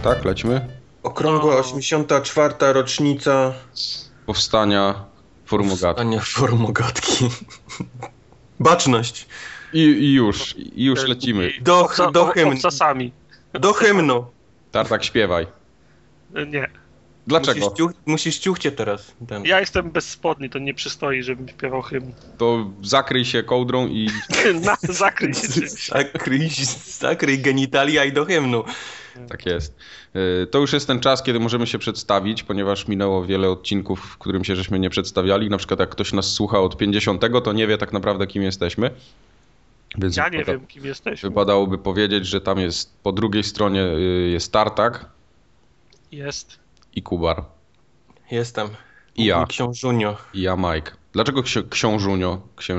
Tak, lecimy? Okrągła 84. rocznica Powstania Forumogatki. Forumogatki. Baczność. I już lecimy. Do hymnu. Obcasami. Do hymnu. Tartak, śpiewaj. Nie. Dlaczego? Musisz ciuchcie teraz. Ja jestem bez spodni, to nie przystoi, żebym śpiewał hymn. To zakryj się kołdrą i... Zakryj się czymś. Zakryj genitalia i do hymnu. Tak jest. To już jest ten czas, kiedy możemy się przedstawić, ponieważ minęło wiele odcinków, w którym się żeśmy nie przedstawiali. Na przykład jak ktoś nas słucha od 50, to nie wie tak naprawdę, kim jesteśmy. Więc ja nie wiem, kim jesteśmy. Wypadałoby powiedzieć, że tam jest, po drugiej stronie jest Tartak. Jest. I Kubar. Jestem. I ja. Książunio. I ja, Mike. Dlaczego książunio?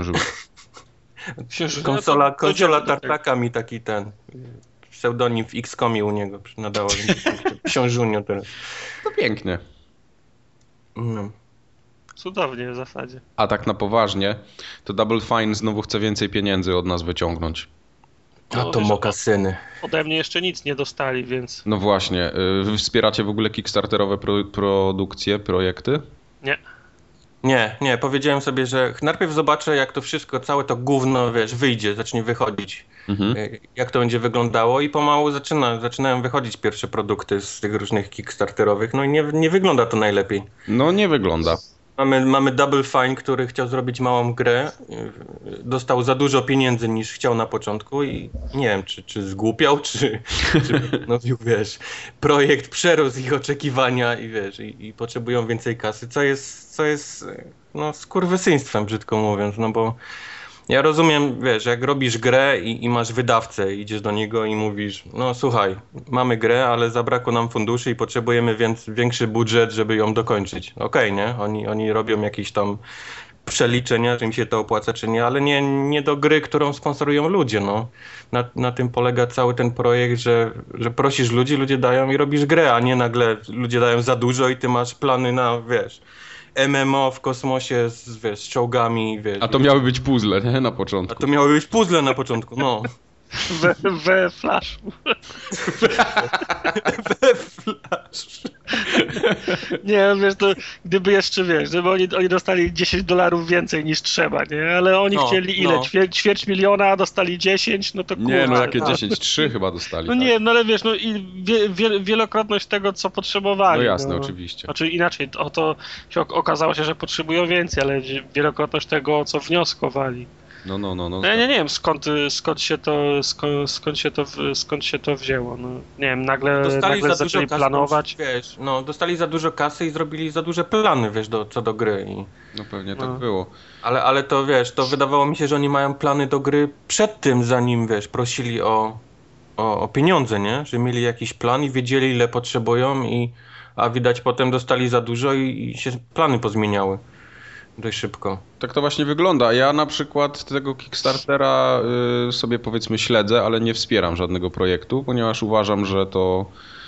Konsola Tartaka mi taki ten pseudonim w X-Comie u niego nadała. Książunio teraz. To pięknie. No. Cudownie w zasadzie. A tak na poważnie, to Double Fine znowu chce więcej pieniędzy od nas wyciągnąć. A to mokasyny. Ode mnie jeszcze nic nie dostali, więc... No właśnie. Wy wspieracie w ogóle kickstarterowe produkcje, projekty? Nie. Powiedziałem sobie, że najpierw zobaczę, jak to wszystko, całe to gówno, wyjdzie, zacznie wychodzić. Jak to będzie wyglądało i pomału zaczynają wychodzić pierwsze produkty z tych różnych kickstarterowych. No i nie wygląda to najlepiej. No nie wygląda. Mamy Double Fine, który chciał zrobić małą grę, dostał za dużo pieniędzy niż chciał na początku i nie wiem, czy zgłupiał, czy projekt przerósł ich oczekiwania i potrzebują więcej kasy, co jest skurwysyństwem, brzydko mówiąc, no bo ja rozumiem, jak robisz grę i masz wydawcę, idziesz do niego i mówisz, no słuchaj, mamy grę, ale zabrakło nam funduszy i potrzebujemy większy budżet, żeby ją dokończyć. Okej, nie? Oni robią jakieś tam przeliczenia, czy im się to opłaca, czy nie, ale nie do gry, którą sponsorują ludzie, no. Na tym polega cały ten projekt, że prosisz ludzi, ludzie dają i robisz grę, a nie nagle ludzie dają za dużo i ty masz plany na, MMO w kosmosie z czołgami, A to miały być puzzle, nie? Na początku. A to miały być puzzle na początku, no. We Flashu. We Flashu. Nie, to gdyby jeszcze, żeby oni dostali $10 więcej niż trzeba, nie? Ale oni chcieli ile? Ćwierć miliona, a dostali 10, no to kurwa. Nie, jakie 10? 3 chyba dostali. No nie, ale i wielokrotność tego, co potrzebowali. No jasne, oczywiście. Znaczy inaczej, to się okazało się, że potrzebują więcej, ale wielokrotność tego, co wnioskowali. No. Ja nie wiem skąd się to wzięło. No, nie wiem, nagle zaczęli planować. Dostali za dużo kasy i zrobili za duże plany, co do gry. No pewnie tak było. Ale to to wydawało mi się, że oni mają plany do gry przed tym, zanim prosili o pieniądze, nie? Że mieli jakiś plan i wiedzieli, ile potrzebują, a widać potem dostali za dużo i się plany pozmieniały. Dość szybko. Tak to właśnie wygląda. Ja na przykład tego Kickstartera sobie powiedzmy śledzę, ale nie wspieram żadnego projektu, ponieważ uważam, że to...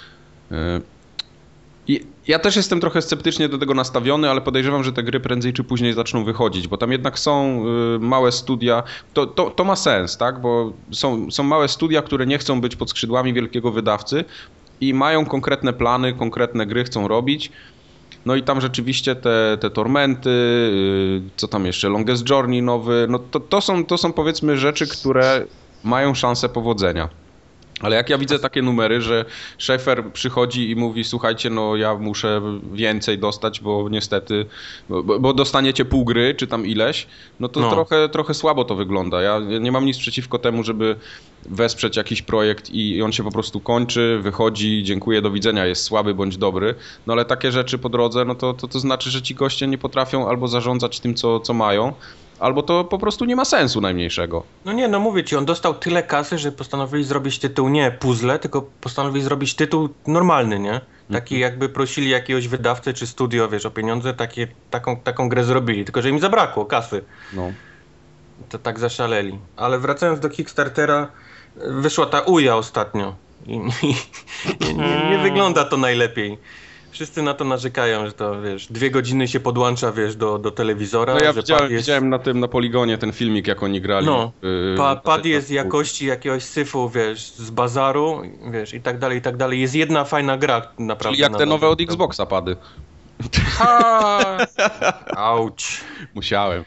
Ja też jestem trochę sceptycznie do tego nastawiony, ale podejrzewam, że te gry prędzej czy później zaczną wychodzić, bo tam jednak są małe studia. To ma sens, tak? Bo są małe studia, które nie chcą być pod skrzydłami wielkiego wydawcy i mają konkretne plany, konkretne gry chcą robić. No i tam rzeczywiście te Tormenty, co tam jeszcze, Longest Journey nowy, no to są powiedzmy rzeczy, które mają szansę powodzenia. Ale jak ja widzę takie numery, że Schaeffer przychodzi i mówi, słuchajcie, no ja muszę więcej dostać, bo niestety, bo dostaniecie pół gry, czy tam ileś, no to trochę słabo to wygląda. Ja nie mam nic przeciwko temu, żeby wesprzeć jakiś projekt i on się po prostu kończy, wychodzi, dziękuję, do widzenia, jest słaby bądź dobry, no ale takie rzeczy po drodze, no to znaczy, że ci goście nie potrafią albo zarządzać tym, co mają, albo to po prostu nie ma sensu najmniejszego. No mówię ci, on dostał tyle kasy, że postanowili zrobić tytuł nie puzzle, tylko postanowili zrobić tytuł normalny, nie? Taki jakby prosili jakiegoś wydawcę czy studio, o pieniądze, taką grę zrobili, tylko że im zabrakło kasy. No. To tak zaszaleli. Ale wracając do Kickstartera, wyszła ta Uja ostatnio i nie wygląda to najlepiej. Wszyscy na to narzekają, że to, wiesz, 2 godziny się podłącza, wiesz, do telewizora. No ja że widziałem na Poligonie ten filmik, jak oni grali. No, pad jest jakości jakiegoś syfu, wiesz, z bazaru, wiesz, i tak dalej, i tak dalej. Jest jedna fajna gra, naprawdę. Czyli jak te nowe od Xboxa pady. Auć. Musiałem.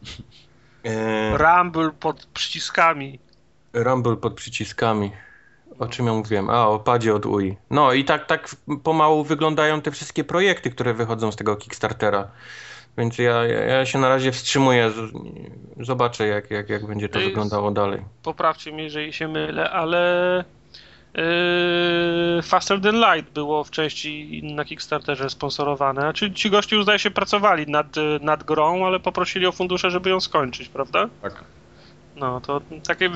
Rumble pod przyciskami. Rumble pod przyciskami. O czym ja mówiłem? O padzie od UI. No i tak pomału wyglądają te wszystkie projekty, które wychodzą z tego Kickstartera. Więc ja się na razie wstrzymuję. Zobaczę, jak będzie to wyglądało dalej. Poprawcie mnie, jeżeli się mylę, ale Faster Than Light było w części na Kickstarterze sponsorowane. Czyli ci goście już zdaje się pracowali nad grą, ale poprosili o fundusze, żeby ją skończyć, prawda? Tak. No to takie,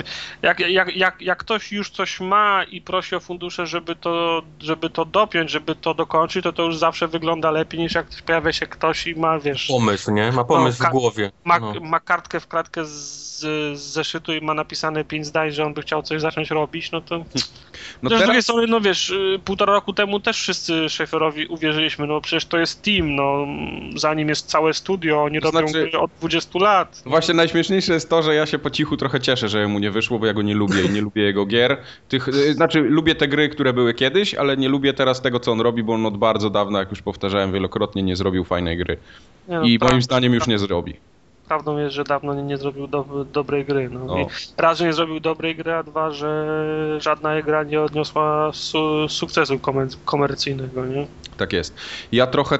jak ktoś już coś ma i prosi o fundusze, żeby to dopiąć, żeby to dokończyć, to już zawsze wygląda lepiej niż jak pojawia się ktoś i ma, wiesz... Pomysł, nie? Ma pomysł w głowie. Ma kartkę w kratkę z zeszytu i ma napisane 5 zdań, że on by chciał coś zacząć robić, no to... No teraz... Z drugiej strony, no wiesz, 1,5 roku temu też wszyscy Schaeferowi uwierzyliśmy, no przecież to jest team, no za nim jest całe studio, oni robią od 20 lat. Właśnie najśmieszniejsze jest to, że ja się po cichu trochę cieszę, że mu nie wyszło, bo ja go nie lubię i nie lubię jego gier. Znaczy lubię te gry, które były kiedyś, ale nie lubię teraz tego, co on robi, bo on od bardzo dawna, jak już powtarzałem wielokrotnie, nie zrobił fajnej gry. Nie, no, i moim zdaniem już nie zrobi. Prawdą jest, że dawno nie zrobił dobrej gry. No. Raz, że nie zrobił dobrej gry, a dwa, że żadna gra nie odniosła sukcesu komercyjnego, nie? Tak jest. Ja trochę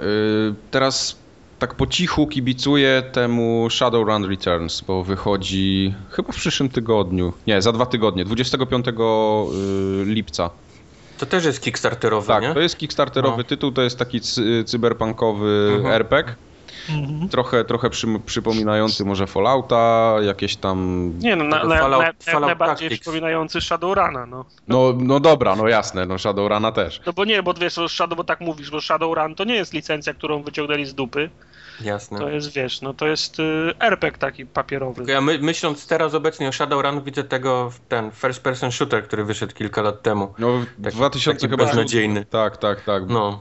teraz tak po cichu kibicuję temu Shadowrun Returns, bo wychodzi chyba w przyszłym tygodniu. Nie, za 2 tygodnie, 25 lipca. To też jest kickstarterowy, tak, nie? Tak, to jest kickstarterowy tytuł, to jest taki cyberpunkowy RPG. Trochę przypominający może Fallouta, jakieś tam... Nie, no najbardziej przypominający Shadowruna, no. No dobra, no jasne, no Shadowruna też. No bo nie, bo wiesz, bo tak mówisz, bo Shadowrun to nie jest licencja, którą wyciągnęli z dupy. Jasne. To jest, wiesz, no to jest RPG taki papierowy. Ja myśląc teraz obecnie o Shadowrun, widzę ten first person shooter, który wyszedł kilka lat temu. No w 2000 chyba... beznadziejny. Tak. No.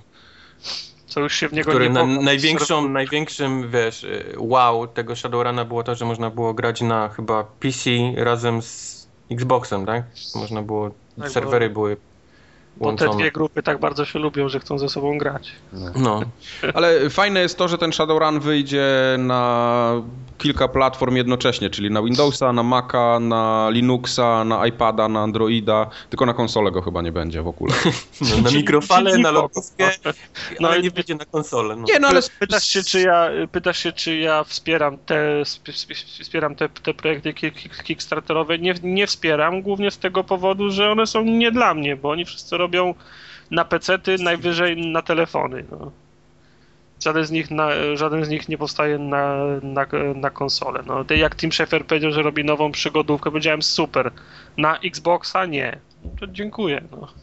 Co już się w niego który nie największym, wiesz, wow tego Shadowruna było to, że można było grać na chyba PC razem z Xboxem, tak? Można było, tak, serwery były łączone. Bo te dwie grupy tak bardzo się lubią, że chcą ze sobą grać. No. Ale fajne jest to, że ten Shadowrun wyjdzie na kilka platform jednocześnie, czyli na Windowsa, na Maca, na Linuxa, na iPada, na Androida, tylko na konsolę go chyba nie będzie w ogóle. No, na mikrofale, na lotniskie, ale nie będzie na konsolę. No. Nie, no ale pytasz się, czy ja wspieram te projekty kickstarterowe. Nie wspieram, głównie z tego powodu, że one są nie dla mnie, bo oni wszyscy robią na pecety, najwyżej na telefony. No. Żaden z nich nie powstaje na konsolę. No, jak Tim Schafer powiedział, że robi nową przygodówkę, powiedziałem super. Na Xboxa nie. No, to dziękuję.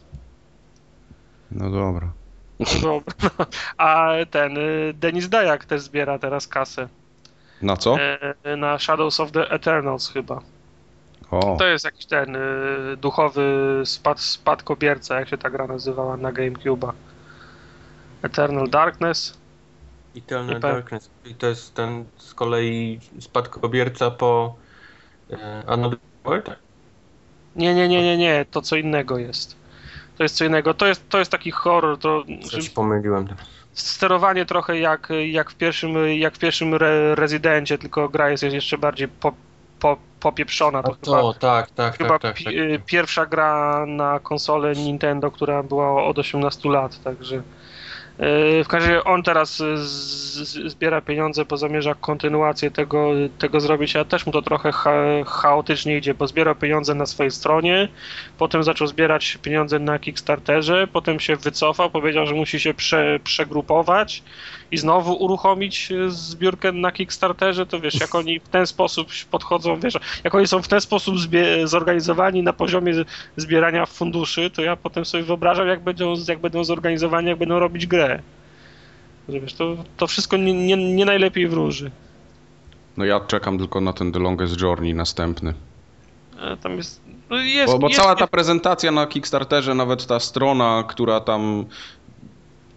No dobra. Dobra. A Denis Dajak też zbiera teraz kasę. Na co? Na Shadows of the Eternals chyba. O. To jest jakiś duchowy spadkobierca, jak się ta gra nazywała na GameCube'a. Eternal Darkness. Eternal Darkness. I to jest ten z kolei spadkobierca po Another World? Nie. To co innego jest. To jest co innego. To jest taki horror. Coś pomyliłem. Sterowanie trochę jak w pierwszym Rezydencie, tylko gra jest jeszcze bardziej popieprzona. Chyba pierwsza gra na konsolę Nintendo, która była od 18 lat, także w każdym razie on teraz zbiera pieniądze, bo zamierza kontynuację tego zrobić, a też mu to trochę chaotycznie idzie, bo zbierał pieniądze na swojej stronie, potem zaczął zbierać pieniądze na Kickstarterze, potem się wycofał, powiedział, że musi się przegrupować i znowu uruchomić zbiórkę na Kickstarterze, to wiesz, jak oni w ten sposób podchodzą, wiesz, jak oni są w ten sposób zorganizowani na poziomie zbierania funduszy, to ja potem sobie wyobrażam, jak będą zorganizowani, jak będą robić grę. Że wiesz, to wszystko nie najlepiej wróży. No ja czekam tylko na ten The Longest Journey następny. Tam jest... Bo cała ta prezentacja na Kickstarterze, nawet ta strona, która tam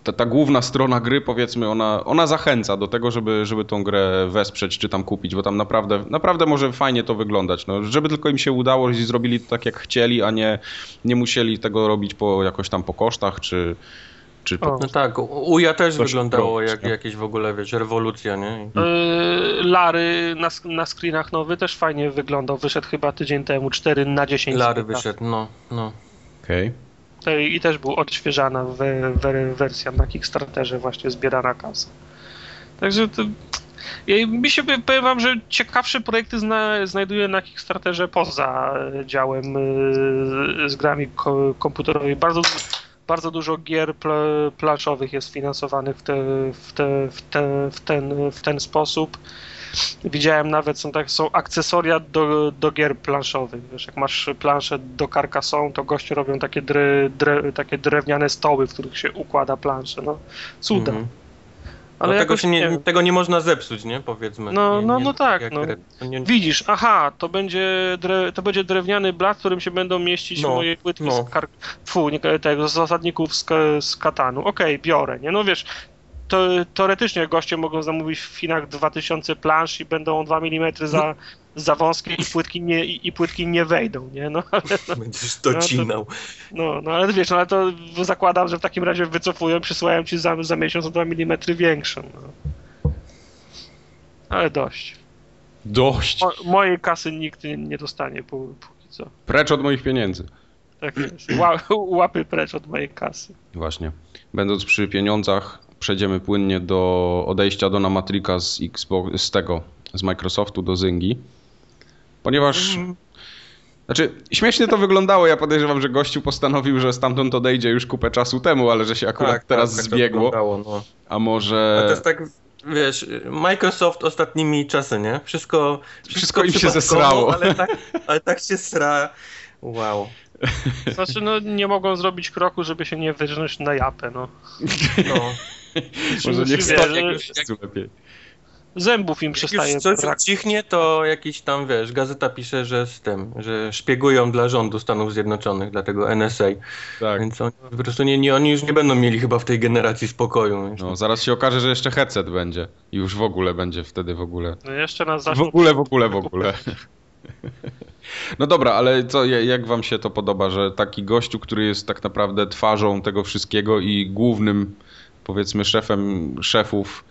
ta główna strona gry, powiedzmy, ona zachęca do tego, żeby tą grę wesprzeć czy tam kupić, bo tam naprawdę może fajnie to wyglądać. No, żeby tylko im się udało i zrobili to tak jak chcieli, a nie musieli tego robić jakoś tam po kosztach czy po... No tak, Uja też wyglądało jak jakieś w ogóle, wiesz, rewolucja, nie? Larry na screenach nowy też fajnie wyglądał. Wyszedł chyba tydzień temu, 4/10. Larry wyszedł, no. Okej. I też był odświeżana wersja na Kickstarterze, właśnie zbierana kasa. Także to... powiem wam, że ciekawsze projekty znajduję na Kickstarterze poza działem z grami komputerowymi. Bardzo dużo gier planszowych jest finansowanych w ten sposób. Widziałem nawet, są akcesoria do gier planszowych. Wiesz, jak masz plansze do Carcassonne, to goście robią takie drewniane stoły, w których się układa plansze. No, cuda. Ale tego nie można zepsuć, nie? Powiedzmy. No tak. Widzisz, to będzie drewniany blat, w którym się będą mieścić moje płytki z zasadników z Katanu. Okej, biorę, nie? No wiesz, teoretycznie goście mogą zamówić w Chinach 2000 plansz i będą 2 mm za wąskie i płytki nie wejdą, nie? No, ale, będziesz docinał. Ale wiesz, ale to zakładam, że w takim razie wycofują, przysyłają ci za miesiąc o 2 mm większą. No. Ale dość. Mojej kasy nikt nie dostanie póki co. Precz od moich pieniędzy. Tak jest. Łapy precz od mojej kasy. Właśnie. Będąc przy pieniądzach, przejdziemy płynnie do odejścia Dona Matricka z Xbox, z Microsoftu do Zyngi. Ponieważ... Znaczy, śmiesznie to wyglądało. Ja podejrzewam, że gościu postanowił, że stamtąd odejdzie już kupę czasu temu, ale że się akurat teraz zbiegło. No. A może... A to jest tak, wiesz, Microsoft ostatnimi czasy, nie? Wszystko im się zesrało. Ale tak się sra. Wow. Znaczy, nie mogą zrobić kroku, żeby się nie wyrżnąć na japę, no. Może niech stanie lepiej. Zębów im przestaje brak. Jak coś cichnie, to jakiś tam, wiesz, gazeta pisze, że że szpiegują dla rządu Stanów Zjednoczonych, dla tego NSA. Tak. Więc oni po prostu oni już nie będą mieli chyba w tej generacji spokoju. No, zaraz się okaże, że jeszcze headset będzie. I już w ogóle będzie wtedy w ogóle. No jeszcze nas w ogóle. No dobra, ale jak wam się to podoba, że taki gościu, który jest tak naprawdę twarzą tego wszystkiego i głównym, powiedzmy, szefem szefów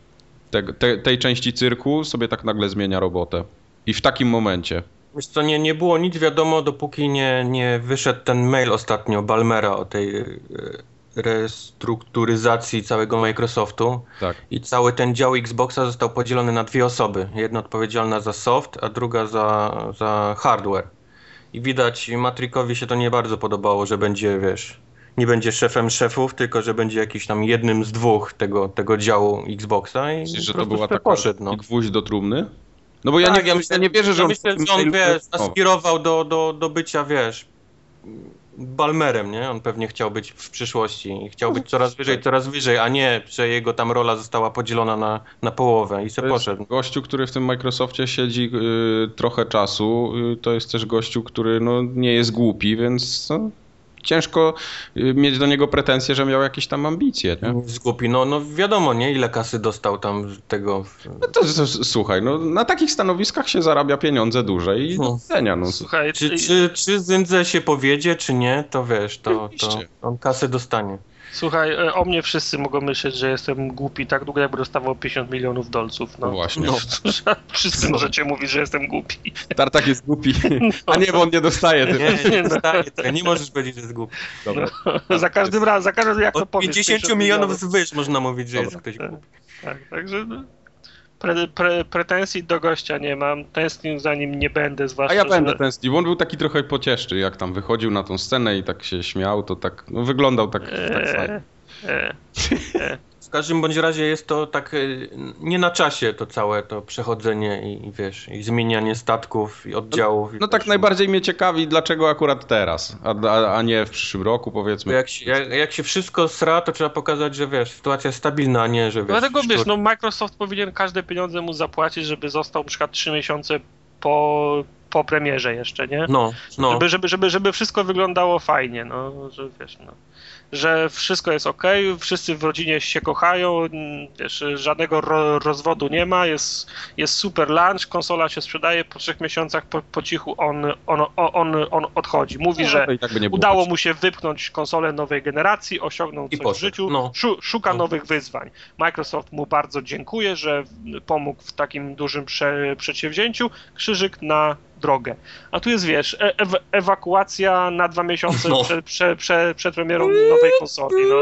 tej części cyrku sobie tak nagle zmienia robotę. I w takim momencie. Wiesz co, nie było nic wiadomo, dopóki nie wyszedł ten mail ostatnio Ballmera o tej restrukturyzacji całego Microsoftu. Tak. I cały ten dział Xboxa został podzielony na 2 osoby. Jedna odpowiedzialna za soft, a druga za hardware. I widać, Matrickowi się to nie bardzo podobało, że będzie, wiesz, nie będzie szefem szefów, tylko że będzie jakiś tam jednym z 2 tego działu Xboxa i myślisz, że to była taka poszedł, gwóźdź do trumny? No bo ja nie wierzę, że on... Myślę, że on, wiesz, aspirował do bycia, wiesz, Ballmerem, nie? On pewnie chciał być w przyszłości i chciał być coraz wyżej, a nie, że jego tam rola została podzielona na połowę i se poszedł. Gościu, który w tym Microsoftie siedzi trochę czasu, to jest też gościu, który nie jest głupi, więc ciężko mieć do niego pretensje, że miał jakieś tam ambicje, nie? Jest głupi, no wiadomo, nie? Ile kasy dostał tam tego... No to słuchaj, na takich stanowiskach się zarabia pieniądze duże i cenia, Słuchaj, czy Zyndze się powiedzie, czy nie, to wiesz, to on kasę dostanie. Słuchaj, o mnie wszyscy mogą myśleć, że jestem głupi tak długo, jakby dostawał 50 milionów dolców. No właśnie. Wszyscy możecie mówić, że jestem głupi. Tartak jest głupi. A nie, bo on nie dostaje. Nie dostaje, nie możesz powiedzieć, że jest głupi. Za każdym razem, jak to powiesz. Od 50 milionów zwyż można mówić, że jest ktoś głupi. Tak, także... Pretensji do gościa nie mam, tęsknił za nim nie będę, zwłaszcza... A ja będę tęsknił, bo on był taki trochę pocieszczy, jak tam wychodził na tą scenę i tak się śmiał, to tak, wyglądał tak fajnie. W każdym bądź razie jest to tak nie na czasie to całe to przechodzenie i wiesz, i zmienianie statków i oddziałów. No tak najbardziej mnie ciekawi, dlaczego akurat teraz, a nie w przyszłym roku, powiedzmy. Jak się wszystko sra, to trzeba pokazać, że wiesz, sytuacja jest stabilna, a nie, że wiesz... Dlatego wiesz, Microsoft powinien każde pieniądze mu zapłacić, żeby został na przykład 3 miesiące po premierze jeszcze, nie? No. Żeby wszystko wyglądało fajnie, że wiesz, że wszystko jest ok, wszyscy w rodzinie się kochają, wiesz, żadnego rozwodu nie ma, jest super lunch, konsola się sprzedaje, po 3 miesiącach po cichu on odchodzi. Mówi, że I tak by nie było udało mu się wypchnąć konsolę nowej generacji, osiągnął coś w życiu, szuka nowych wyzwań. Microsoft mu bardzo dziękuję, że pomógł w takim dużym przedsięwzięciu, krzyżyk na drogę. A tu jest, wiesz, ewakuacja na 2 miesiące przed premierą nowej konsoli, no.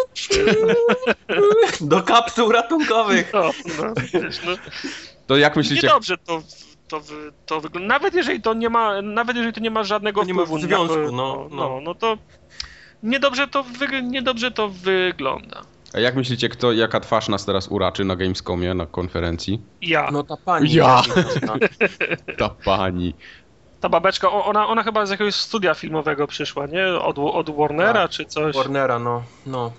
Do kapsuł ratunkowych. Wiesz, To jak myślicie? Niedobrze to wygląda. Nawet jeżeli to nie ma żadnego wpływu na związku, no to niedobrze to wygląda. A jak myślicie, jaka twarz nas teraz uraczy na Gamescomie, na konferencji? Ja. No ta pani. Ja! Ta pani. Ta babeczka, ona chyba z jakiegoś studia filmowego przyszła, nie? Od Warnera czy coś. Warnera, no.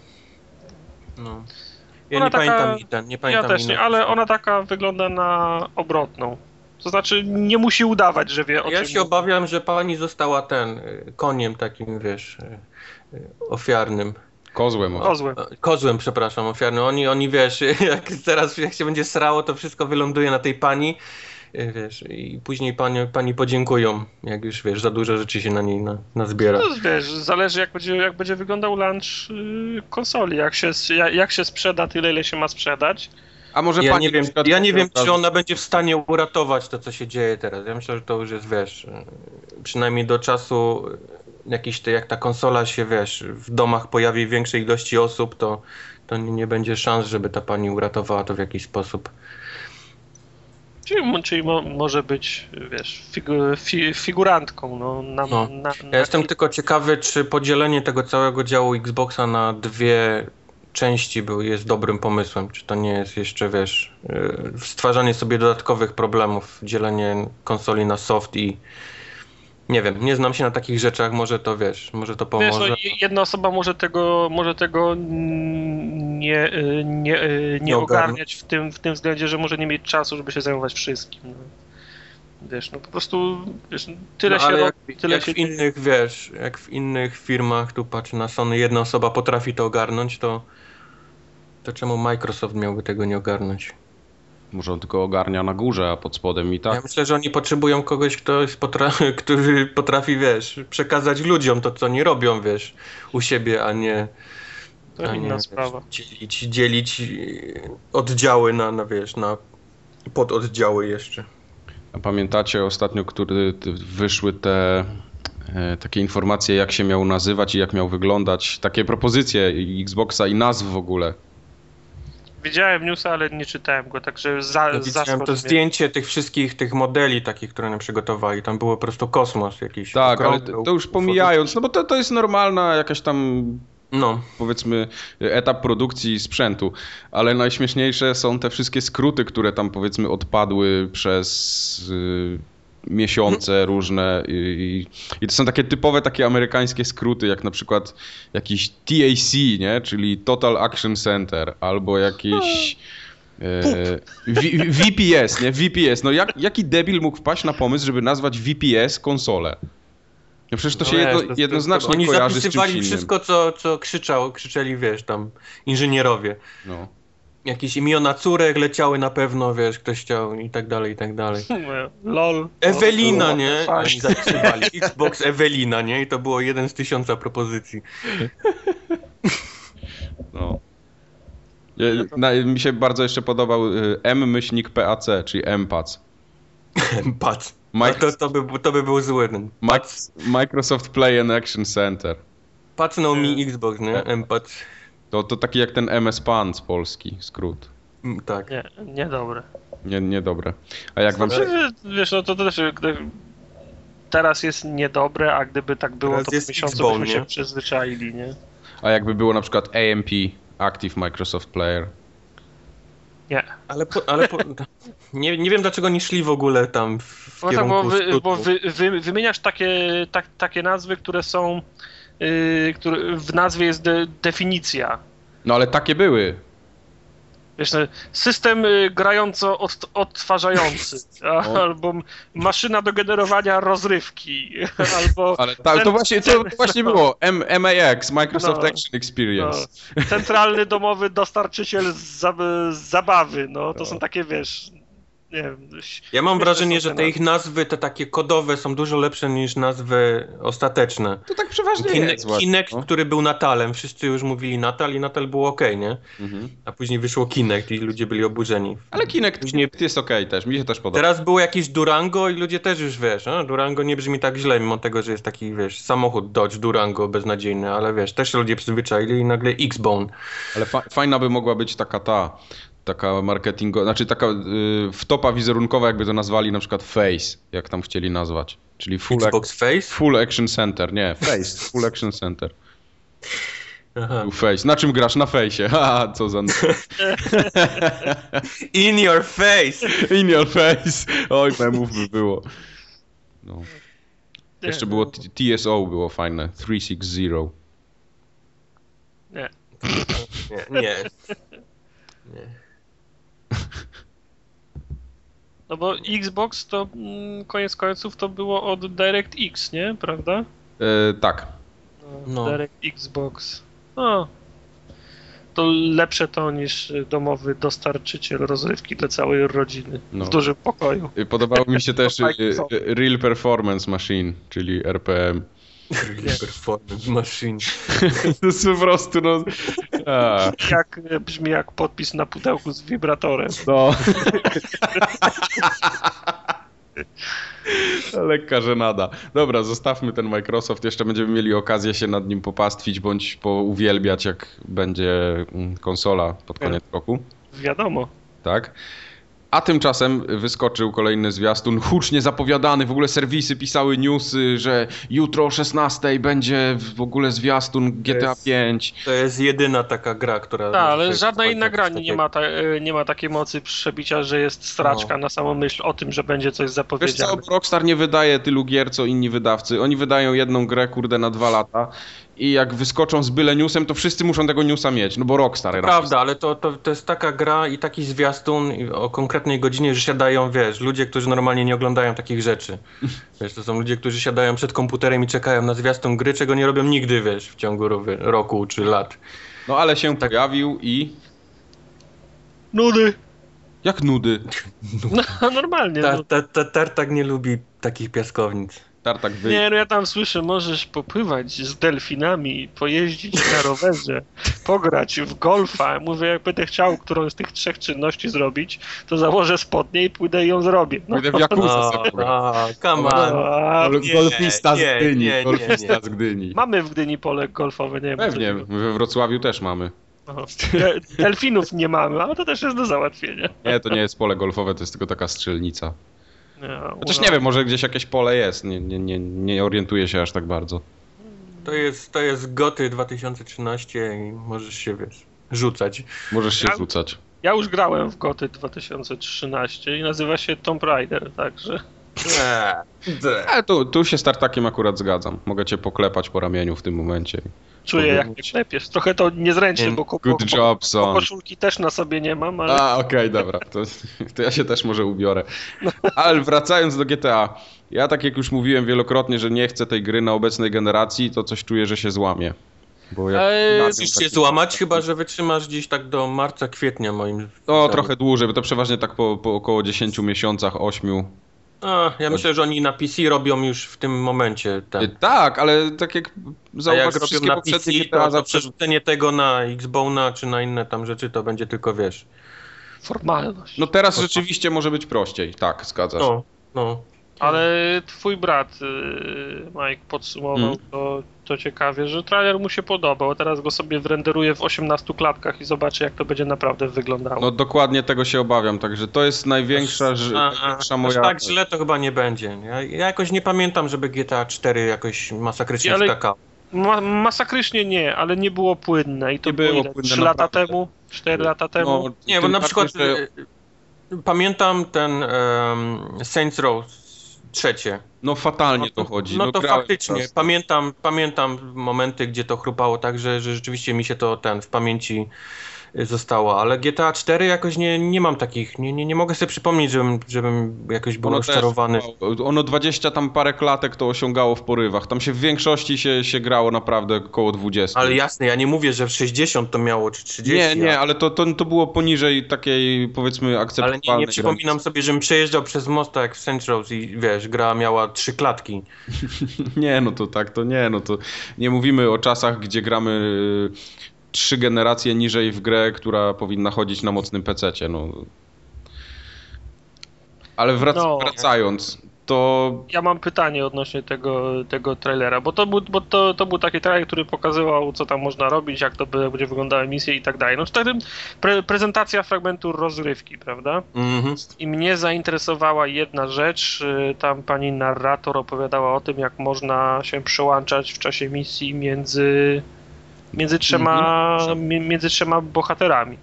Ja nie pamiętam Ja też nie, ale ona taka wygląda na obrotną. To znaczy nie musi udawać, że wie o czym. Ja się obawiam, że pani została koniem takim, wiesz, ofiarnym. Kozłem, przepraszam, ofiarnym. Oni wiesz, jak się będzie srało, to wszystko wyląduje na tej pani, wiesz, i później pani podziękują, jak już, wiesz, za dużo rzeczy się na niej nazbiera. No, wiesz, zależy jak będzie wyglądał launch konsoli. Jak się sprzeda tyle, ile się ma sprzedać. A może ja nie wiem, czy ona będzie w stanie uratować to, co się dzieje teraz. Ja myślę, że to już jest, wiesz, przynajmniej do czasu jak ta konsola się, wiesz, w domach pojawi większej ilości osób, to nie będzie szans, żeby ta pani uratowała to w jakiś sposób. Czyli może być, wiesz, figurantką. Ja jestem tylko ciekawy, czy podzielenie tego całego działu Xboxa na 2 części jest dobrym pomysłem. Czy to nie jest jeszcze, wiesz, stwarzanie sobie dodatkowych problemów, dzielenie konsoli na soft i nie wiem, nie znam się na takich rzeczach, może to, wiesz, może to pomoże. Wiesz, jedna osoba może tego nie ogarniać w tym względzie, że może nie mieć czasu, żeby się zajmować wszystkim. No. Wiesz, no po prostu, wiesz, tyle się robi, tyle się... Jak w innych firmach, tu patrzę na Sony, jedna osoba potrafi to ogarnąć, to czemu Microsoft miałby tego nie ogarnąć? Może on tylko ogarnia na górze, a pod spodem i tak. Ja myślę, że oni potrzebują kogoś, który potrafi, wiesz, przekazać ludziom to, co oni robią, wiesz, u siebie, a nie... To inna sprawa. Dzielić oddziały wiesz, na pododdziały jeszcze. A pamiętacie ostatnio, kiedy wyszły te takie informacje, jak się miał nazywać i jak miał wyglądać, takie propozycje Xboxa i nazw w ogóle? Widziałem newsa, ale nie czytałem go, także widziałem to zdjęcie tych wszystkich modeli takich, które nam przygotowali. Tam było po prostu kosmos jakiś. Tak, ale to już pomijając, no bo to jest normalna jakaś tam, powiedzmy, etap produkcji sprzętu, ale najśmieszniejsze są te wszystkie skróty, które tam, powiedzmy, odpadły przez miesiące różne i to są takie typowe, takie amerykańskie skróty, jak na przykład jakiś TAC, nie? Czyli Total Action Center, albo jakieś VPS, nie? VPS. No jaki debil mógł wpaść na pomysł, żeby nazwać VPS konsolę? No przecież to się jednoznacznie kojarzy z czymś innym. Oni zapisywali wszystko, co krzyczeli, wiesz, tam inżynierowie. No. Jakieś imiona córek leciały na pewno, wiesz, ktoś chciał i tak dalej, i tak dalej. LOL. Ewelina, nie? Oni zapisywali Xbox Ewelina, nie? I to było 1 z 1000 propozycji. No. Mi się bardzo jeszcze podobał M-PAC, czyli MPAC. MPAC. To by był zły. Microsoft Play and Action Center. PAC no mi Xbox, nie? MPAC. To taki jak ten MS-PAN z Polski, skrót. Tak. Niedobre. Niedobre. A jak wam się... Wiesz, no to też teraz jest niedobre, a gdyby tak było, teraz to po miesiącu byśmy się przyzwyczaili, nie? A jakby było na przykład AMP, Active Microsoft Player? Nie. Nie wiem, dlaczego nie szli w ogóle tam w kierunku bo wymieniasz takie nazwy, które są... w nazwie jest definicja. No ale takie były. Wiesz, system grająco-odtwarzający, albo maszyna do generowania rozrywki, albo... Ale to właśnie było, MAX, Microsoft Action Experience. Centralny domowy dostarczyciel zabawy, to są takie, wiesz... Nie wiem, ja mam wrażenie, że te ich nazwy, te takie kodowe, są dużo lepsze niż nazwy ostateczne. To tak przeważnie jest właśnie. Kinect, który był Natalem, wszyscy już mówili Natal i Natal było okej, nie? A później wyszło Kinect i ludzie byli oburzeni. Ale Kinect później jest okej też, mi się też podoba. Teraz było jakieś Durango i ludzie też już, wiesz, Durango nie brzmi tak źle, mimo tego, że jest taki, wiesz, samochód Dodge Durango beznadziejny, ale wiesz, też się ludzie przyzwyczaili i nagle X-Bone. Ale fajna by mogła być taka marketingowa, znaczy taka wtopa wizerunkowa, jakby to nazwali na przykład Face, jak tam chcieli nazwać. Czyli Xbox Face? Full Action Center, nie, Face, Full Action Center. Aha. Face. Na czym grasz? Na Face'ie. Haha, co za... In your face! In your face! Oj, memów by było. No. Jeszcze było TSO, było fajne. 360. Nie. Nie. No bo Xbox to koniec końców to było od DirectX, nie? Prawda? Tak. No. Direct Xbox. To lepsze to niż domowy dostarczyciel rozrywki dla całej rodziny w dużym pokoju. Podobało mi się też Real Performance Machine, czyli RPM. Real Performance Machine. To jest po prostu, Brzmi jak podpis na pudełku z wibratorem. No. Lekka żenada. Dobra, zostawmy ten Microsoft. Jeszcze będziemy mieli okazję się nad nim popastwić, bądź pouwielbiać, jak będzie konsola pod koniec roku. Wiadomo. Tak. A tymczasem wyskoczył kolejny zwiastun, hucznie zapowiadany, w ogóle serwisy pisały newsy, że jutro o 16:00 będzie w ogóle zwiastun GTA 5. To jest jedyna taka gra, która... Tak, ale żadna inna gra nie ma takiej mocy przebicia, że jest straczka na samą myśl o tym, że będzie coś zapowiedziane. Wiesz co, Rockstar nie wydaje tylu gier, co inni wydawcy. Oni wydają jedną grę, na 2 lata. I jak wyskoczą z byle newsem, to wszyscy muszą tego newsa mieć, no bo Rockstar. Prawda, ale to jest taka gra i taki zwiastun o konkretnej godzinie, że siadają, wiesz, ludzie, którzy normalnie nie oglądają takich rzeczy. Wiesz, to są ludzie, którzy siadają przed komputerem i czekają na zwiastun gry, czego nie robią nigdy, wiesz, w ciągu roku czy lat. No ale się pojawił i... Nudy. Jak nudy? No normalnie. Tartak nie lubi takich piaskownic. Tartak Nie, ja tam słyszę, możesz popływać z delfinami, pojeździć na rowerze, pograć w golfa. Mówię, jak będę chciał którąś z tych 3 czynności zrobić, to założę spodnie i pójdę i ją zrobię. Pójdę w Yakuza sobie pograć. Golfista z Gdyni. Golfista z Gdyni. Mamy w Gdyni pole golfowe, nie wiem. Pewnie, we Wrocławiu też mamy. Delfinów nie mamy, ale to też jest do załatwienia. Nie, to nie jest pole golfowe, to jest tylko taka strzelnica. Chociaż nie wiem, może gdzieś jakieś pole jest, nie orientuję się aż tak bardzo. To jest GOTY 2013 i możesz się, wiesz, rzucać. Możesz się rzucać. Ja już grałem w GOTY 2013 i nazywa się Tomb Raider, także... Ale tu się z Tartakiem akurat zgadzam. Mogę cię poklepać po ramieniu w tym momencie. Czuję, jak mnie klepiesz. Trochę to niezręcznie, bo koszulki też na sobie nie mam, ale... Okej, dobra. To ja się też może ubiorę. Ale wracając do GTA. Ja tak jak już mówiłem wielokrotnie, że nie chcę tej gry na obecnej generacji, to coś czuję, że się złamie. Bo musisz się złamać, chyba że wytrzymasz gdzieś tak do marca, kwietnia moim... trochę dłużej, bo to przeważnie tak po około 10 miesiącach, 8. Ja myślę, że oni na PC robią już w tym momencie. Tak, ale tak jak zauważ, robią na PC, to przerzucenie tego na Xbone'a czy na inne tam rzeczy, to będzie tylko, wiesz... Formalność. No teraz rzeczywiście może być prościej, tak, zgadza się. No. Ale twój brat, Mike, podsumował to ciekawie, że trailer mu się podobał, a teraz go sobie wrenderuje w 18 klatkach i zobaczy, jak to będzie naprawdę wyglądało. No dokładnie tego się obawiam, także to jest największa moja... Tak źle to chyba nie będzie. Ja jakoś nie pamiętam, żeby GTA 4 jakoś masakrycznie skakał. Masakrycznie nie, ale nie było płynne i to było płynne 3 lata temu, 4 lata temu. Nie, bo na przykład pamiętam ten Saints Row 3. No fatalnie to chodzi. No to faktycznie. Pamiętam momenty, gdzie to chrupało tak, że rzeczywiście mi się to w pamięci zostało, ale GTA 4 jakoś nie mam takich, nie mogę sobie przypomnieć, żebym jakoś był rozczarowany. Ono 20 tam parę klatek to osiągało w porywach. Tam się w większości się grało naprawdę koło 20. Ale jasne, ja nie mówię, że w 60 to miało, czy 30. Nie, ale to było poniżej takiej, powiedzmy, akceptowalnej. Ale nie przypominam sobie, żebym przejeżdżał przez most tak jak w Saints Row i wiesz, gra miała 3 klatki. Nie, no to tak, to nie, no to nie mówimy o czasach, gdzie gramy 3 generacje niżej w grę, która powinna chodzić na mocnym pececie, no. Ale wracając, to... Ja mam pytanie odnośnie tego trailera, bo to był taki trailer, który pokazywał, co tam można robić, jak to będzie wyglądały misje i tak dalej. No wtedy prezentacja fragmentu rozrywki, prawda? I mnie zainteresowała jedna rzecz, tam pani narrator opowiadała o tym, jak można się przełączać w czasie misji między trzema bohaterami.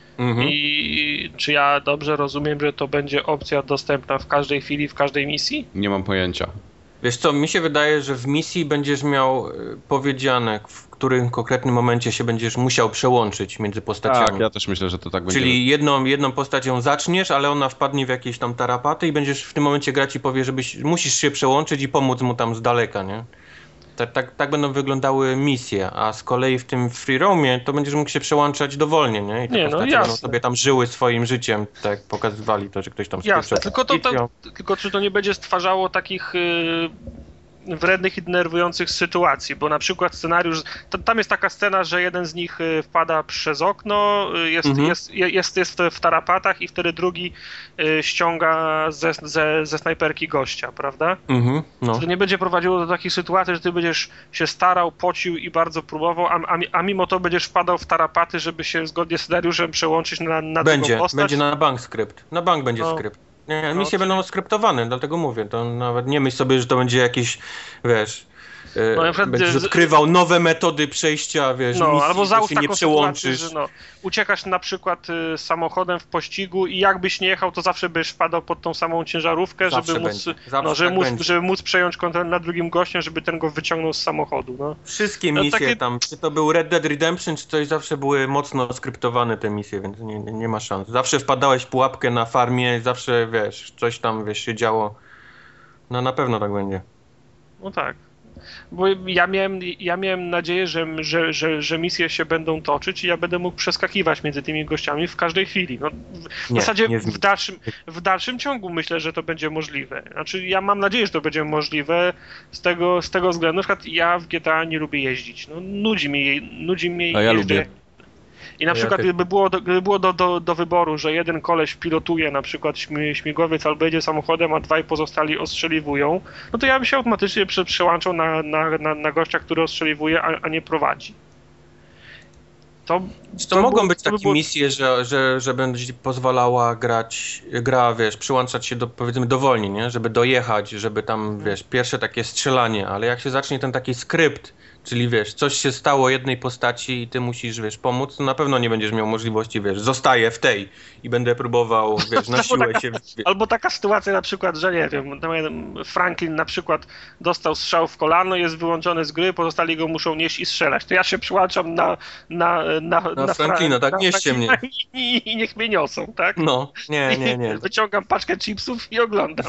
I czy ja dobrze rozumiem, że to będzie opcja dostępna w każdej chwili, w każdej misji? Nie mam pojęcia. Wiesz co, mi się wydaje, że w misji będziesz miał powiedziane, w którym konkretnym momencie się będziesz musiał przełączyć między postaciami. Tak, ja też myślę, że to tak będzie. Czyli jedną postać ją zaczniesz, ale ona wpadnie w jakieś tam tarapaty i będziesz w tym momencie grać i powie, musisz się przełączyć i pomóc mu tam z daleka, nie? Tak będą wyglądały misje, a z kolei w tym free roamie to będziesz mógł się przełączać dowolnie, nie? I te postacie będą sobie tam żyły swoim życiem, tak jak pokazywali to, że ktoś tam... Jasne, tylko czy to nie będzie stwarzało takich wrednych i denerwujących sytuacji, bo na przykład scenariusz, tam jest taka scena, że jeden z nich wpada przez okno, jest w tarapatach i wtedy drugi ściąga ze snajperki gościa, prawda? No. To nie będzie prowadziło do takich sytuacji, że ty będziesz się starał, pocił i bardzo próbował, a mimo to będziesz wpadał w tarapaty, żeby się zgodnie z scenariuszem przełączyć na drugą postać. Będzie na bank skrypt. Na bank będzie skrypt. Nie, misje będą skryptowane, dlatego mówię, to nawet nie myśl sobie, że to będzie jakiś, wiesz, będziesz odkrywał nowe metody przejścia, wiesz, misji, albo załóż taką nie przełączysz. Sytuację, że uciekasz na przykład samochodem w pościgu i jakbyś nie jechał, to zawsze byś wpadał pod tą samą ciężarówkę, żeby móc przejąć kontrolę nad drugim gościem, żeby ten go wyciągnął z samochodu. No. Wszystkie misje tam, czy to był Red Dead Redemption, czy coś, zawsze były mocno skryptowane te misje, więc nie ma szans. Zawsze wpadałeś w pułapkę na farmie, zawsze, wiesz, coś tam, wiesz, się działo. No na pewno tak będzie. No tak. Bo ja miałem nadzieję, że misje się będą toczyć i ja będę mógł przeskakiwać między tymi gościami w każdej chwili. No, w zasadzie w dalszym ciągu myślę, że to będzie możliwe. Znaczy ja mam nadzieję, że to będzie możliwe z tego względu, na przykład ja w GTA nie lubię jeździć. No, nudzi mnie ja lubię. I na przykład gdyby było do wyboru, że jeden koleś pilotuje na przykład śmigłowiec albo jedzie samochodem, a dwaj pozostali ostrzeliwują, no to ja bym się automatycznie przełączał na gościa, który ostrzeliwuje, a nie prowadzi. To mogą być takie misje, że będzie pozwalała gra, wiesz, przyłączać się powiedzmy dowolnie, nie? Żeby dojechać, żeby tam, wiesz, pierwsze takie strzelanie, ale jak się zacznie ten taki skrypt, czyli wiesz, coś się stało jednej postaci i ty musisz, wiesz, pomóc, to na pewno nie będziesz miał możliwości, wiesz, zostaję w tej i będę próbował, wiesz, na siłę się... Albo taka sytuacja na przykład, że nie wiem, Franklin na przykład dostał strzał w kolano, jest wyłączony z gry, pozostali go muszą nieść i strzelać. To ja się przyłączam na Franklina, tak, nieście mnie. I niech mnie niosą, tak? No, nie. Wyciągam paczkę chipsów i oglądam.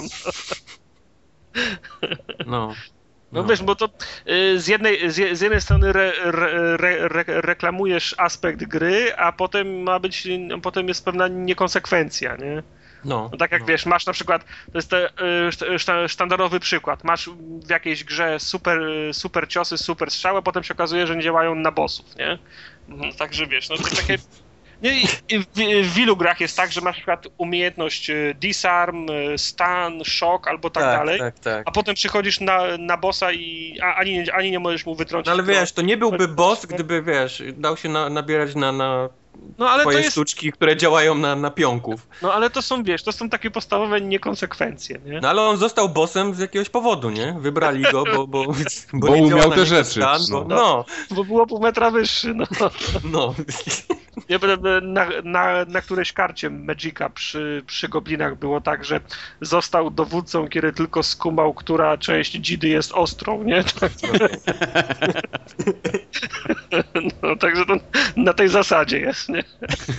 No wiesz, bo to z jednej strony reklamujesz aspekt gry, a potem jest pewna niekonsekwencja, nie? No tak jak wiesz, masz na przykład, to jest sztandarowy przykład, masz w jakiejś grze super ciosy, super strzały, a potem się okazuje, że nie działają na bossów, nie? Także wiesz, no to takie... W wielu grach jest tak, że masz na przykład umiejętność disarm, stun, shock albo tak dalej, a potem przychodzisz na bossa i ani nie możesz mu wytrącić. No ale wiesz, to nie byłby boss, gdyby, wiesz, dał się nabierać na twoje sztuczki, które działają na pionków. No ale to są, wiesz, to są takie podstawowe niekonsekwencje, nie? No ale on został bossem z jakiegoś powodu, nie? Wybrali go, bo nie umiał te rzeczy. Bo było pół metra wyższy, no. Ja na którejś karcie Magica przy goblinach było tak, że został dowódcą, kiedy tylko skumał, która część dzidy jest ostrą, nie? No, także to na tej zasadzie jest, nie?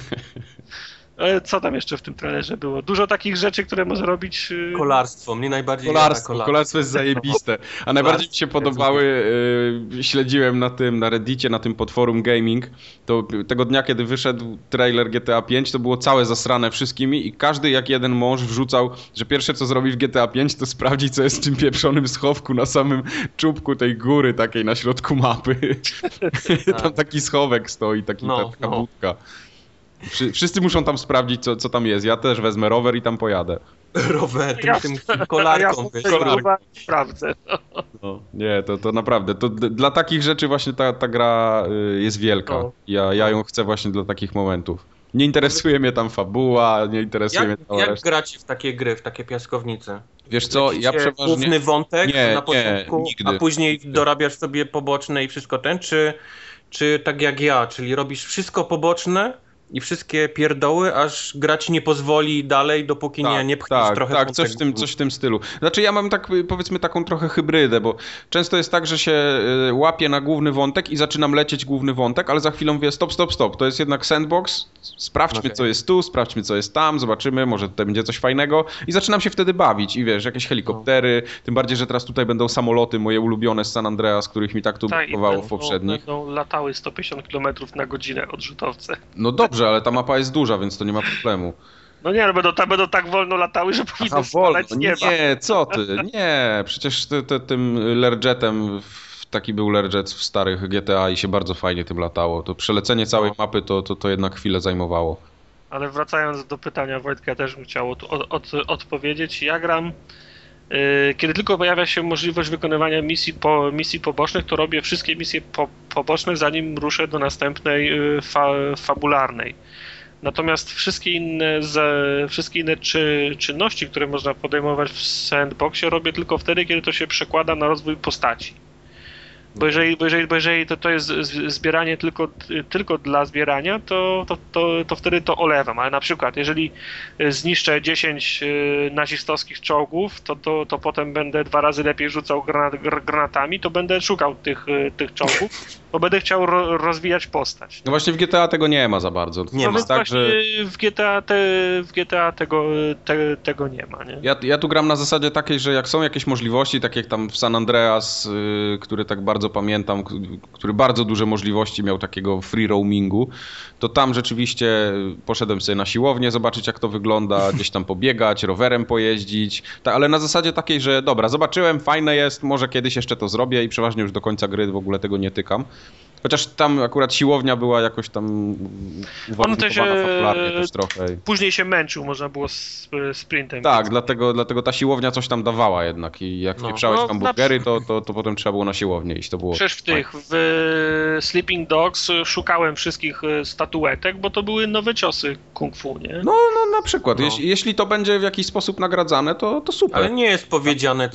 Co tam jeszcze w tym trailerze było? Dużo takich rzeczy, które może robić... Kolarstwo, mnie najbardziej... Kolarstwo jest zajebiste. A najbardziej mi się podobały, śledziłem na Reddicie, na tym Podforum Gaming, to tego dnia, kiedy wyszedł trailer GTA 5, to było całe zasrane wszystkimi i każdy jak jeden mąż wrzucał, że pierwsze co zrobi w GTA 5, to sprawdzi, co jest w tym pieprzonym schowku na samym czubku tej góry takiej na środku mapy. Tam taki schowek stoi, taka budka. Wszyscy muszą tam sprawdzić, co tam jest. Ja też wezmę rower i tam pojadę. Rower, tym kolarką. Sprawdzę. No, nie, to naprawdę. To dla takich rzeczy właśnie ta gra jest wielka. Ja ją chcę właśnie dla takich momentów. Nie interesuje mnie tam fabuła, nie interesuje mnie cała Jak reszta. gracie w takie gry, w takie piaskownice? Wiesz co, ja przeważnie... Główny wątek na początku, nigdy. a później dorabiasz sobie poboczne i wszystko czy tak jak ja, czyli robisz wszystko poboczne i wszystkie pierdoły, aż grać nie pozwoli dalej, dopóki nie pchniesz trochę. Tak, coś w tym stylu. Znaczy ja mam powiedzmy taką trochę hybrydę, bo często jest tak, że się łapię na główny wątek i zaczynam lecieć główny wątek, ale za chwilę mówię stop. To jest jednak sandbox, sprawdźmy co jest tu, sprawdźmy co jest tam, zobaczymy, może tutaj będzie coś fajnego i zaczynam się wtedy bawić i wiesz, jakieś helikoptery, tym bardziej, że teraz tutaj będą samoloty moje ulubione z San Andreas, których mi tak tu brakowało w poprzednich. Będą latały 150 km na godzinę odrzutowce. No dobrze, ale ta mapa jest duża, więc to nie ma problemu. No nie, będą tak wolno latały, że powinno spadać z nieba. Nie, co ty? Nie, przecież tym Learjetem, taki był Learjet w starych GTA i się bardzo fajnie tym latało. To przelecenie całej mapy to jednak chwilę zajmowało. Ale wracając do pytania Wojtka, też bym chciał odpowiedzieć. Ja gram, kiedy tylko pojawia się możliwość wykonywania misji pobocznych, to robię wszystkie misje poboczne, zanim ruszę do następnej fabularnej. Natomiast wszystkie inne czynności, które można podejmować w sandboxie, robię tylko wtedy, kiedy to się przekłada na rozwój postaci. Bo jeżeli to jest zbieranie tylko dla zbierania, to wtedy to olewam. Ale na przykład, jeżeli zniszczę 10 nazistowskich czołgów, to potem będę 2 razy lepiej rzucał granatami, to będę szukał tych czołgów, bo będę chciał rozwijać postać. No właśnie w GTA tego nie ma za bardzo. Nie ma. Tak, że w GTA tego nie ma. Nie? Ja tu gram na zasadzie takiej, że jak są jakieś możliwości, tak jak tam w San Andreas, który tak bardzo pamiętam, który bardzo duże możliwości miał takiego free roamingu, to tam rzeczywiście poszedłem sobie na siłownię zobaczyć jak to wygląda, gdzieś tam pobiegać, rowerem pojeździć, ale na zasadzie takiej, że dobra, zobaczyłem, fajne jest, może kiedyś jeszcze to zrobię i przeważnie już do końca gry w ogóle tego nie tykam. Chociaż tam akurat siłownia była jakoś tam uwarunkowana popularnie też trochę. Później się męczył, można było sprintem. Tak, dlatego ta siłownia coś tam dawała jednak i jak pieprzałeś hamburgery, to potem trzeba było na siłownię iść. To było przecież w Sleeping Dogs szukałem wszystkich statuetek, bo to były nowe ciosy kung fu, nie? No na przykład, jeśli to będzie w jakiś sposób nagradzane, to super. Ale nie jest powiedziane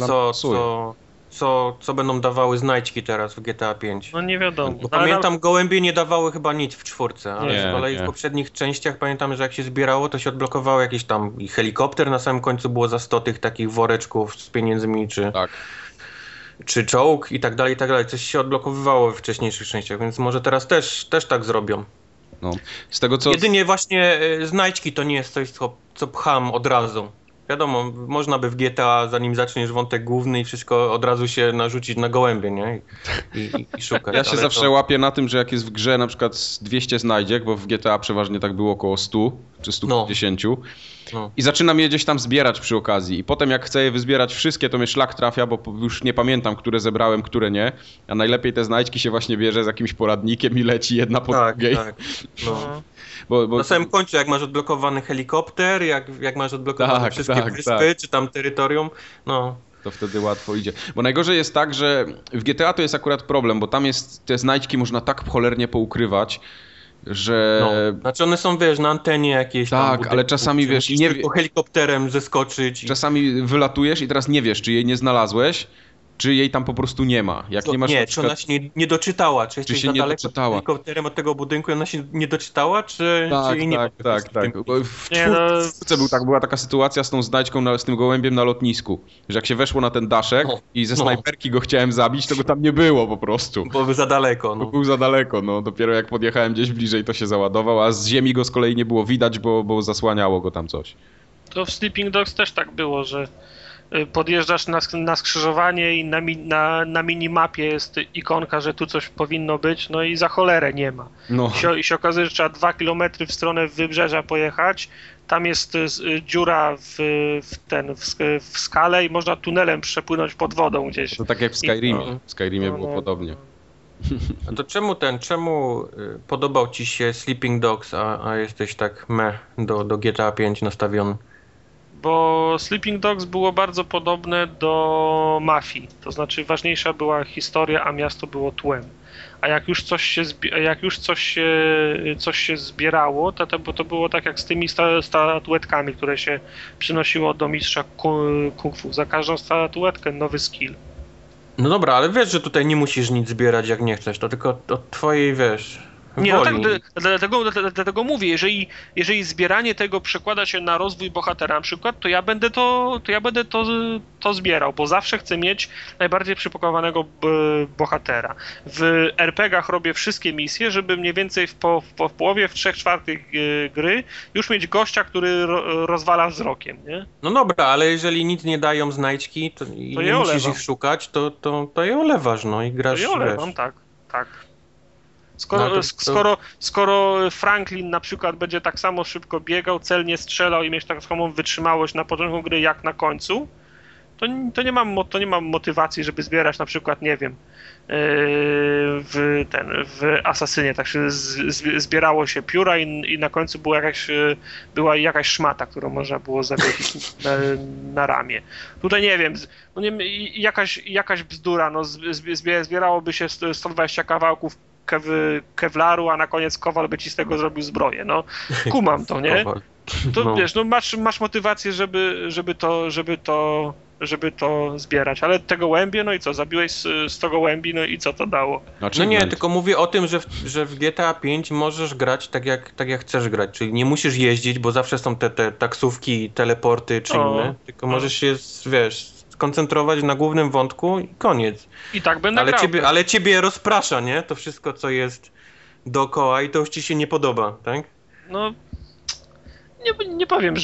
co będą dawały znajdźki teraz w GTA 5. No nie wiadomo. Bo pamiętam, gołębie nie dawały chyba nic w 4, ale z kolei w poprzednich częściach pamiętam, że jak się zbierało, to się odblokowało jakiś tam i helikopter, na samym końcu było za 100 tych takich woreczków z pieniędzmi, czy czołg i tak dalej, coś się odblokowywało w wcześniejszych częściach, więc może teraz też tak zrobią. No. Z tego co... Jedynie właśnie znajdźki to nie jest coś, co pcham od razu. Wiadomo, można by w GTA, zanim zaczniesz wątek główny i wszystko od razu się narzucić na gołębie, nie? I szukać. Ja się zawsze łapię na tym, że jak jest w grze na przykład 200 znajdziek, bo w GTA przeważnie tak było około 100 czy 150 i zaczynam je gdzieś tam zbierać przy okazji i potem jak chcę je wyzbierać wszystkie, to mnie szlak trafia, bo już nie pamiętam, które zebrałem, które nie, a najlepiej te znajdźki się właśnie bierze z jakimś poradnikiem i leci jedna po drugiej. Tak. Bo na samym końcu, jak masz odblokowany helikopter, jak masz odblokowane wszystkie wyspy, czy tam terytorium, to wtedy łatwo idzie. Bo najgorzej jest tak, że w GTA to jest akurat problem, bo tam te znajdźki można tak cholernie poukrywać, że... Znaczy one są, wiesz, na antenie jakieś tam ale czasami, wiesz... tylko helikopterem zeskoczyć. Czasami wylatujesz i teraz nie wiesz, czy jej nie znalazłeś czy jej tam po prostu nie ma. Jak nie masz nie, na przykład... czy ona się nie doczytała, czy jesteś się za nie daleko doczytała. helikopterem od tego budynku i ona się nie doczytała, czy jej nie ma? Tak. Bo w czwórce była taka sytuacja z tą znajdźką, z tym gołębiem na lotnisku, że jak się weszło na ten daszek i ze snajperki go chciałem zabić, to go tam nie było po prostu. Bo był za daleko. Bo był za daleko, no. Dopiero jak podjechałem gdzieś bliżej, to się załadował, a z ziemi go z kolei nie było widać, bo zasłaniało go tam coś. To w Sleeping Dogs też tak było, że podjeżdżasz na skrzyżowanie i na minimapie jest ikonka, że tu coś powinno być, no i za cholerę nie ma. No. I się okazuje, że trzeba 2 km w stronę wybrzeża pojechać, tam jest dziura w skale i można tunelem przepłynąć pod wodą gdzieś. To tak jak w Skyrimie. W Skyrimie było podobnie. A to czemu podobał ci się Sleeping Dogs, a jesteś tak do GTA 5 nastawiony? Bo Sleeping Dogs było bardzo podobne do Mafii, to znaczy ważniejsza była historia, a miasto było tłem. A jak już coś się zbierało, to było tak jak z tymi statuetkami, które się przynosiło do mistrza kung fu. Za każdą statuetkę nowy skill. No dobra, ale wiesz, że tutaj nie musisz nic zbierać jak nie chcesz, to tylko od twojej, wiesz, Nie, no tak, woli. dlatego mówię, jeżeli zbieranie tego przekłada się na rozwój bohatera na przykład, to ja będę to zbierał, bo zawsze chcę mieć najbardziej przypakowanego bohatera. W RPG-ach robię wszystkie misje, żeby mniej więcej w połowie, w 3/4 gry już mieć gościa, który rozwala wzrokiem, nie? No dobra, ale jeżeli nic nie dają znajdźki i nie musisz ich szukać, to je olewasz, no i grasz, to je olewam, wiesz. tak. Skoro Franklin na przykład będzie tak samo szybko biegał, celnie strzelał i mieć tak samą wytrzymałość na początku gry jak na końcu, to nie mam motywacji, żeby zbierać na przykład, nie wiem, w Asasynie tak się zbierało się pióra i na końcu była jakaś szmata, którą można było zawiesić na ramię. Tutaj nie wiem, jakaś bzdura, no zbierałoby się 120 kawałków kewlaru, a na koniec kowal by ci z tego zrobił zbroję, no kumam to, nie? To no. Wiesz, no masz motywację, żeby to zbierać, ale te gołębie, no i co, zabiłeś 100 gołębi, no i co to dało? No nie, tylko mówię o tym, że w GTA 5 możesz grać tak jak chcesz grać, czyli nie musisz jeździć, bo zawsze są te taksówki, teleporty czy inne, tylko możesz się, wiesz, skoncentrować na głównym wątku i koniec. I tak będę grał. Ale ciebie rozprasza, nie? To wszystko, co jest dookoła i to już ci się nie podoba, tak? No, nie powiem,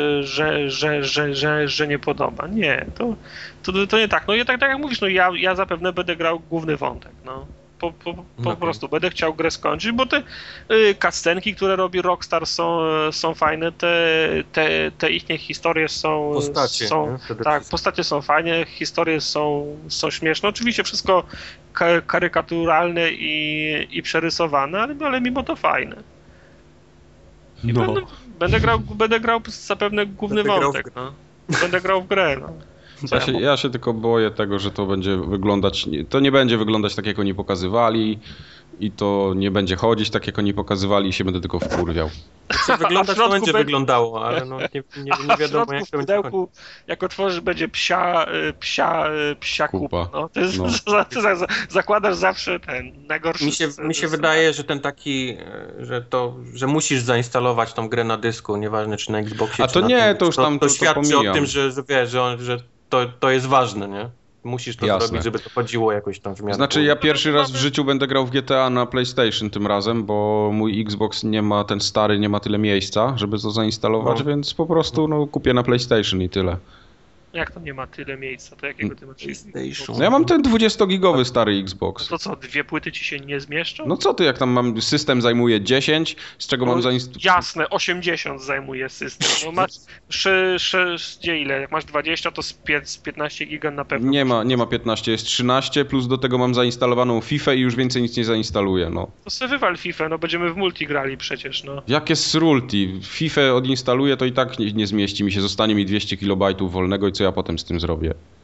że nie podoba. Nie, to nie tak. No i tak jak mówisz, no ja zapewne będę grał główny wątek, no. Po prostu będę chciał grę skończyć, bo te cutscenki, które robi Rockstar są fajne, te ich historie są... Postacie. Postacie są fajne, historie są śmieszne. Oczywiście wszystko karykaturalne i przerysowane, ale mimo to fajne. I będę grał zapewne główny wątek. No. Będę grał w grę, no. Ja się tylko boję tego, że to będzie wyglądać, to nie będzie wyglądać tak, jak oni pokazywali i to nie będzie chodzić tak, jak oni pokazywali i się będę tylko wkurwiał. Wyglądać to będzie wyglądało, ale no nie wiadomo jak to będzie. Jak otworzysz, będzie psia kupa. No, to jest, no. Zakładasz zawsze ten najgorszy. Mi się wydaje, że ten taki, że musisz zainstalować tą grę na dysku, nieważne czy na Xboxie, a to nie, to już tam to świadczy o tym, że wiesz, że to jest ważne, nie? Musisz to zrobić, żeby to chodziło jakoś tam w miarę. Znaczy ja pierwszy raz w życiu będę grał w GTA na PlayStation tym razem, bo mój Xbox nie ma, ten stary nie ma tyle miejsca, żeby to zainstalować, więc po prostu kupię na PlayStation i tyle. Jak tam nie ma tyle miejsca, to jakiego ty masz PlayStation? No ja mam ten 20-gigowy stary Xbox. To co, 2 płyty ci się nie zmieszczą? No co ty, jak tam mam, system zajmuje 10, z czego mam zainstalować... Jasne, 80 zajmuje system. No masz ile? Jak masz 20, to z 15 giga na pewno. Nie ma 15, jest 13, plus do tego mam zainstalowaną FIFA i już więcej nic nie zainstaluję, no. To sobie wywal FIFA, no będziemy w multi grali przecież, no. Jakie srulti? FIFA odinstaluję, to i tak nie zmieści mi się, zostanie mi 200 KB wolnego i co ja potem z tym zrobię?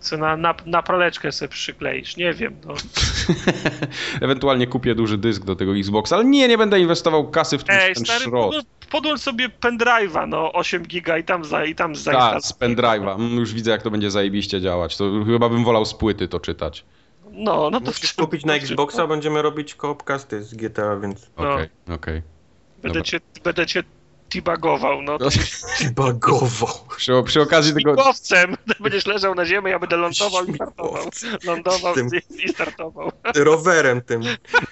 Co na praleczkę sobie przykleisz, nie wiem. No. Ewentualnie kupię duży dysk do tego Xboxa, ale nie będę inwestował kasy w ten Stary, szrot. podłącz sobie pendrive'a, no 8 giga i tam Tak, zainstaluj. z pendrive'a. Już widzę, jak to będzie zajebiście działać. To chyba bym wolał z płyty to czytać. No to musisz kupić na Xboxa, będziemy robić co-opcasty z GTA, więc... Okej. Będę cię teabagował, no. Teabagował. Przy okazji tego... Śmigłowcem! Będziesz leżał na ziemi, ja będę lądował i startował. Lądował i startował. Rowerem tym.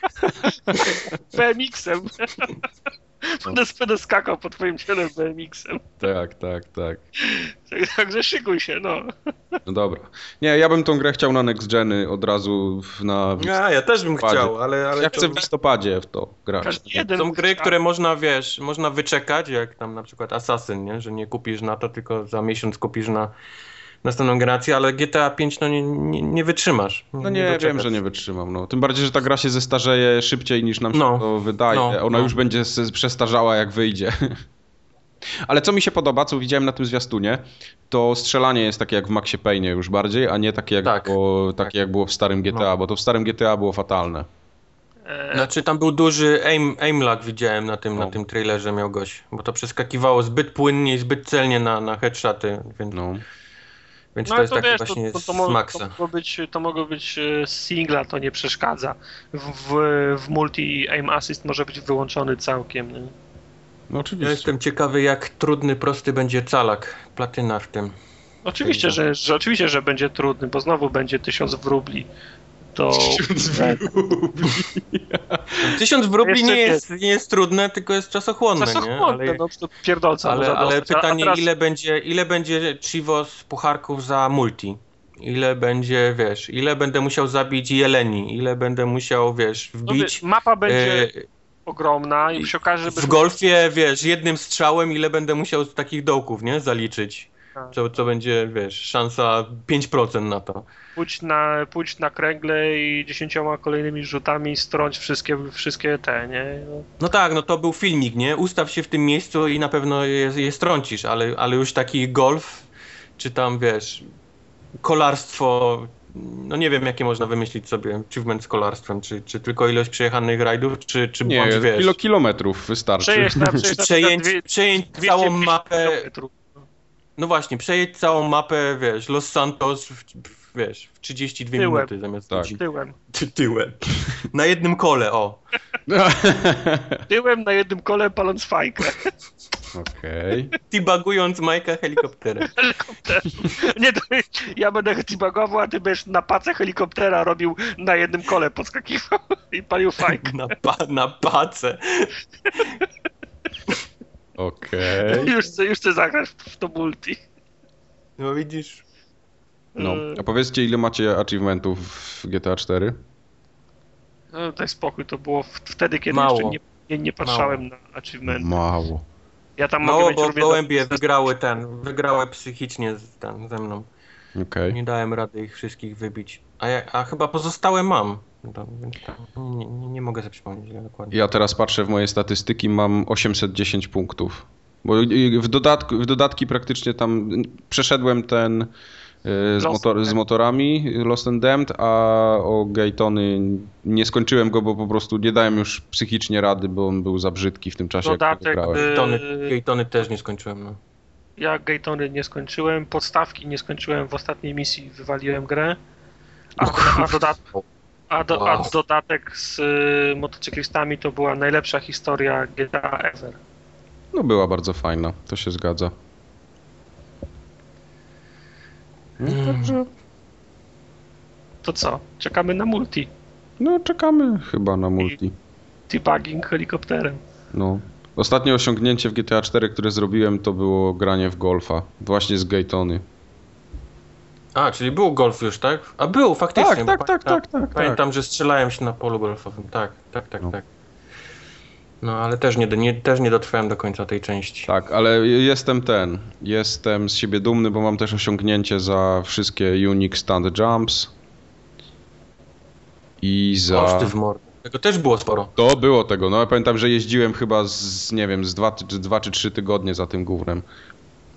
BMX-em. Będę skakał po twoim ciele BMX-em. Tak. Także szykuj się, no. No dobra. Nie, ja bym tą grę chciał na next geny od razu na... Ja też bym chciał, ale ja chcę w listopadzie w to grać. Są gry, które można, można wyczekać, jak tam na przykład Assassin, nie? Że nie kupisz na to, tylko za miesiąc kupisz na następną generację, ale GTA 5 no nie wytrzymasz. Wiem, że nie wytrzymam. No. Tym bardziej, że ta gra się zestarzeje szybciej niż nam się to wydaje. Ona już będzie przestarzała, jak wyjdzie. Ale co mi się podoba, co widziałem na tym zwiastunie, to strzelanie jest takie jak w Maxie Payne'ie już bardziej, a nie takie jak było w starym GTA, bo to w starym GTA było fatalne. Znaczy tam był duży aim lag, widziałem na tym trailerze, miał gość, bo to przeskakiwało zbyt płynnie i zbyt celnie na headshoty, więc... Więc to jest takie właśnie z Maxa. To mogło być singla, to nie przeszkadza. W multi aim assist może być wyłączony całkiem. Nie? No oczywiście. Ja jestem ciekawy, jak trudny, prosty będzie calak, platyna w tym. Oczywiście, że będzie trudny, bo znowu będzie 1000 wróbli. 1000 wróbli nie jest trudne, tylko jest czasochłonne, nie? Ale pytanie, ile będzie Chivos pucharków za multi? Ile będzie, ile będę musiał zabić jeleni? Ile będę musiał, wbić... Mapa będzie ogromna i przy okazji... W golfie, jednym strzałem, ile będę musiał z takich dołków, nie? Zaliczyć. Co będzie, szansa 5% na to. Pójdź na kręgle i 10 kolejnymi rzutami strąć wszystkie te, nie? No tak, no to był filmik, nie? Ustaw się w tym miejscu i na pewno je strącisz, ale już taki golf, czy tam, kolarstwo, no nie wiem, jakie można wymyślić sobie achievement z kolarstwem, czy tylko ilość przejechanych rajdów, czy nie, bądź, kilometrów wystarczy. Przejedź całą mapę... No właśnie, przejedź całą mapę, Los Santos w 32 minuty zamiast ludzi. Tyłem. Na jednym kole, Tyłem na jednym kole, paląc fajkę. Okej. Teabagując Majka helikopterem. Nie, ja będę teabagował, a ty będziesz na pace helikoptera robił na jednym kole, podskakiwał i palił fajkę. Na pace. Okej. Już chcę zagrać w to multi. No widzisz. No, a powiedzcie, ile macie achievementów w GTA 4? No daj spokój, to było wtedy, kiedy Mało. jeszcze nie patrzałem na achievementy. Mało. Ja tam Mało, bo gołębie wygrały psychicznie ze mną. Okay. Nie dałem rady ich wszystkich wybić. A chyba pozostałe mam. Nie mogę sobie przypomnieć dokładnie. Ja teraz patrzę w moje statystyki, mam 810 punktów. Bo w dodatki praktycznie tam przeszedłem ten z motorami Lost and Damned, a o Gaytony nie skończyłem go, bo po prostu nie dałem już psychicznie rady, bo on był za brzydki w tym czasie, jak go grałem. Gaytony też nie skończyłem. No. Ja Gaytony nie skończyłem, podstawki nie skończyłem, w ostatniej misji wywaliłem grę, a dodatek z motocyklistami to była najlepsza historia GTA ever. No była bardzo fajna, to się zgadza. To co? Czekamy na multi. No czekamy chyba na multi. Debugging helikopterem. No. Ostatnie osiągnięcie w GTA 4, które zrobiłem, to było granie w golfa. Właśnie z Gaytony. A, czyli był golf już, tak? A był, faktycznie. Tak. Pamiętam, że strzelałem się na polu golfowym. Tak. No, ale też nie dotrwałem do końca tej części. Tak, ale jestem z siebie dumny, bo mam też osiągnięcie za wszystkie Unique Stunt Jumps i za... Oż ty w mordę. Tego też było sporo. To było tego, no ja pamiętam, że jeździłem chyba z 2 czy 3 tygodnie za tym gównem.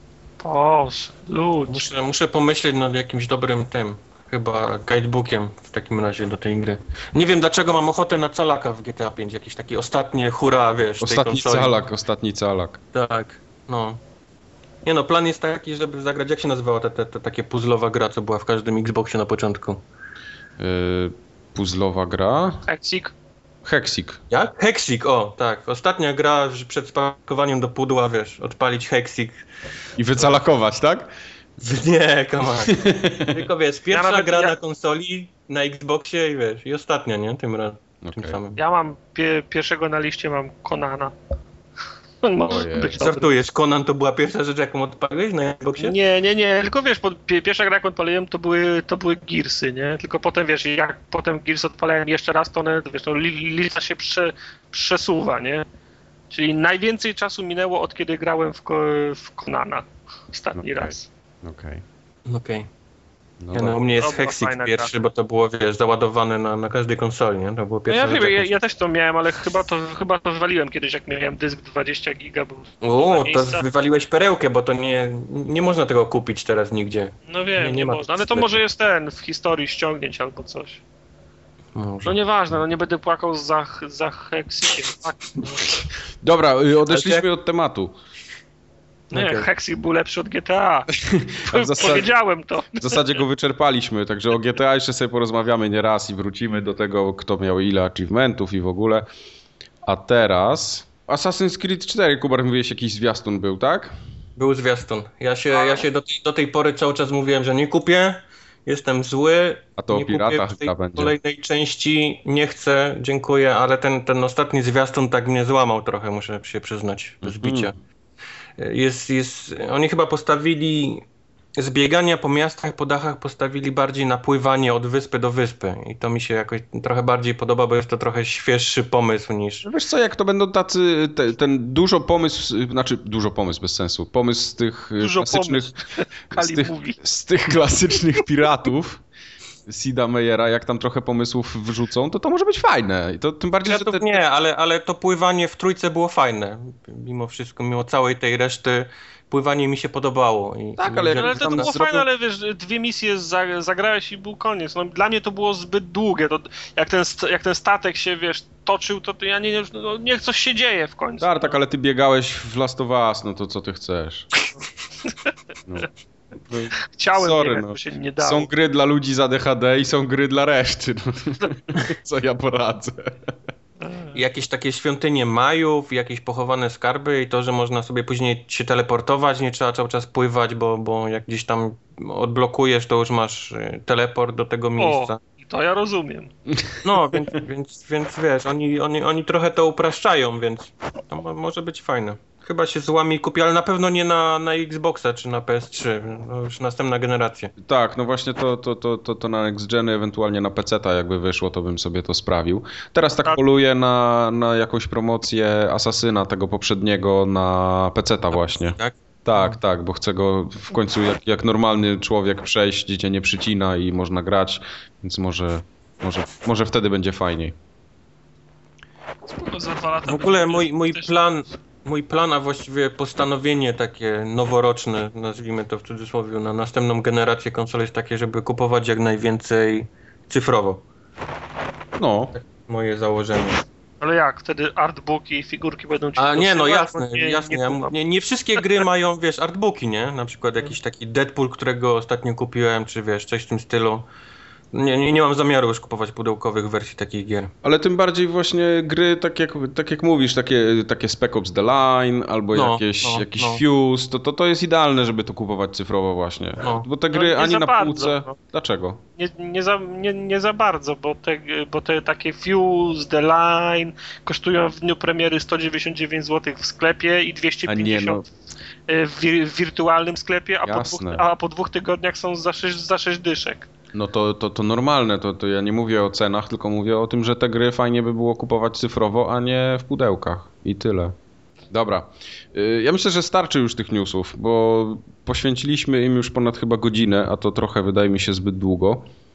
Boże, ludzie. Muszę pomyśleć nad jakimś dobrym tym, chyba guidebookiem w takim razie do tej gry. Nie wiem dlaczego mam ochotę na calaka w GTA 5, jakieś takie ostatnie hurra, wiesz, tej konsoli. Ostatni calak. Tak, no. Nie no, plan jest taki, żeby zagrać, jak się nazywała ta takie puzzlowa gra, co była w każdym Xboxie na początku? Puzzlowa gra? Hexik. Jak? Hexik, o, tak. Ostatnia gra przed spakowaniem do pudła, wiesz, odpalić Hexik. I wycalakować, tak? Nie, come on. Tylko wiesz, pierwsza gra na konsoli, na Xboxie i wiesz, i ostatnia, nie? Tym samym. Ja mam pierwszego na liście, mam Conana. Żartujesz, Conan to była pierwsza rzecz, jaką odpaliłeś na Xboxie? Nie, tylko wiesz, pierwsza gra, jaką odpaliłem, to były Gearsy, nie? Tylko potem, wiesz, jak potem Gears odpalałem jeszcze raz, to one, wiesz, no, lista się przesuwa, nie? Czyli najwięcej czasu minęło, od kiedy grałem w Conana ostatni raz. Okej. No u mnie jest Hexik pierwszy, bo to było, wiesz, załadowane na każdej konsoli, nie? To było pierwsze. No ja też to miałem, ale chyba to wywaliłem kiedyś, jak miałem dysk 20 giga. To wywaliłeś perełkę, bo to nie można tego kupić teraz nigdzie. No wiem, nie można, ale to może jest w historii ściągnięć albo coś. Może. No nieważne, no nie będę płakał za Hexikiem. Tak, no. Dobra, odeszliśmy od tematu. Nie, Hexik był lepszy od GTA. Powiedziałem to. W zasadzie go wyczerpaliśmy, także o GTA jeszcze sobie porozmawiamy nie raz i wrócimy do tego, kto miał ile achievementów i w ogóle. A teraz Assassin's Creed 4, Kubar, mówiłeś, jakiś zwiastun był, tak? Był zwiastun. Ja się do tej pory cały czas mówiłem, że nie kupię, jestem zły. A to o piratach chyba będzie. W kolejnej części nie chcę, dziękuję, ale ten ostatni zwiastun tak mnie złamał trochę, muszę się przyznać, bez bicia. Oni chyba postawili z biegania po miastach, po dachach postawili bardziej na pływanie od wyspy do wyspy i to mi się jakoś trochę bardziej podoba, bo jest to trochę świeższy pomysł niż... No wiesz co, jak to będą tacy, dużo pomysł bez sensu, pomysł z tych klasycznych, z tych klasycznych piratów Sida Meyera, jak tam trochę pomysłów wrzucą, to może być fajne. I to tym bardziej, że Nie, ale to pływanie w trójce było fajne. Mimo wszystko, mimo całej tej reszty, pływanie mi się podobało. Tak, ale to było fajne, ale wiesz, 2 misje zagrałeś i był koniec. No, dla mnie to było zbyt długie. To, jak ten statek się, wiesz, toczył, to ja niech coś się dzieje w końcu. Tak, ale ty biegałeś w Last of Us, no to co ty chcesz? No. Chciałem, się nie dało. Są gry dla ludzi z ADHD i są gry dla reszty. No. Co ja poradzę? Jakieś takie świątynie Majów, jakieś pochowane skarby i to, że można sobie później się teleportować, nie trzeba cały czas pływać, bo jak gdzieś tam odblokujesz, to już masz teleport do tego miejsca. To ja rozumiem. No, więc wiesz, oni trochę to upraszczają, więc to może być fajne. Chyba się złami kupi, ale na pewno nie na Xboxa czy na PS3, no już następna generacja. Tak, no właśnie to na Next Geny, ewentualnie na PC-ta jakby wyszło, to bym sobie to sprawił. Teraz tak poluję na jakąś promocję Asasyna tego poprzedniego na PC-ta właśnie. Tak? Tak, bo chcę go w końcu jak normalny człowiek przejść, gdzie cię nie przycina i można grać, więc może wtedy będzie fajniej. Za 2 lata w ogóle mój plan, a właściwie postanowienie takie noworoczne, nazwijmy to w cudzysłowie, na następną generację konsol jest takie, żeby kupować jak najwięcej cyfrowo. No. Tak, moje założenie. Ale jak? Wtedy artbooki i figurki będą ci jasne. Nie wszystkie gry mają, wiesz, artbooki, nie? Na przykład jakiś taki Deadpool, którego ostatnio kupiłem, czy wiesz, coś w tym stylu. Nie mam zamiaru już kupować pudełkowych wersji takich gier. Ale tym bardziej właśnie gry, tak jak mówisz, takie Spec Ops The Line albo jakiś Fuse, to jest idealne, żeby to kupować cyfrowo właśnie. Bo te gry ani na półce... No. Dlaczego? Nie za bardzo, bo te takie Fuse, The Line kosztują w dniu premiery 199 zł w sklepie i 250 w wirtualnym sklepie, a po 2 tygodniach są za 6 dyszek. No to normalne, to ja nie mówię o cenach, tylko mówię o tym, że te gry fajnie by było kupować cyfrowo, a nie w pudełkach. I tyle. Dobra. Ja myślę, że starczy już tych newsów, bo poświęciliśmy im już ponad chyba godzinę, a to trochę wydaje mi się zbyt długo.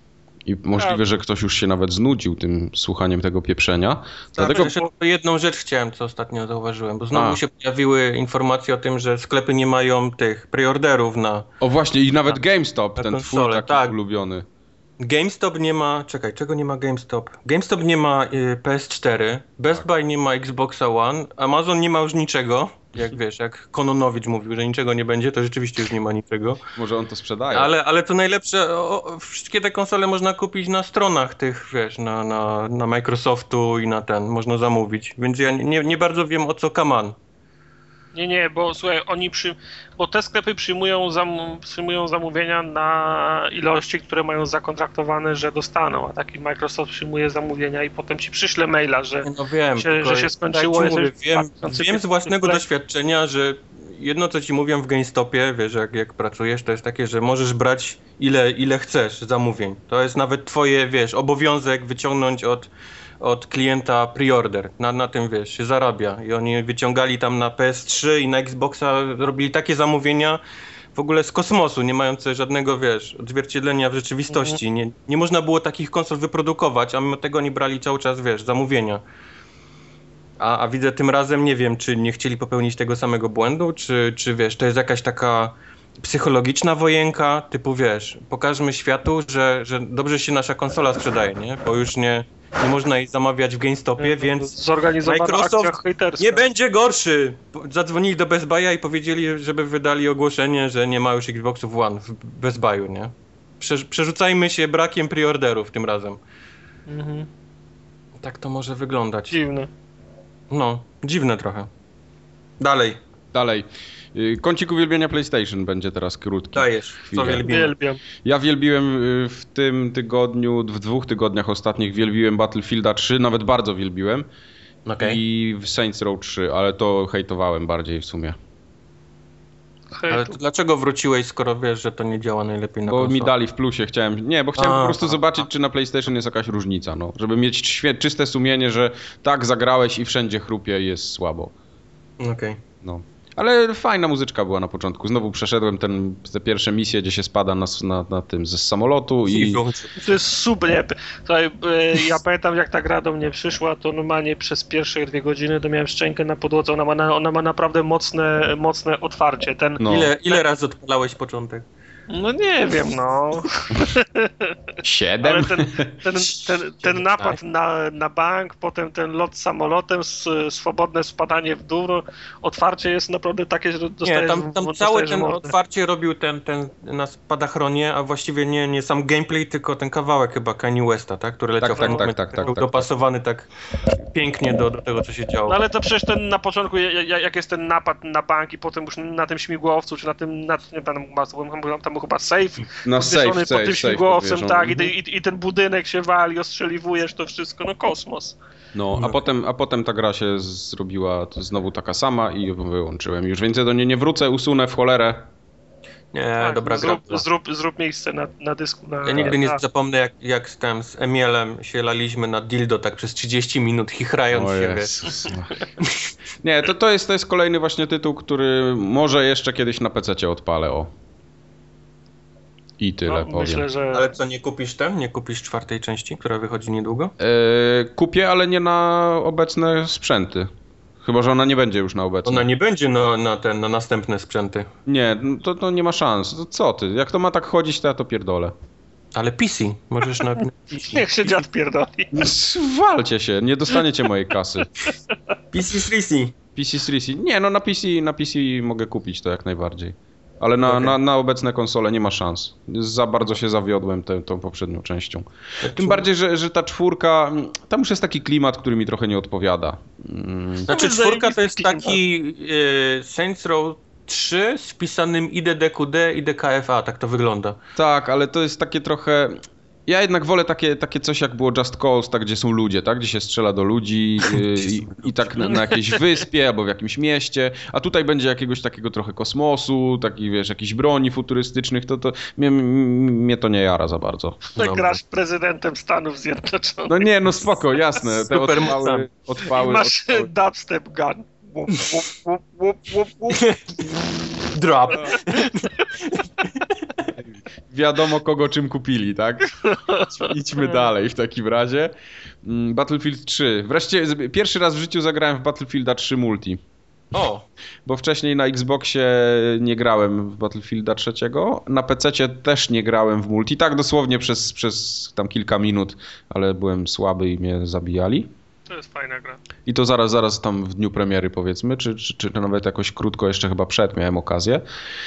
I możliwe, że ktoś już się nawet znudził tym słuchaniem tego pieprzenia. Dlatego... Jeszcze jedną rzecz chciałem, co ostatnio zauważyłem, bo znowu się pojawiły informacje o tym, że sklepy nie mają tych preorderów na... O właśnie, i nawet GameStop, ten twór taki tak. ulubiony. GameStop nie ma... Czekaj, czego nie ma GameStop? GameStop nie ma PS4, Best Buy nie ma Xboxa One, Amazon nie ma już niczego. Jak wiesz, jak Kononowicz mówił, że niczego nie będzie, to rzeczywiście już nie ma niczego. Może on to sprzedaje. Ale to najlepsze, wszystkie te konsole można kupić na stronach tych, wiesz, na Microsoftu i na można zamówić. Więc ja nie bardzo wiem, o co kaman. Nie, bo słuchaj, bo te sklepy przyjmują zamówienia na ilości, które mają zakontraktowane, że dostaną, a taki Microsoft przyjmuje zamówienia i potem ci przyśle maila, że, że się skończyło. Wiem z własnego doświadczenia, że jedno, co ci mówią w GameStopie, wiesz, jak pracujesz, to jest takie, że możesz brać ile chcesz zamówień. To jest nawet twoje, wiesz, obowiązek wyciągnąć od klienta preorder. Na tym, wiesz, się zarabia. I oni wyciągali tam na PS3 i na Xboxa, robili takie zamówienia w ogóle z kosmosu, nie mające żadnego, wiesz, odzwierciedlenia w rzeczywistości. Nie można było takich konsol wyprodukować, a mimo tego oni brali cały czas, wiesz, zamówienia. A widzę tym razem, nie wiem, czy nie chcieli popełnić tego samego błędu, czy wiesz, to jest jakaś taka psychologiczna wojenka, typu, wiesz, pokażmy światu, że dobrze się nasza konsola sprzedaje, nie? Bo już nie można jej zamawiać w GameStopie, więc Microsoft nie będzie gorszy. Zadzwonili do Best Buy'a i powiedzieli, żeby wydali ogłoszenie, że nie ma już Xboxów One w Best Buy'u, nie? Przerzucajmy się brakiem preorderów tym razem. Tak to może wyglądać. Dziwne. No, dziwne trochę. Dalej. Kącik uwielbienia PlayStation będzie teraz krótki. Dajesz, co wielbiam. Ja wielbiłem w tym tygodniu, w 2 tygodniach ostatnich wielbiłem Battlefielda 3, nawet bardzo wielbiłem. Okay. I w Saints Row 3, ale to hejtowałem bardziej w sumie. Ale to dlaczego wróciłeś, skoro wiesz, że to nie działa najlepiej na konsolę? Bo mi dali w plusie, chciałem po prostu zobaczyć, czy na PlayStation jest jakaś różnica, no. Żeby mieć czyste sumienie, że tak zagrałeś i wszędzie chrupie i jest słabo. Okej. No. Ale fajna muzyczka była na początku. Znowu przeszedłem te pierwsze misje, gdzie się spada na tym z samolotu i... To jest super. Ja pamiętam, jak ta gra do mnie przyszła, to normalnie przez pierwsze 2 godziny to miałem szczękę na podłodze. Ona ma naprawdę mocne otwarcie. Ile razy odpalałeś początek? No nie wiem, no. 7? Ale ten napad na bank, potem ten lot samolotem, swobodne spadanie w dół, otwarcie jest naprawdę takie, że dostajesz... Nie, tam całe ten otwarcie robił ten na spadachronie, a właściwie nie sam gameplay, tylko ten kawałek chyba Kanye Westa, tak? Który leciał w tym momencie, był dopasowany tak pięknie do tego, co się działo. No ale to przecież na początku, jak jest ten napad na bank i potem już na tym śmigłowcu, czy tam chyba safe, na safe pod tym śmigłowcem, tak, i ten budynek się wali, ostrzeliwujesz to wszystko, no kosmos. No, a potem ta gra się zrobiła znowu taka sama i ją wyłączyłem. Już więcej do niej nie wrócę, usunę w cholerę. Nie, tak, dobra gra. Zrób miejsce na dysku. Ja nigdy nie zapomnę, jak z Emielem się laliśmy na dildo tak przez 30 minut chichrając się. Nie, to jest kolejny właśnie tytuł, który może jeszcze kiedyś na PC-cie odpalę, o. I tyle powiem. Myślę, że... Ale co, nie kupisz 4. części, która wychodzi niedługo? Kupię, ale nie na obecne sprzęty. Chyba że ona nie będzie już na obecne. Ona nie będzie na następne sprzęty. Nie, to nie ma szans. To co ty? Jak to ma tak chodzić, to ja to pierdolę. Ale PC, możesz na PC. Niech się dziad pierdoli. Walcie się, nie dostaniecie mojej kasy. PC 3C. PC 3C. Nie, no na PC mogę kupić to jak najbardziej. Ale na obecne konsole nie ma szans. Za bardzo się zawiodłem tą poprzednią częścią. Tym bardziej, że ta 4, tam już jest taki klimat, który mi trochę nie odpowiada. Znaczy 4 to jest taki Saints Row 3 z wpisanym IDDQD i DKFA, tak to wygląda. Tak, ale to jest takie trochę... Ja jednak wolę takie coś jak było Just Cause, tak, gdzie są ludzie, tak? Gdzie się strzela do ludzi i tak na jakiejś wyspie albo w jakimś mieście, a tutaj będzie jakiegoś takiego trochę kosmosu, taki wiesz, jakichś broni futurystycznych, to mnie to nie jara za bardzo. Tak grasz prezydentem Stanów Zjednoczonych. No nie, no spoko, jasne, te odpały. Masz dubstep gun. Drop. wiadomo kogo czym kupili, tak? Idźmy dalej w takim razie. Battlefield 3. Wreszcie pierwszy raz w życiu zagrałem w Battlefielda 3 multi. O! Bo wcześniej na Xboxie nie grałem w Battlefielda 3. Na PC-cie też nie grałem w multi. Tak dosłownie przez tam kilka minut, ale byłem słaby i mnie zabijali. To jest fajna gra. I to zaraz tam w dniu premiery powiedzmy, czy nawet jakoś krótko jeszcze chyba przed miałem okazję.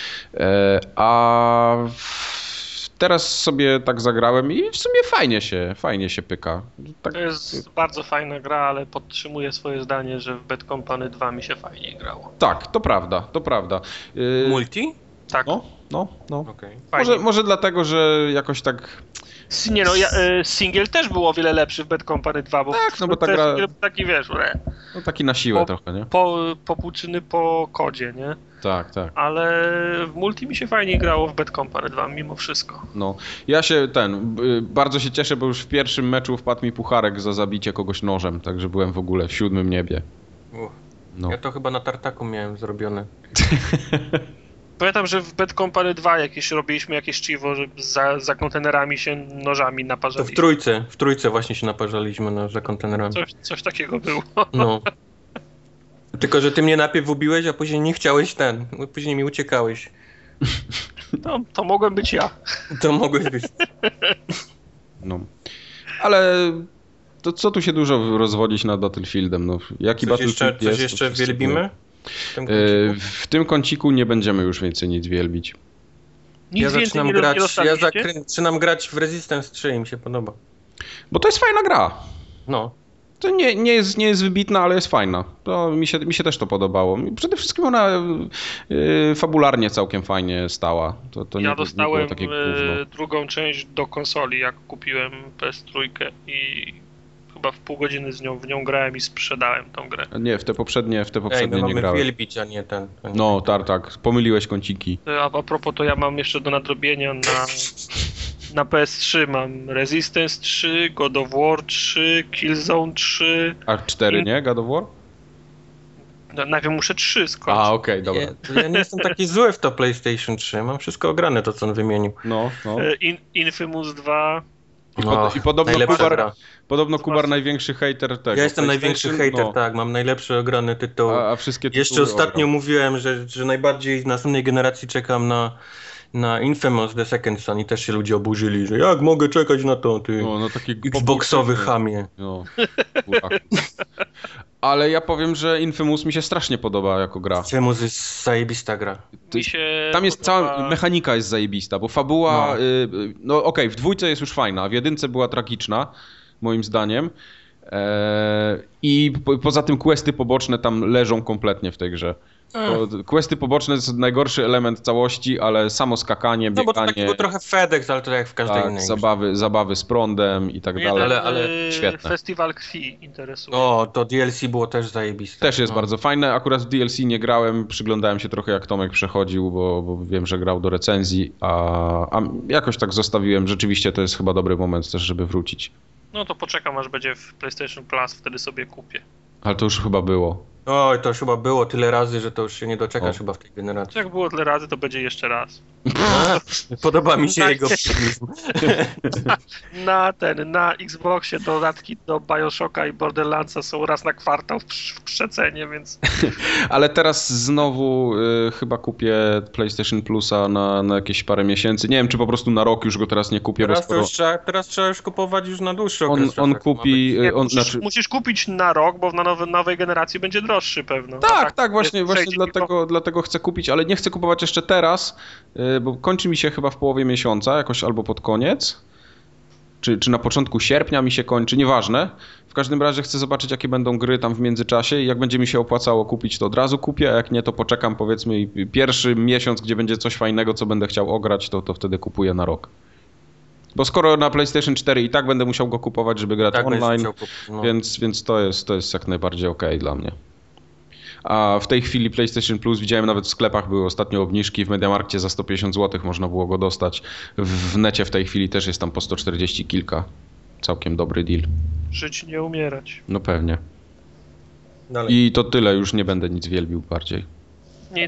A teraz sobie tak zagrałem i w sumie fajnie się pyka. Tak... To jest bardzo fajna gra, ale podtrzymuję swoje zdanie, że w Bad Company 2 mi się fajniej grało. Tak, to prawda. Multi? Tak. No. Okay. Może dlatego, że jakoś tak... Nie no, singiel też był o wiele lepszy w Bad Company 2, bo tak, no bo ta gra... singiel taki wiesz, no taki na siłę trochę, nie? Popłuczyny po kodzie, nie? Tak. Ale w multi mi się fajniej grało w Bad Company 2 mimo wszystko. No, ja się bardzo się cieszę, bo już w pierwszym meczu wpadł mi pucharek za zabicie kogoś nożem, także byłem w ogóle w 7. niebie. No. Ja to chyba na tartaku miałem zrobione. Pamiętam, że w Bad Company 2 robiliśmy jakieś chivo, że za kontenerami się nożami To naparzaliśmy. w trójce właśnie się naparzaliśmy za kontenerami. Coś takiego było. No. Tylko, że ty mnie najpierw ubiłeś, a później nie chciałeś później mi uciekałeś. To mogłem być ja. To mogłeś być. No. Ale to co tu się dużo rozwodzić nad Battlefieldem? No, jaki Battlefield Coś jeszcze wielbimy? W tym kąciku nie będziemy już więcej nic wielbić. Nic zaczynam nie grać, dostaliście? zaczynam grać w Resistance 3 i mi się podoba. Bo to jest fajna gra. No. To nie jest wybitna, ale jest fajna. To mi się też to podobało. Przede wszystkim ona fabularnie całkiem fajnie stała. To Ja nie dostałem było takie gówno. drugą część do konsoli, jak kupiłem PS3 i chyba w pół godziny w nią grałem i sprzedałem tą grę. Nie, w te poprzednie my nie mamy grałem. wielbić, a nie ten. No, tak. Pomyliłeś kąciki. A propos, to ja mam jeszcze do nadrobienia na PS3 mam Resistance 3, God of War 3, Killzone 3. A 4, nie? God of War? No, najpierw muszę 3 skończyć. A, okej, dobra. Ja nie jestem taki zły w to PlayStation 3. Mam wszystko ograne, to co on wymienił. No. Infamous 2. I podobno najlepsza gra. Kubar największy hejter tego. Ja jestem największy hejter, tak, mam najlepszy ograny tytuł. A wszystkie tytuły Jeszcze ostatnio mówiłem, że najbardziej w następnej generacji czekam na Infamous The Second Son i też się ludzie oburzyli, że jak mogę czekać na to, ty taki Xboxowy chamie. No, ale ja powiem, że Infamous mi się strasznie podoba jako gra. Infamous jest zajebista gra. Tam jest cała mechanika jest zajebista, bo fabuła, okej, w 2 jest już fajna, a w 1 była tragiczna, moim zdaniem. I poza tym questy poboczne tam leżą kompletnie w tej grze. Questy poboczne to jest najgorszy element całości, ale samo skakanie, bieganie... No bo to taki był trochę FedEx, ale to jak w każdej innej. Zabawy z prądem i tak dalej. Ale świetne. Festiwal Krwi interesuje. To DLC było też zajebiste. Też jest bardzo fajne. Akurat w DLC nie grałem, przyglądałem się trochę jak Tomek przechodził, bo wiem, że grał do recenzji, a jakoś tak zostawiłem. Rzeczywiście to jest chyba dobry moment też, żeby wrócić. No to poczekam, aż będzie w PlayStation Plus, wtedy sobie kupię. Ale to już chyba było. Oj, to już chyba było tyle razy, że to już się nie doczekasz chyba w tej generacji. Jak było tyle razy, to będzie jeszcze raz. Podoba mi się jego optymizm. Na Xboxie dodatki do BioShocka i Borderlandsa są raz na kwartał w przecenie, więc... Ale teraz znowu chyba kupię PlayStation Plusa na jakieś parę miesięcy. Nie wiem, czy po prostu na rok już go teraz nie kupię. Teraz trzeba już kupować już na dłuższy okres. On kupi... Musisz kupić na rok, bo w nowej generacji będzie droższy pewno. Tak, właśnie dlatego chcę kupić, ale nie chcę kupować jeszcze teraz, bo kończy mi się chyba w połowie miesiąca, jakoś albo pod koniec, czy na początku sierpnia mi się kończy, nieważne. W każdym razie chcę zobaczyć, jakie będą gry tam w międzyczasie i jak będzie mi się opłacało kupić, to od razu kupię, a jak nie, to poczekam powiedzmy i pierwszy miesiąc, gdzie będzie coś fajnego, co będę chciał ograć, to wtedy kupuję na rok. Bo skoro na PlayStation 4 i tak będę musiał go kupować, żeby grać online, więc to jest jak najbardziej okej dla mnie. A w tej chwili PlayStation Plus widziałem nawet w sklepach, były ostatnio obniżki, w Mediamarkcie za 150 zł można było go dostać. W necie w tej chwili też jest tam po 140 kilka. Całkiem dobry deal. Żyć, nie umierać. No pewnie. Dalej. I to tyle, już nie będę nic wielbił bardziej. Nic.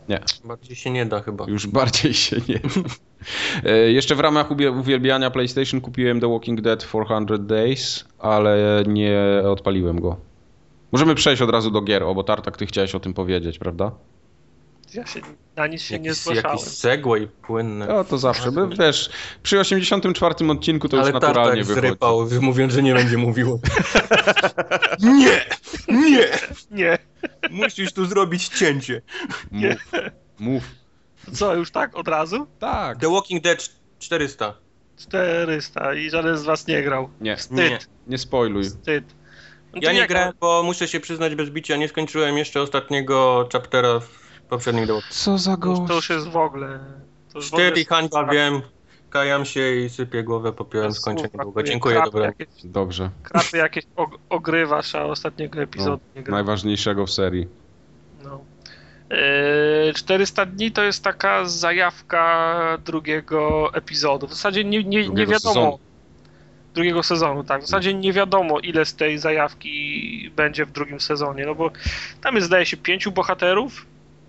Nie. Bardziej się nie da chyba. Już bardziej się nie da. Jeszcze w ramach uwielbiania PlayStation kupiłem The Walking Dead 400 Days, ale nie odpaliłem go. Możemy przejść od razu do gier, bo Tartak, ty chciałeś o tym powiedzieć, prawda? Ja się na nic się nie zgłaszałem. Jakiś segway płynny. No to zawsze, wiesz, przy 84 odcinku to już naturalnie wychodzi. Zrypał, mówiąc, że nie będzie mówił. Nie! Nie! Nie. Musisz tu zrobić cięcie. Mów. Co, już tak od razu? Tak. The Walking Dead 400. 400 i żaden z was nie grał. Nie. Wstyd. Nie spoiluj. Wstyd. No to Ja nie jak- grałem, bo muszę się przyznać bez bicia, nie skończyłem jeszcze ostatniego chaptera w poprzednich The Walking Co za To już jest w ogóle... To już w 4 ogóle i hańba, wiem. Kajam się i sypię głowę popiołem, skończę słów niedługo. brakuje. Dziękuję, Krapy dobra. jakieś- Dobrze. Krapy jakieś ogrywasz, a ostatniego epizodu nie gra. Najważniejszego w serii. No. 400 dni to jest taka zajawka drugiego epizodu. W zasadzie nie Drugiego wiadomo. sezonu. Drugiego sezonu, tak. W zasadzie nie wiadomo, ile z tej zajawki będzie w drugim sezonie, no bo tam jest, zdaje się, 5 bohaterów.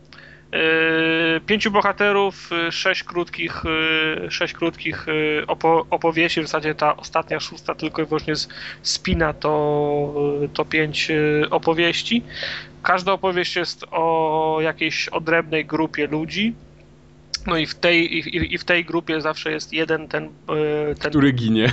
5 bohaterów, 6 krótkich opowieści. W zasadzie ta ostatnia, 6 tylko i wyłącznie spina to 5 opowieści. Każda opowieść jest o jakiejś odrębnej grupie ludzi. No i w tej grupie zawsze jest jeden ten Który ginie.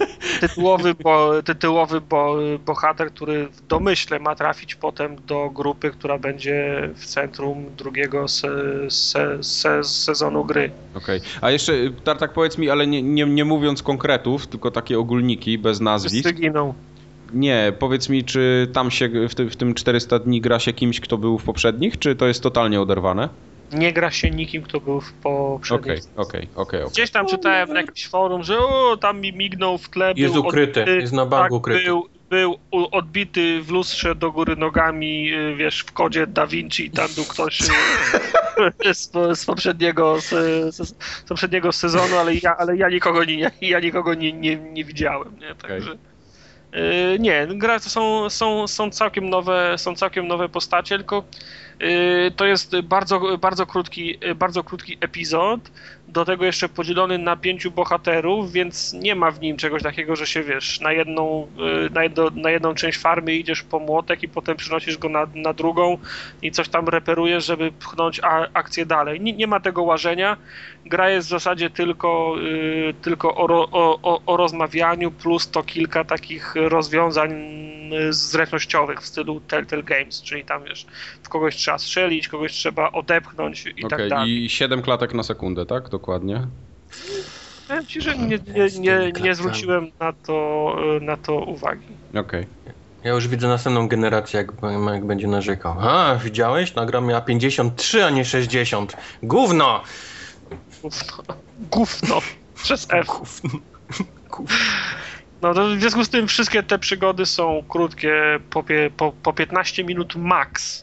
tytułowy bohater, który w domyśle ma trafić potem do grupy, która będzie w centrum drugiego sezonu gry. Okej. A jeszcze, Tartak, powiedz mi, ale nie mówiąc konkretów, tylko takie ogólniki, bez nazwisk. Wszyscy giną. Nie, powiedz mi, czy tam się w tym 400 dni gra się kimś, kto był w poprzednich, czy to jest totalnie oderwane? Nie gra się nikim, kto był w poprzednim. Okej. Gdzieś tam czytałem na jakimś forum, że tam mi mignął w tle. Jest był ukryty, odbity, jest na banku tak, ukryty. Był odbity w lustrze do góry nogami, wiesz, w kodzie Da Vinci i tam był ktoś z poprzedniego sezonu, ale ja nikogo nie widziałem, nie? Także... Nie, gra to są całkiem nowe postacie, tylko to jest bardzo krótki epizod, do tego jeszcze podzielony na 5 bohaterów, więc nie ma w nim czegoś takiego, że się, wiesz, na jedną część farmy idziesz po młotek i potem przynosisz go na drugą i coś tam reperujesz, żeby pchnąć akcję dalej. Nie ma tego łażenia. Gra jest w zasadzie tylko o rozmawianiu, plus to kilka takich rozwiązań zręcznościowych w stylu Telltale Games, czyli tam, wiesz, w kogoś trzeba strzelić, kogoś trzeba odepchnąć i tak dalej. I 7 klatek na sekundę, tak? Dokładnie. Powiem ci, że nie zwróciłem na to uwagi. Okej. Ja już widzę następną generację, jak będzie narzekał. A, widziałeś? Nagra miała 53, a nie 60. Gówno! Gówno. Przez F. No to w związku z tym wszystkie te przygody są krótkie, po 15 minut max.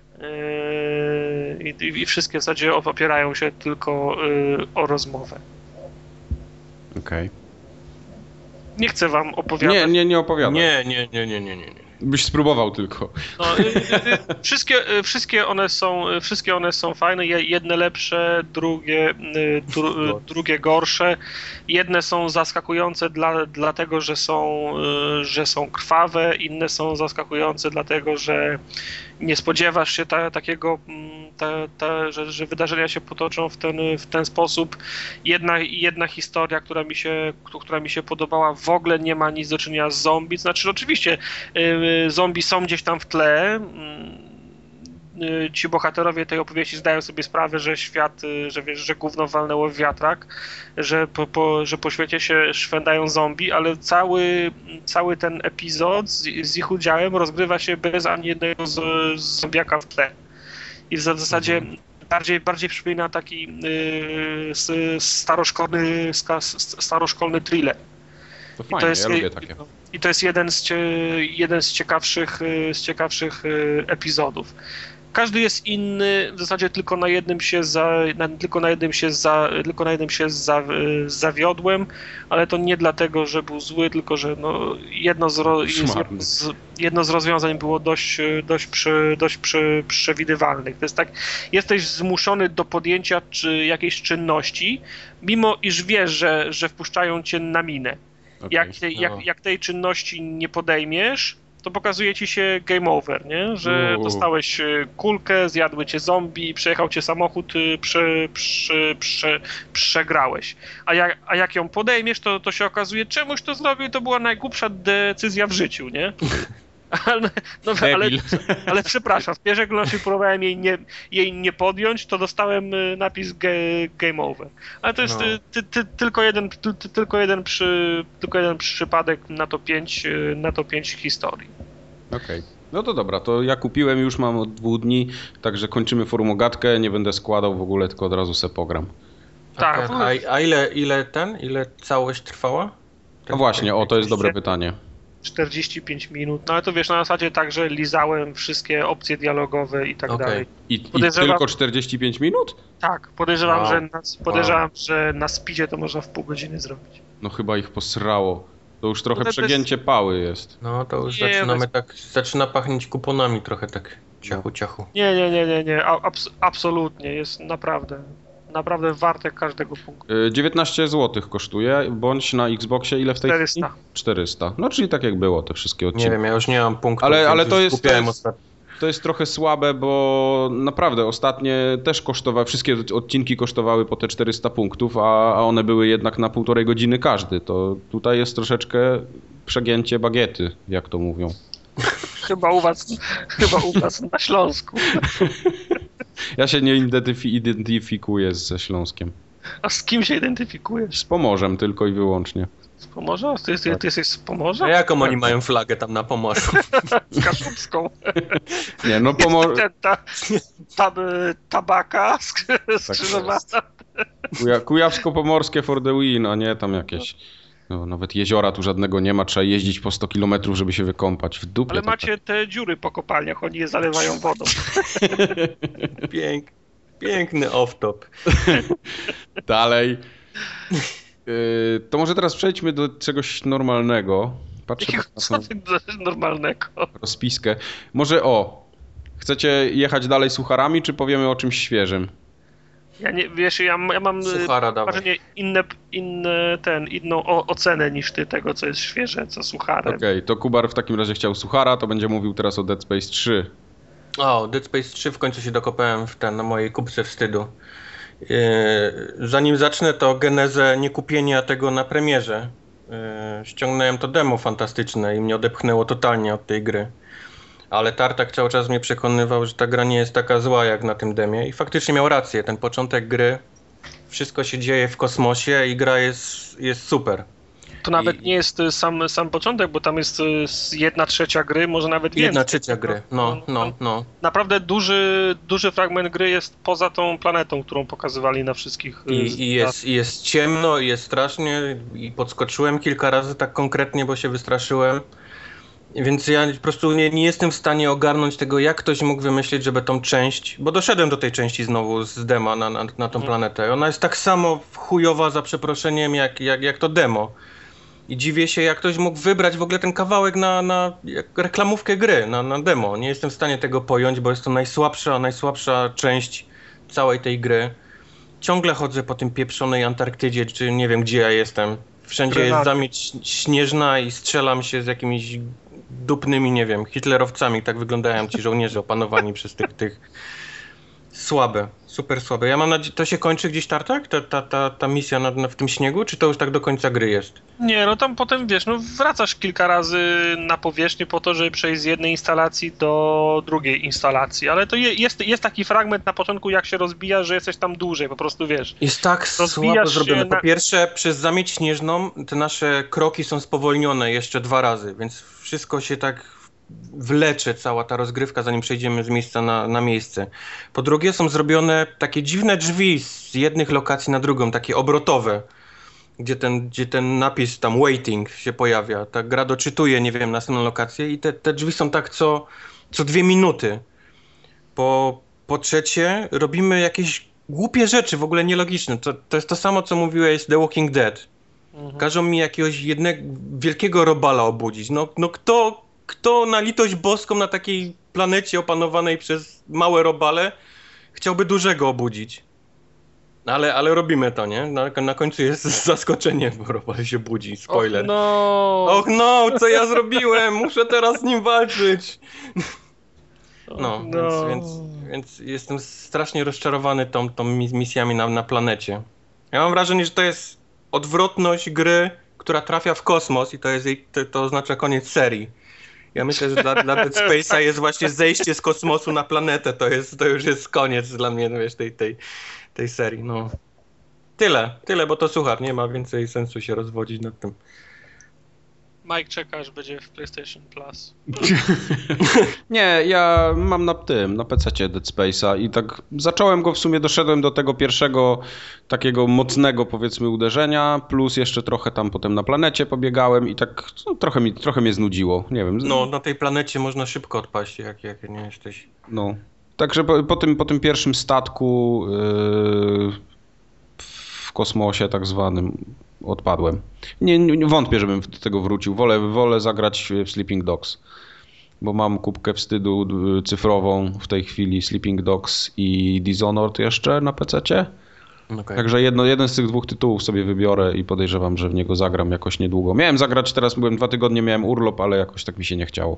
I wszystkie w zasadzie opierają się tylko o rozmowę. Okej. Nie chcę wam opowiadać. Nie opowiadam. Nie. Byś spróbował tylko. No, wszystkie one są fajne, jedne lepsze, drugie gorsze. Jedne są zaskakujące dlatego, że są krwawe, inne są zaskakujące dlatego, że nie spodziewasz się takiego, że wydarzenia się potoczą w ten sposób. Jedna historia, która mi się podobała, w ogóle nie ma nic do czynienia z zombie. Znaczy, oczywiście zombie są gdzieś tam w tle. Ci bohaterowie tej opowieści zdają sobie sprawę, że świat, że gówno walnęło w wiatrak, że po świecie się szwędają zombie, ale cały ten epizod z ich udziałem rozgrywa się bez ani jednego zombiaka w tle. I w zasadzie bardziej przypomina taki staroszkolny thriller. To fajnie, ja lubię takie. I to jest jeden z ciekawszych epizodów. każdy jest inny, w zasadzie tylko na jednym się zawiodłem, ale to nie dlatego, że był zły, tylko że no, jedno z rozwiązań było dość przewidywalnych. To jest tak, jesteś zmuszony do podjęcia jakiejś czynności, mimo iż wiesz, że wpuszczają cię na minę. Okay. Jak tej czynności nie podejmiesz, to pokazuje ci się game over, nie? Że dostałeś kulkę, zjadły cię zombie, przejechał cię samochód, przegrałeś. A jak ją podejmiesz, to się okazuje, czemuś to zrobił, to była najgłupsza decyzja w życiu, nie? Ale przepraszam, w pierwszej kolejności próbowałem jej nie podjąć, to dostałem napis game over. Ale to jest tylko jeden przypadek na to 5 historii. Okej. No to dobra, to ja kupiłem, już mam od 2 dni, także kończymy forumogatkę, nie będę składał w ogóle, tylko od razu se pogram. Tak. A ile całość trwała? No właśnie, to jest dobre pytanie. 45 minut, no ale to wiesz, na zasadzie tak, że lizałem wszystkie opcje dialogowe i tak dalej. I tylko 45 minut? Tak, podejrzewam, że na speedzie to można w pół godziny zrobić. No chyba ich posrało. To już trochę przegięcie pały jest. No to już zaczyna pachnieć kuponami trochę tak ciachu. Nie, absolutnie, jest naprawdę warte każdego punktu. 19 zł kosztuje, bądź na Xboxie ile w tej 400. chwili? 400. No czyli tak jak było te wszystkie odcinki. Nie wiem, ja już nie mam punktów. Ale to jest trochę słabe, bo naprawdę ostatnie też kosztowały, wszystkie odcinki kosztowały po te 400 punktów, a one były jednak na 1,5 godziny każdy. To tutaj jest troszeczkę przegięcie bagiety, jak to mówią. Chyba u was na Śląsku. Ja się nie identyfikuję ze Śląskiem. A z kim się identyfikujesz? Z Pomorzem tylko i wyłącznie. Z Pomorza? Ty jesteś z Pomorza? A jaką oni mają flagę tam na Pomorzu? Z kaszubską. Nie, no Tabaka skrzyżowana. Kujawsko-pomorskie for the win, a nie tam jakieś... No, nawet jeziora tu żadnego nie ma, trzeba jeździć po 100 km, żeby się wykąpać. W dupie. Ale macie te dziury po kopalniach, oni je zalewają wodą. Piękny off-top. Dalej. To może teraz przejdźmy do czegoś normalnego. Patrzę Co ty normalnego? Rozpiskę. Może chcecie jechać dalej sucharami, czy powiemy o czymś świeżym? Ja nie, wiesz, ja mam wrażenie inną ocenę niż ty tego, co jest świeże, co sucharem. Okej, to Kubar w takim razie chciał suchara, to będzie mówił teraz o Dead Space 3. Dead Space 3 w końcu się dokopałem na mojej kubce wstydu. Zanim zacznę, to genezę niekupienia tego na premierze. Ściągnąłem to demo fantastyczne i mnie odepchnęło totalnie od tej gry. Ale Tartak cały czas mnie przekonywał, że ta gra nie jest taka zła jak na tym demie i faktycznie miał rację. Ten początek gry, wszystko się dzieje w kosmosie i gra jest super. To nawet nie jest sam początek, bo tam jest 1/3 gry, może nawet więcej. 1/3 gry, no. Naprawdę duży fragment gry jest poza tą planetą, którą pokazywali na wszystkich... I jest ciemno, i jest strasznie i podskoczyłem kilka razy tak konkretnie, bo się wystraszyłem. Więc ja po prostu nie jestem w stanie ogarnąć tego, jak ktoś mógł wymyślić, żeby tą część... Bo doszedłem do tej części znowu z dema na tą planetę. Ona jest tak samo chujowa, za przeproszeniem, jak to demo. I dziwię się, jak ktoś mógł wybrać w ogóle ten kawałek na reklamówkę gry, na demo. Nie jestem w stanie tego pojąć, bo jest to najsłabsza część całej tej gry. Ciągle chodzę po tym pieprzonej Antarktydzie, czy nie wiem, gdzie ja jestem. Wszędzie jest zamieć śnieżna i strzelam się z jakimiś dupnymi, nie wiem, hitlerowcami. Tak wyglądają ci żołnierze opanowani przez tych... Słabe, super słabe. Ja mam nadzieję, to się kończy gdzieś Tartak? Ta misja w tym śniegu, czy to już tak do końca gry jest? Nie, no tam potem wiesz, wracasz kilka razy na powierzchnię po to, żeby przejść z jednej instalacji do drugiej instalacji, ale to jest taki fragment na początku, jak się rozbija, że jesteś tam dłużej, po prostu wiesz. Jest tak słabo zrobione. Po pierwsze, przez zamieć śnieżną te nasze kroki są spowolnione jeszcze 2 razy, więc wszystko się tak wlecze, cała ta rozgrywka, zanim przejdziemy z miejsca na miejsce. Po drugie, są zrobione takie dziwne drzwi z jednych lokacji na drugą, takie obrotowe, gdzie ten napis tam waiting się pojawia. Ta gra doczytuje, nie wiem, następną lokację i te drzwi są tak co 2 minuty. Po trzecie, robimy jakieś głupie rzeczy, w ogóle nielogiczne. To jest to samo, co mówiłeś The Walking Dead. Każą mi jakiegoś jednego wielkiego robala obudzić. No kto na litość boską na takiej planecie opanowanej przez małe robale chciałby dużego obudzić? Ale robimy to, nie? Na końcu jest zaskoczenie, bo robal się budzi. Spoiler. Och no, co ja zrobiłem? Muszę teraz z nim walczyć. No. Więc jestem strasznie rozczarowany tą misjami na planecie. Ja mam wrażenie, że to jest odwrotność gry, która trafia w kosmos i to oznacza koniec serii. Ja myślę, że dla Dead Space'a jest właśnie zejście z kosmosu na planetę. To już jest koniec dla mnie, wiesz, tej serii. No. Tyle, bo to suchar, nie ma więcej sensu się rozwodzić nad tym. Mike czeka, aż będzie w PlayStation Plus. Nie, ja mam na PC-cie Dead Space'a i tak zacząłem go, w sumie doszedłem do tego pierwszego takiego mocnego, powiedzmy, uderzenia, plus jeszcze trochę tam potem na planecie pobiegałem i tak trochę mnie znudziło, nie wiem. No, na tej planecie można szybko odpaść, jak nie jesteś. No, także po tym pierwszym statku w kosmosie tak zwanym odpadłem. Nie wątpię, żebym do tego wrócił. Wolę zagrać w Sleeping Dogs, bo mam kubkę wstydu cyfrową w tej chwili, Sleeping Dogs i Dishonored jeszcze na PC-cie. Okay. Także jeden z tych dwóch tytułów sobie wybiorę i podejrzewam, że w niego zagram jakoś niedługo. Miałem zagrać teraz, 2 tygodnie miałem urlop, ale jakoś tak mi się nie chciało.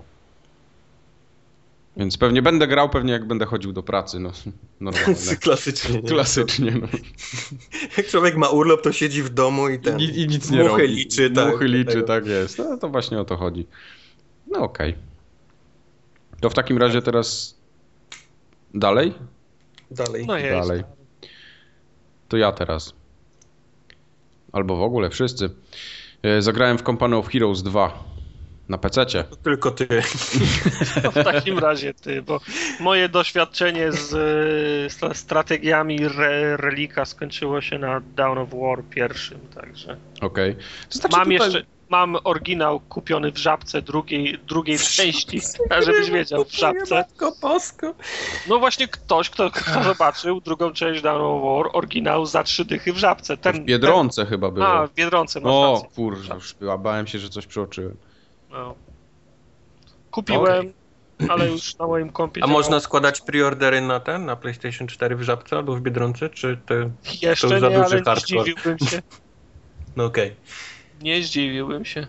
Więc pewnie będę grał, jak będę chodził do pracy. No, normalnie. Klasycznie. Nie? Klasycznie, no. Jak człowiek ma urlop, to siedzi w domu i nic nie robi. Muchy liczy, tak jest. No to właśnie o to chodzi. No okej. To w takim razie teraz dalej? No jest. Dalej. To ja teraz. Albo w ogóle wszyscy. Zagrałem w Company of Heroes 2. Na PC-cie. To tylko ty. No w takim razie ty, bo moje doświadczenie z strategiami Relika skończyło się na Dawn of War pierwszym, także. Okej. Mam oryginał kupiony w Żabce drugiej części, żebyś wiedział, w Żabce. No właśnie ktoś, kto zobaczył drugą część Dawn of War, oryginał za 3 dychy w Żabce. W Biedronce chyba było. A, w Biedronce masz rację. rację. O kurczę, już bałem się, że coś przeoczyłem. No. Kupiłem, ale już na moim kompie. A można składać preordery na PlayStation 4 w Żabce albo w Biedronce, czy to jeszcze to za nie, duży ale hardcore? nie zdziwiłbym się. No okej. Nie zdziwiłbym się.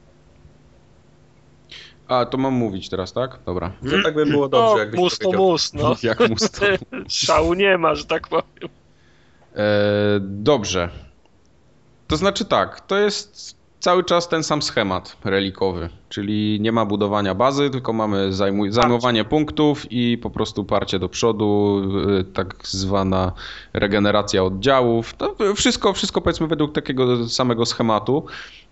A, to mam mówić teraz, tak? Dobra. No tak by było dobrze, jakbyś mus to powiedział. mus, no. Jak mus to Szału nie ma, że tak powiem. Dobrze. To znaczy tak, to jest cały czas ten sam schemat relikowy, czyli nie ma budowania bazy, tylko mamy zajmowanie punktów i po prostu parcie do przodu, tak zwana regeneracja oddziałów. To wszystko powiedzmy według takiego samego schematu,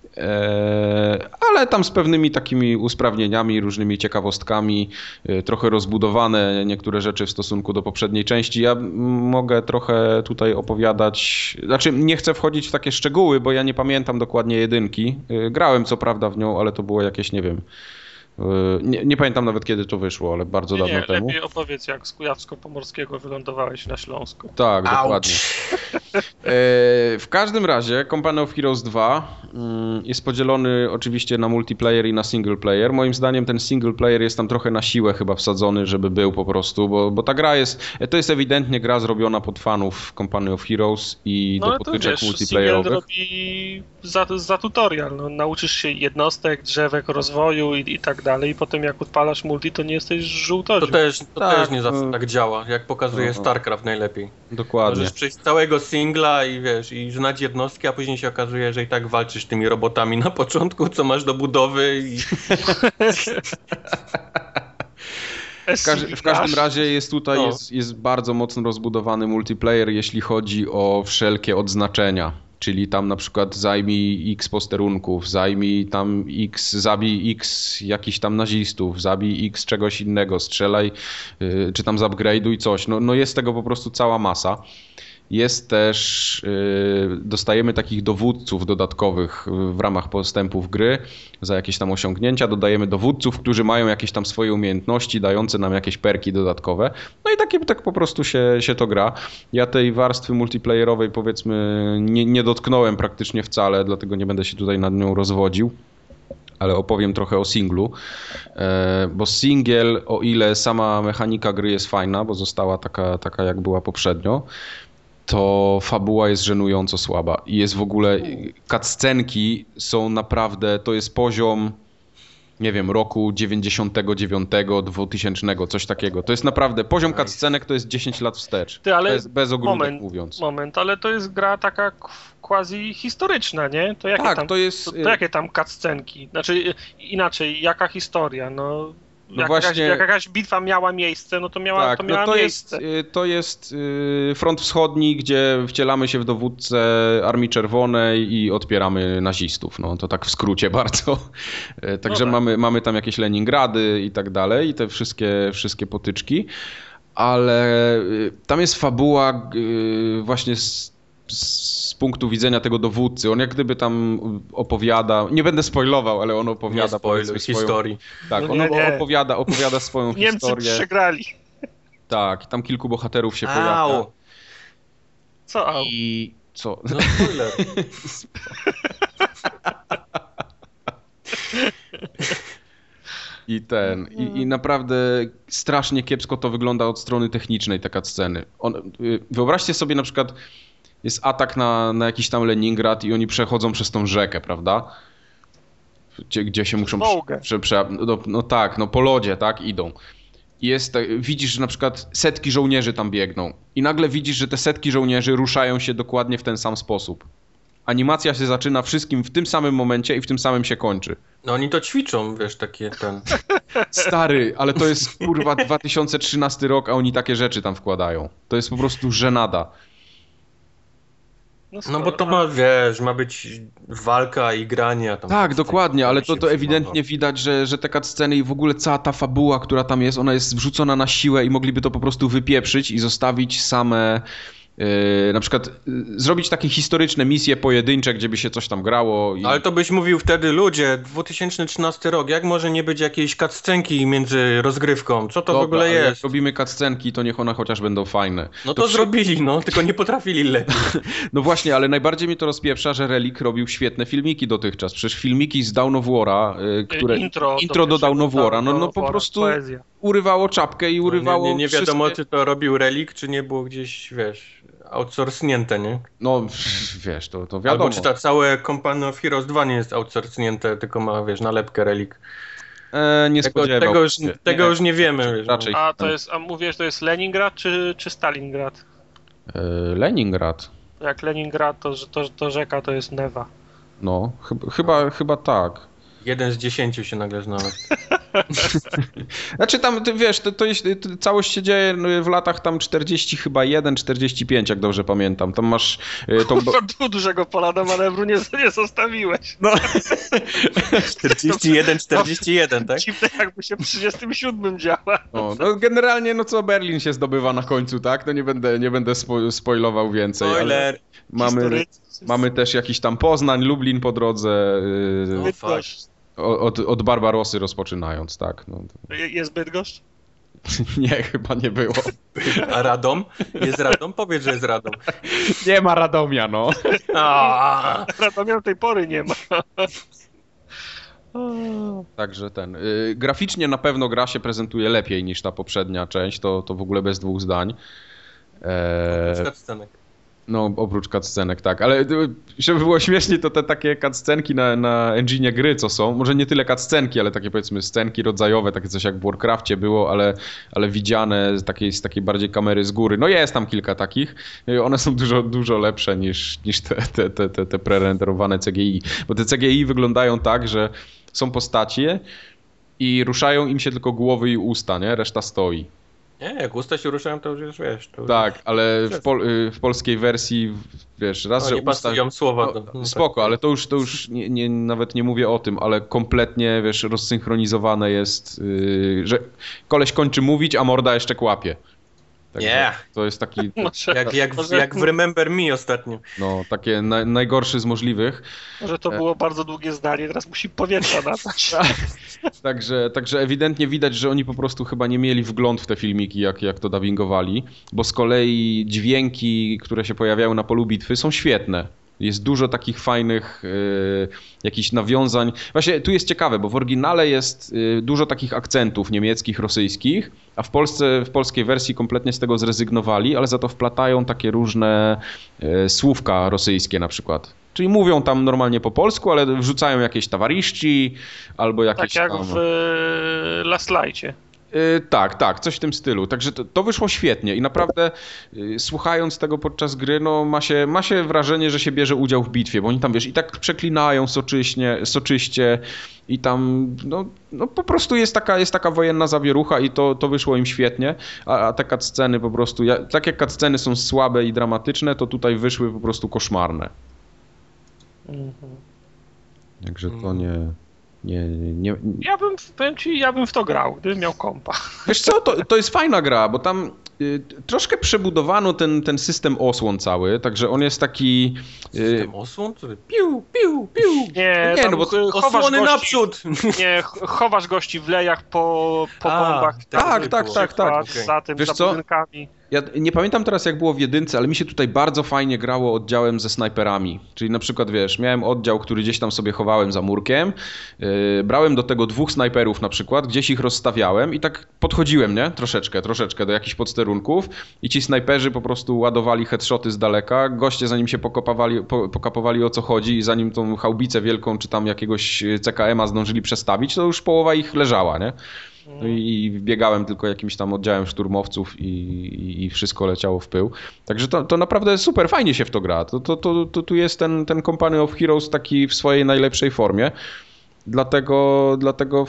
ale tam z pewnymi takimi usprawnieniami, różnymi ciekawostkami, trochę rozbudowane niektóre rzeczy w stosunku do poprzedniej części. Ja mogę trochę tutaj opowiadać, znaczy nie chcę wchodzić w takie szczegóły, bo ja nie pamiętam dokładnie jedynki. Grałem co prawda w nią, ale to było jakieś, nie wiem, nie pamiętam nawet kiedy to wyszło, ale bardzo dawno temu. Lepiej opowiedz, jak z Kujawsko-Pomorskiego wylądowałeś na Śląsku. Tak, dokładnie. W każdym razie Company of Heroes 2 jest podzielony oczywiście na multiplayer i na single player. Moim zdaniem ten single player jest tam trochę na siłę chyba wsadzony, żeby był po prostu, bo ta gra to jest ewidentnie gra zrobiona pod fanów Company of Heroes i do potyczek multiplayerowych. No robi za tutorial. No, nauczysz się jednostek, drzewek rozwoju i tak dalej. I potem jak odpalasz multi, to nie jesteś żółtodzią. To też nie zawsze tak działa, jak pokazuje StarCraft najlepiej. Dokładnie. Możesz przejść całego singla i wiesz, i znać jednostki, a później się okazuje, że i tak walczysz tymi robotami na początku, co masz do budowy i... W każdym razie jest tutaj jest bardzo mocno rozbudowany multiplayer, jeśli chodzi o wszelkie odznaczenia. Czyli tam na przykład zajmij x posterunków, zabij x jakichś tam nazistów, zabij x czegoś innego, strzelaj, czy tam zupgrade'uj coś. No jest tego po prostu cała masa. Jest też, dostajemy takich dowódców dodatkowych w ramach postępów gry za jakieś tam osiągnięcia. Dodajemy dowódców, którzy mają jakieś tam swoje umiejętności, dające nam jakieś perki dodatkowe. No i tak po prostu się to gra. Ja tej warstwy multiplayerowej powiedzmy nie dotknąłem praktycznie wcale, dlatego nie będę się tutaj nad nią rozwodził. Ale opowiem trochę o singlu, bo singiel, o ile sama mechanika gry jest fajna, bo została taka jak była poprzednio, to fabuła jest żenująco słaba i jest w ogóle, cutscenki są naprawdę, to jest poziom, nie wiem, roku 99, 2000, coś takiego. To jest naprawdę, poziom cutscenek to jest 10 lat wstecz, ale bez ogródek mówiąc. Moment, ale to jest gra taka quasi historyczna, nie? To jakie tak, tam, to jest... To jakie tam cutscenki? Znaczy, inaczej, jaka historia? No jak właśnie... jakaś bitwa miała miejsce, no to miała miejsce. To jest front wschodni, gdzie wcielamy się w dowódcę Armii Czerwonej i odpieramy nazistów. No to tak w skrócie bardzo. Także no tak. Mamy tam jakieś Leningrady i tak dalej i te wszystkie potyczki, ale tam jest fabuła właśnie z punktu widzenia tego dowódcy. On jak gdyby tam opowiada, nie będę spoilował, ale on opowiada historii. Tak, on opowiada swoją historię. Niemcy przegrali. Tak, tam kilku bohaterów się pojawia. Co au? I co? No spoiler. I naprawdę strasznie kiepsko to wygląda od strony technicznej, te cutsceny. Wyobraźcie sobie na przykład jest atak na jakiś tam Leningrad i oni przechodzą przez tą rzekę, prawda? Gdzie się muszą... po lodzie, tak? Idą. I widzisz, że na przykład setki żołnierzy tam biegną. I nagle widzisz, że te setki żołnierzy ruszają się dokładnie w ten sam sposób. Animacja się zaczyna wszystkim w tym samym momencie i w tym samym się kończy. No oni to ćwiczą, wiesz, takie Stary, ale to jest kurwa 2013 rok, a oni takie rzeczy tam wkładają. To jest po prostu żenada. No bo to ma być walka i granie. Tam tak, dokładnie, ale to ewidentnie widać, że te cutsceny i w ogóle cała ta fabuła, która tam jest, ona jest wrzucona na siłę i mogliby to po prostu wypieprzyć i zostawić same... na przykład zrobić takie historyczne misje pojedyncze, gdzie by się coś tam grało. Ale to byś mówił wtedy, ludzie, 2013 rok, jak może nie być jakiejś cutscenki między rozgrywką? Co to w ogóle jest? Jak robimy cutscenki, to niech one chociaż będą fajne. No to zrobili, tylko nie potrafili lepiej. No właśnie, ale najbardziej mi to rozpieprza, że Relic robił świetne filmiki dotychczas. Przecież filmiki z Dawn of War'a, które... Intro do Dawn of War'a, no po prostu poezja. Urywało czapkę i urywało nie wiadomo, czy to robił Relic, czy nie było gdzieś, wiesz... outsourcnięte, nie? No, wiesz, to wiadomo. Albo czy ta całe Company of Heroes 2 nie jest outsourcnięte, tylko ma, wiesz, nalepkę Relic. Nie spodziewał tego już nie wiemy. Wiesz, raczej. A mówisz, to jest Leningrad czy Stalingrad? Leningrad. Jak Leningrad, to rzeka to jest Newa. No, chyba tak. 1 z 10 się nagle znalazł. Znaczy tam, wiesz, całość się dzieje w latach tam 40 chyba 1, 45, jak dobrze pamiętam. Tam masz... Dużego pola do manewru nie zostawiłeś. No. 41, tak? Dziwne, jakby się w 37 działa. No generalnie, Berlin się zdobywa na końcu, tak? No nie będę spoilował więcej. Spoiler! Mamy też jakiś tam Poznań, Lublin po drodze. Od Barbarossy rozpoczynając, tak. No. Jest Bydgoszcz? Nie, chyba nie było. A Radom? Jest Radom? Powiedz, że jest Radom. Nie ma Radomia, no. Radomia do tej pory nie ma. Także graficznie na pewno gra się prezentuje lepiej niż ta poprzednia część, to w ogóle bez dwóch zdań. No, oprócz cutscenek, tak, ale żeby było śmiesznie, to te takie cutscenki na engine'ie gry, co są, może nie tyle cutscenki, ale takie powiedzmy scenki rodzajowe, takie coś jak w Warcraftie było, ale widziane z takiej bardziej kamery z góry. No jest tam kilka takich, one są dużo lepsze niż te prerenderowane CGI, bo te CGI wyglądają tak, że są postacie i ruszają im się tylko głowy i usta, nie? Reszta stoi. Nie, jak usta się ruszają, to już wiesz. Tak, ale w polskiej wersji, wiesz, raz, że nie pasują słowa. Spoko, ale to już nawet nie mówię o tym, ale kompletnie, wiesz, rozsynchronizowane jest, że koleś kończy mówić, a morda jeszcze kłapie. Także Yeah. to jest taki, Może, Jak w Remember Me ostatnio. no, takie najgorszy z możliwych. może to było bardzo długie zdanie, teraz musi powietrza nadać. Także ewidentnie widać, że oni po prostu chyba nie mieli wgląd w te filmiki, jak to dubbingowali, bo z kolei dźwięki, które się pojawiały na polu bitwy, są świetne. Jest dużo takich fajnych jakichś nawiązań. Właśnie tu jest ciekawe, bo w oryginale jest dużo takich akcentów niemieckich, rosyjskich, a w polskiej wersji kompletnie z tego zrezygnowali, ale za to wplatają takie różne słówka rosyjskie na przykład. Czyli mówią tam normalnie po polsku, ale wrzucają jakieś tawariści albo jakieś Tak jak tam... w Last Lightie. Tak, coś w tym stylu. Także to wyszło świetnie i naprawdę słuchając tego podczas gry, no ma się wrażenie, że się bierze udział w bitwie, bo oni tam, wiesz, i tak przeklinają soczyście i tam, no po prostu jest taka wojenna zawierucha i to wyszło im świetnie, a te cutsceny po prostu, tak jak cutsceny są słabe i dramatyczne, to tutaj wyszły po prostu koszmarne. Także to nie... Ja bym w to grał, gdybym miał kompa. Wiesz co, to jest fajna gra, bo tam troszkę przebudowano ten system osłon cały, także on jest taki... System osłon? Co ty? Piu, piu, piu. Nie, no bo chowasz osłony gości, naprzód. Nie, chowasz gości w lejach po bombach. tak. Za tym, Wiesz za co? budynkami. Ja nie pamiętam teraz jak było w jedynce, ale mi się tutaj bardzo fajnie grało oddziałem ze snajperami. Czyli na przykład, wiesz, miałem oddział, który gdzieś tam sobie chowałem za murkiem, brałem do tego 2 snajperów na przykład, gdzieś ich rozstawiałem i tak podchodziłem, nie? Troszeczkę do jakichś podsterunków i ci snajperzy po prostu ładowali headshoty z daleka, goście zanim się pokapowali o co chodzi i zanim tą chaubicę wielką czy tam jakiegoś CKM-a zdążyli przestawić, to już połowa ich leżała, nie? No i biegałem tylko jakimś tam oddziałem szturmowców i wszystko leciało w pył. Także to naprawdę super fajnie się w to gra. Tu jest ten Company of Heroes taki w swojej najlepszej formie. Dlatego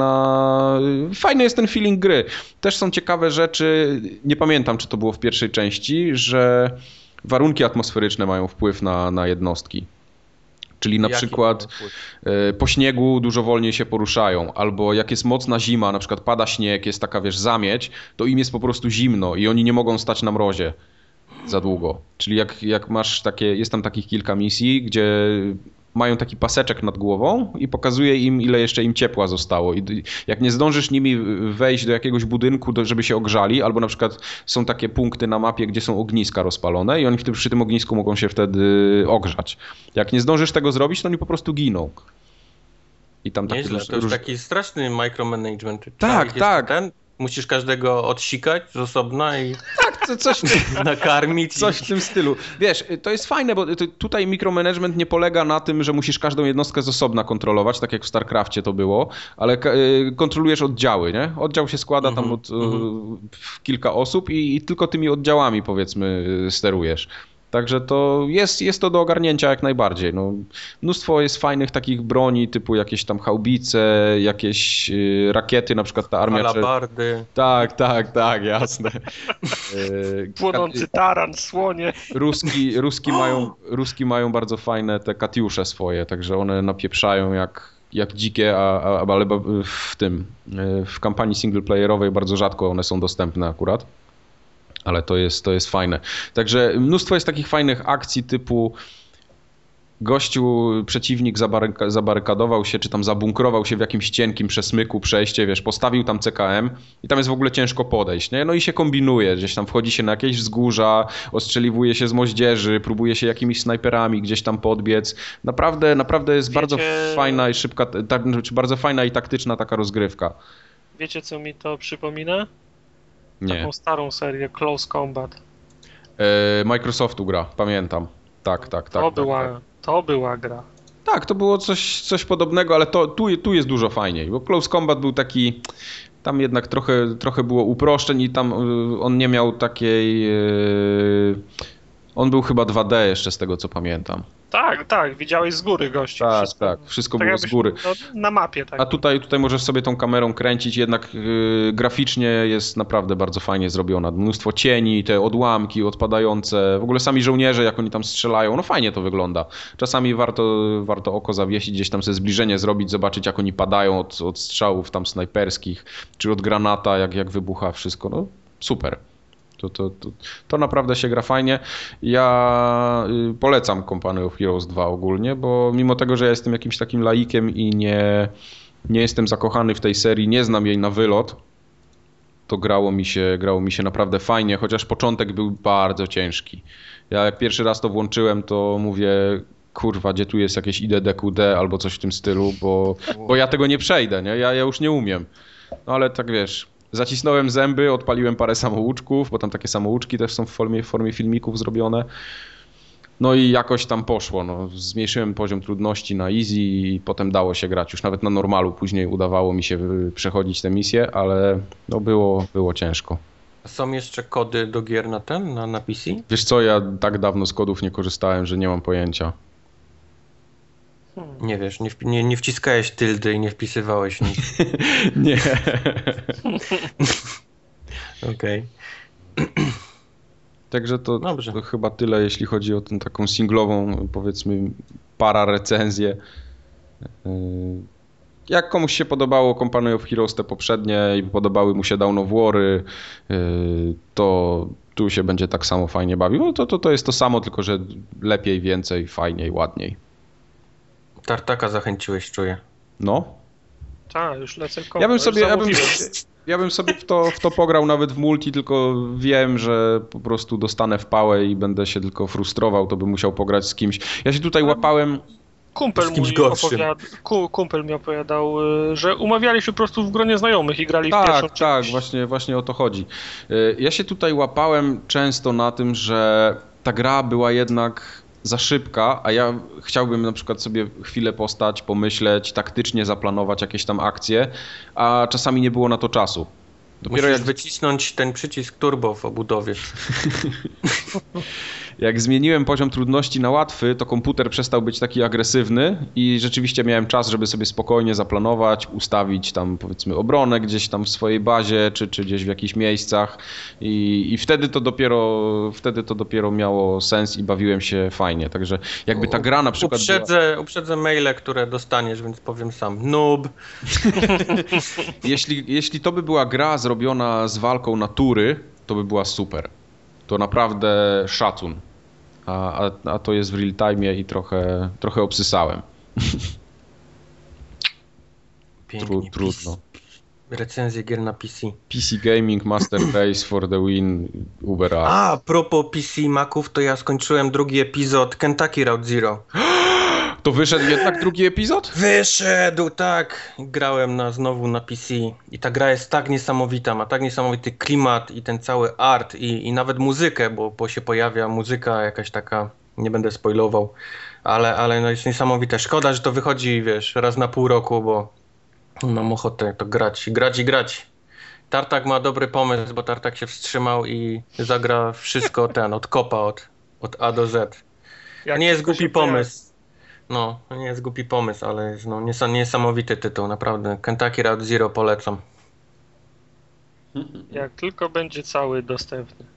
fajny jest ten feeling gry. Też są ciekawe rzeczy, nie pamiętam czy to było w pierwszej części, że warunki atmosferyczne mają wpływ na jednostki. Czyli na przykład po śniegu dużo wolniej się poruszają, albo jak jest mocna zima, na przykład pada śnieg, jest taka, wiesz, zamieć, to im jest po prostu zimno i oni nie mogą stać na mrozie za długo. Czyli jak masz jest tam takich kilka misji, gdzie mają taki paseczek nad głową i pokazuje im, ile jeszcze im ciepła zostało. I jak nie zdążysz nimi wejść do jakiegoś budynku, żeby się ogrzali, albo na przykład są takie punkty na mapie, gdzie są ogniska rozpalone i oni przy tym ognisku mogą się wtedy ogrzać. Jak nie zdążysz tego zrobić, to oni po prostu giną. I tam Nieźle, to już taki straszny micromanagement. Tak. Musisz każdego odsikać z osobna i coś nakarmić. Coś w tym stylu. Wiesz, to jest fajne, bo tutaj mikromanagement nie polega na tym, że musisz każdą jednostkę z osobna kontrolować, tak jak w StarCraftie to było, ale kontrolujesz oddziały, nie? Oddział się składa tam od kilka osób i tylko tymi oddziałami, powiedzmy, sterujesz. Także to jest to do ogarnięcia jak najbardziej. No, mnóstwo jest fajnych takich broni, typu jakieś tam haubice, jakieś rakiety, na przykład ta armia... Alabardy. Tak, jasne. Płonący taran, słonie. Ruski mają bardzo fajne te katiusze swoje, także one napieprzają jak dzikie, ale w kampanii singleplayerowej bardzo rzadko one są dostępne akurat. Ale to jest fajne. Także mnóstwo jest takich fajnych akcji typu przeciwnik zabarykadował się, czy tam zabunkrował się w jakimś cienkim przesmyku, przejście, wiesz, postawił tam CKM i tam jest w ogóle ciężko podejść, nie? No i się kombinuje, gdzieś tam wchodzi się na jakieś wzgórza, ostrzeliwuje się z moździerzy, próbuje się jakimiś snajperami gdzieś tam podbiec. Naprawdę jest bardzo fajna i szybka, bardzo fajna i taktyczna taka rozgrywka. Wiecie, co mi to przypomina? Nie. Taką starą serię Close Combat. Microsoftu gra, pamiętam. Tak. To była gra. Tak, to było coś podobnego, ale tu jest dużo fajniej, bo Close Combat był taki, tam jednak trochę było uproszczeń i tam on nie miał takiej, on był chyba 2D jeszcze z tego co pamiętam. Tak, widziałeś z góry gości. Wszystko było z góry. Na mapie. Tak. A tutaj możesz sobie tą kamerą kręcić, jednak graficznie jest naprawdę bardzo fajnie zrobiona. Mnóstwo cieni, te odłamki odpadające, w ogóle sami żołnierze, jak oni tam strzelają, no fajnie to wygląda. Czasami warto oko zawiesić, gdzieś tam sobie zbliżenie zrobić, zobaczyć jak oni padają od strzałów tam snajperskich, czy od granata, jak wybucha wszystko, no super. To naprawdę się gra fajnie. Ja polecam Company of Heroes 2 ogólnie, bo mimo tego, że ja jestem jakimś takim laikiem i nie jestem zakochany w tej serii, nie znam jej na wylot, to grało mi się naprawdę fajnie, chociaż początek był bardzo ciężki. Ja jak pierwszy raz to włączyłem, to mówię, kurwa, gdzie tu jest jakieś IDDQD albo coś w tym stylu, bo ja tego nie przejdę, nie? Ja już nie umiem. No ale tak wiesz, zacisnąłem zęby, odpaliłem parę samouczków, bo tam takie samouczki też są w formie filmików zrobione. No i jakoś tam poszło, no. Zmniejszyłem poziom trudności na easy i potem dało się grać. Już nawet na normalu później udawało mi się przechodzić te misje, ale no było ciężko. A są jeszcze kody do gier na PC? Wiesz co, ja tak dawno z kodów nie korzystałem, że nie mam pojęcia. Nie wiesz, nie wciskałeś tyldy i nie wpisywałeś nic. Nie. Okej. Także to chyba tyle, jeśli chodzi o tę taką singlową, powiedzmy, recenzję. Jak komuś się podobało Company of Heroes te poprzednie i podobały mu się Dawn of War'y, to tu się będzie tak samo fajnie bawił. No to jest to samo, tylko że lepiej, więcej, fajniej, ładniej. Tartaka zachęciłeś, czuję. No. Tak, już lecę Ja bym sobie w to pograł nawet w multi, tylko wiem, że po prostu dostanę w pałę i będę się tylko frustrował, to bym musiał pograć z kimś. Ja się tutaj łapałem... Kumpel mi opowiadał, że umawiali się po prostu w gronie znajomych i grali w pierwszą część. Tak, właśnie o to chodzi. Ja się tutaj łapałem często na tym, że ta gra była jednak za szybka, a ja chciałbym na przykład sobie chwilę postać, pomyśleć, taktycznie zaplanować jakieś tam akcje, a czasami nie było na to czasu. Musisz wycisnąć ten przycisk turbo w obudowie. Jak zmieniłem poziom trudności na łatwy, to komputer przestał być taki agresywny i rzeczywiście miałem czas, żeby sobie spokojnie zaplanować, ustawić tam powiedzmy obronę gdzieś tam w swojej bazie, czy gdzieś w jakichś miejscach i wtedy to dopiero miało sens i bawiłem się fajnie. Także jakby ta gra na przykład Uprzedzę maile, które dostaniesz, więc powiem sam. Noob. Jeśli to by była gra zrobiona z walką natury, to by była super. To naprawdę szacun. A to jest w real time i trochę obsysałem. Pięknie. Trudno. Recenzje gier na PC. PC Gaming, Master Race for the win, Uber Earth. A propos PC Maców, to ja skończyłem drugi epizod Kentucky Route Zero. To wyszedł jednak drugi epizod? Wyszedł, tak. Grałem znowu na PC i ta gra jest tak niesamowita, ma tak niesamowity klimat i ten cały art i nawet muzykę, bo się pojawia muzyka jakaś taka, nie będę spoilował, ale no jest niesamowite. Szkoda, że to wychodzi, wiesz, raz na pół roku, bo mam ochotę to grać. Tartak ma dobry pomysł, bo Tartak się wstrzymał i zagra wszystko od kopa, od A do Z. Nie jest głupi pomysł. No, nie jest głupi pomysł, ale jest niesamowity tytuł, naprawdę. Kentucky Route Zero polecam. Jak tylko będzie cały dostępny.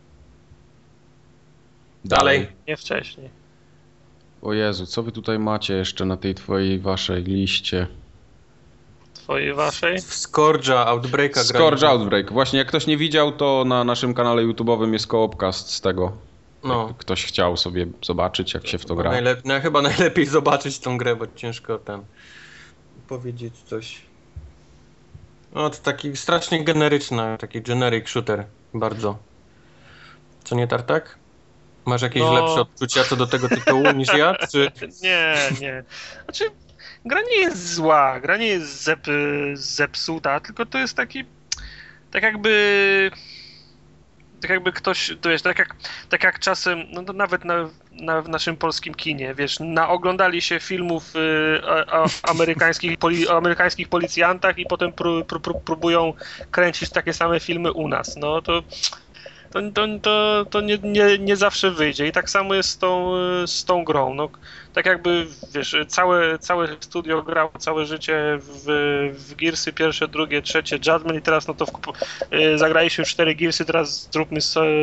Dalej. Nie wcześniej. O Jezu, co wy tutaj macie jeszcze na tej waszej liście? Twojej, waszej? W Scourge'a, Outbreaka grałem. Scourge Outbreak. Właśnie jak ktoś nie widział, to na naszym kanale YouTube'owym jest co-opcast z tego. No. Jak ktoś chciał sobie zobaczyć, jak się w to gra. Chyba najlepiej zobaczyć tą grę, bo ciężko powiedzieć coś. No to taki strasznie generyczny, taki generic shooter, bardzo. Co nie, Tartak? Masz jakieś lepsze odczucia co do tego tytułu niż ja? Czy... Nie. Znaczy, gra nie jest zła, gra nie jest zepsuta, tylko to jest taki, tak jakby ktoś, to wiesz, tak jak czasem, no to nawet w naszym polskim kinie, wiesz, naoglądali się filmów o amerykańskich policjantach i potem próbują kręcić takie same filmy u nas, no to nie zawsze wyjdzie i tak samo jest z tą grą, no tak jakby, wiesz, całe studio grało całe życie w Gearsy pierwsze, drugie, trzecie, Judgment i teraz no to zagraliśmy 4 Gearsy, teraz zróbmy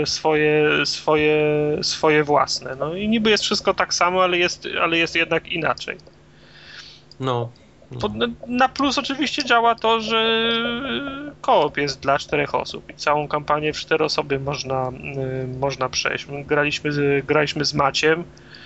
swoje własne, no i niby jest wszystko tak samo, ale jest jednak inaczej. No, Na plus oczywiście działa to, że koop jest dla 4 osób i całą kampanię w 4 osoby można przejść. Graliśmy z Maciem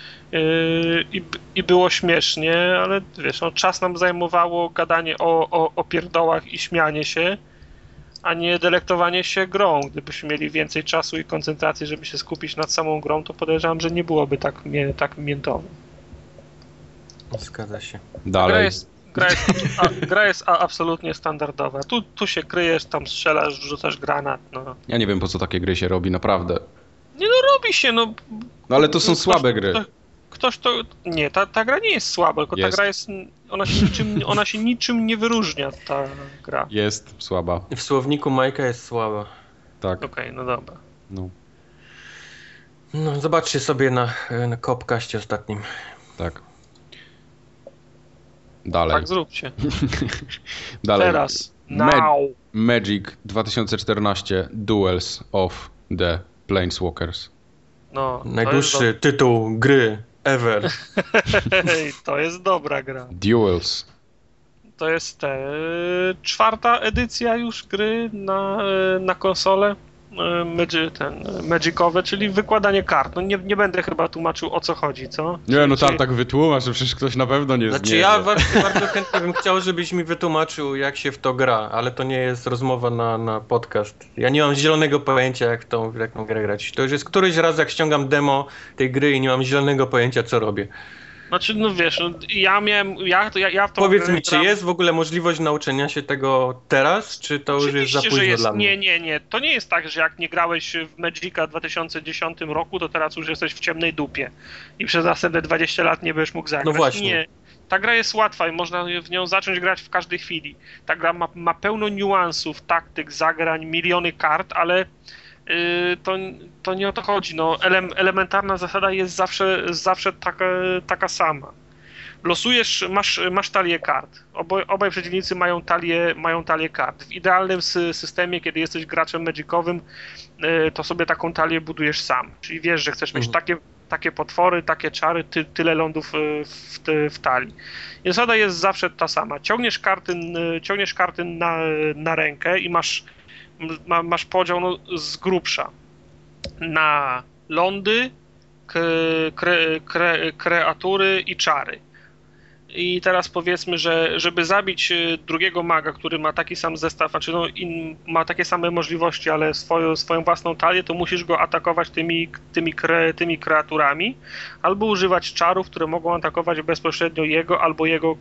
i było śmiesznie, ale wiesz, czas nam zajmowało gadanie o pierdołach i śmianie się, a nie delektowanie się grą. Gdybyśmy mieli więcej czasu i koncentracji, żeby się skupić nad samą grą, to podejrzewam, że nie byłoby tak miętowo. Zgadza się. Dalej. Gra jest absolutnie standardowa. Tu się kryjesz, tam strzelasz, rzucasz granat. No. Ja nie wiem, po co takie gry się robi, naprawdę. Nie robi się, No ale to są słabe gry. Ktoś to... Nie, ta gra nie jest słaba, tylko ta gra jest... Ona się niczym nie wyróżnia, ta gra. Jest słaba. W słowniku Majka jest słaba. Tak. Okej, no dobra. No, zobaczcie sobie na Copcaście ostatnim. Tak. Dalej. Tak zróbcie. Dalej. Teraz. Now. Magic 2014 Duels of the Planeswalkers. No, najdłuższy tytuł gry ever. To jest dobra gra. Duels. To jest 4. edycja już gry na konsolę Magicowe, czyli wykładanie kart. No nie będę chyba tłumaczył, o co chodzi, co? Nie, no tak wytłumacz, że przecież ktoś na pewno nie Znaczy zniesie. ja bardzo chętnie bym chciał, żebyś mi wytłumaczył, jak się w to gra, ale to nie jest rozmowa na podcast. Ja nie mam zielonego pojęcia, jak tą grę grać. To już jest któryś raz, jak ściągam demo tej gry i nie mam zielonego pojęcia, co robię. Znaczy, no wiesz, ja w to... Powiedz mi, czy jest w ogóle możliwość nauczenia się tego teraz, czy to już jest za późno dla mnie? Nie. To nie jest tak, że jak nie grałeś w Magica w 2010 roku, to teraz już jesteś w ciemnej dupie i przez następne 20 lat nie będziesz mógł zagrać. No właśnie. Nie. Ta gra jest łatwa i można w nią zacząć grać w każdej chwili. Ta gra ma pełno niuansów, taktyk, zagrań, miliony kart, ale to nie o to chodzi. No, elementarna zasada jest zawsze taka sama. Losujesz, masz talię kart. Obaj przeciwnicy mają talię kart. W idealnym systemie, kiedy jesteś graczem magicowym, to sobie taką talię budujesz sam. Czyli wiesz, że chcesz mieć takie potwory, takie czary, tyle lądów w talii. I zasada jest zawsze ta sama. Ciągniesz karty na rękę i masz podział z grubsza na lądy, kreatury i czary. I teraz powiedzmy, że żeby zabić drugiego maga, który ma taki sam zestaw, znaczy ma takie same możliwości, ale swoją własną talię, to musisz go atakować tymi kreaturami, albo używać czarów, które mogą atakować bezpośrednio jego albo jego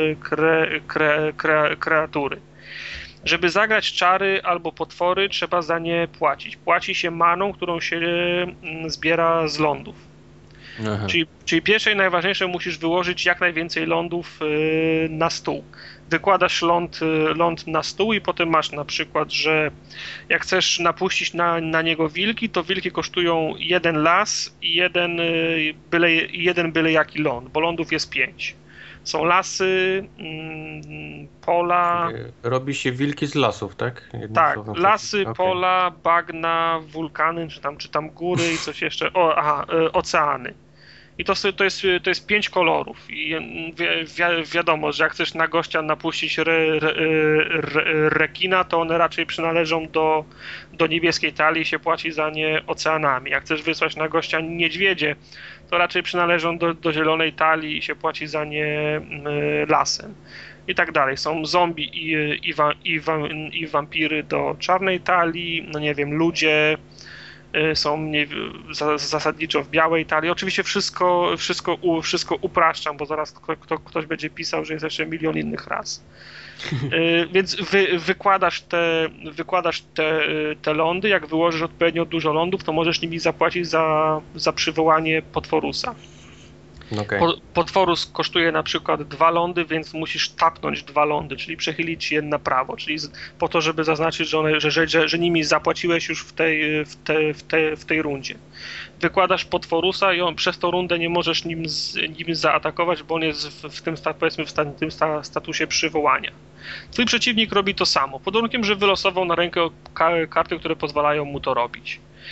kreatury. Żeby zagrać czary albo potwory, trzeba za nie płacić. Płaci się maną, którą się zbiera z lądów. Czyli pierwsze i najważniejsze, musisz wyłożyć jak najwięcej lądów na stół. Wykładasz ląd na stół i potem masz na przykład, że jak chcesz napuścić na niego wilki, to wilki kosztują 1 las i jeden byle jaki ląd, bo lądów jest 5. Są lasy, pola... Robi się wilki z lasów, tak? Tak, lasy, pola, bagna, wulkany, czy tam góry i coś jeszcze, oceany. I to jest 5 kolorów i wiadomo, że jak chcesz na gościa napuścić rekina, to one raczej przynależą do niebieskiej talii i się płaci za nie oceanami. Jak chcesz wysłać na gościa niedźwiedzie, to raczej przynależą do zielonej talii i się płaci za nie lasem. I tak dalej. Są zombie i wampiry do czarnej talii, no nie wiem, ludzie są zasadniczo w białej talii. Oczywiście wszystko upraszczam, bo zaraz ktoś będzie pisał, że jest jeszcze milion innych ras. Więc wykładasz te lądy, jak wyłożysz odpowiednio dużo lądów, to możesz nimi zapłacić za przywołanie potworusa. Okay. Potworus kosztuje na przykład 2 lądy, więc musisz tapnąć 2 lądy, czyli przechylić je na prawo, czyli po to, żeby zaznaczyć, że nimi zapłaciłeś już w tej rundzie. Wykładasz potworusa i przez tą rundę nie możesz nim zaatakować, bo on jest powiedzmy w tym statusie przywołania. Twój przeciwnik robi to samo, pod warunkiem, że wylosował na rękę karty, które pozwalają mu to robić.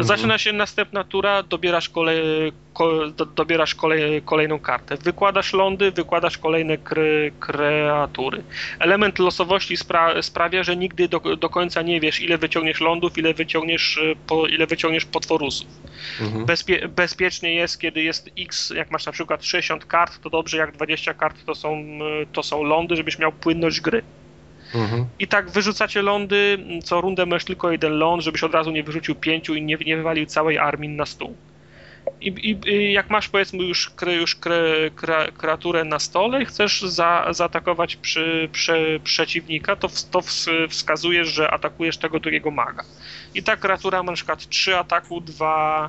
Zaczyna się następna tura, dobierasz kolejną kartę. Wykładasz lądy, wykładasz kolejne kreatury. Element losowości sprawia, że nigdy do końca nie wiesz, ile wyciągniesz lądów, ile wyciągniesz potworusów. Bezpiecznie jest, kiedy jest X, jak masz na przykład 60 kart, to dobrze, jak 20 kart to są lądy, żebyś miał płynność gry. I tak wyrzucacie lądy, co rundę masz tylko jeden ląd, żebyś od razu nie wyrzucił 5 i nie wywalił całej armii na stół. I jak masz powiedzmy już kreaturę na stole i chcesz zaatakować przeciwnika, to wskazujesz, że atakujesz tego drugiego maga. I ta kreatura ma na przykład 3 ataku, 2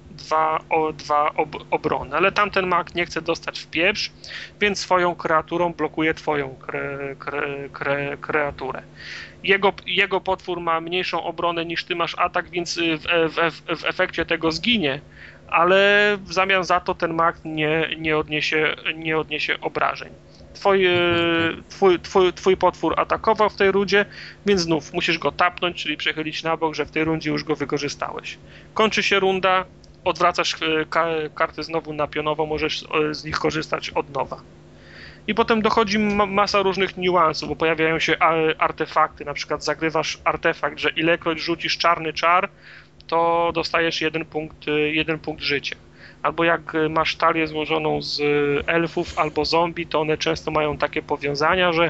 obrony, ale tamten mag nie chce dostać w pieprz, więc swoją kreaturą blokuje twoją kreaturę. Jego potwór ma mniejszą obronę niż ty masz atak, więc w efekcie tego zginie, ale w zamian za to ten mag nie odniesie obrażeń. Twój potwór atakował w tej rundzie, więc znów musisz go tapnąć, czyli przechylić na bok, że w tej rundzie już go wykorzystałeś. Kończy się runda, odwracasz karty znowu na pionowo, możesz z nich korzystać od nowa. I potem dochodzi masa różnych niuansów, bo pojawiają się artefakty, na przykład zagrywasz artefakt, że ilekroć rzucisz czarny czar, to dostajesz jeden punkt życia. Albo jak masz talię złożoną z elfów albo zombie, to one często mają takie powiązania, że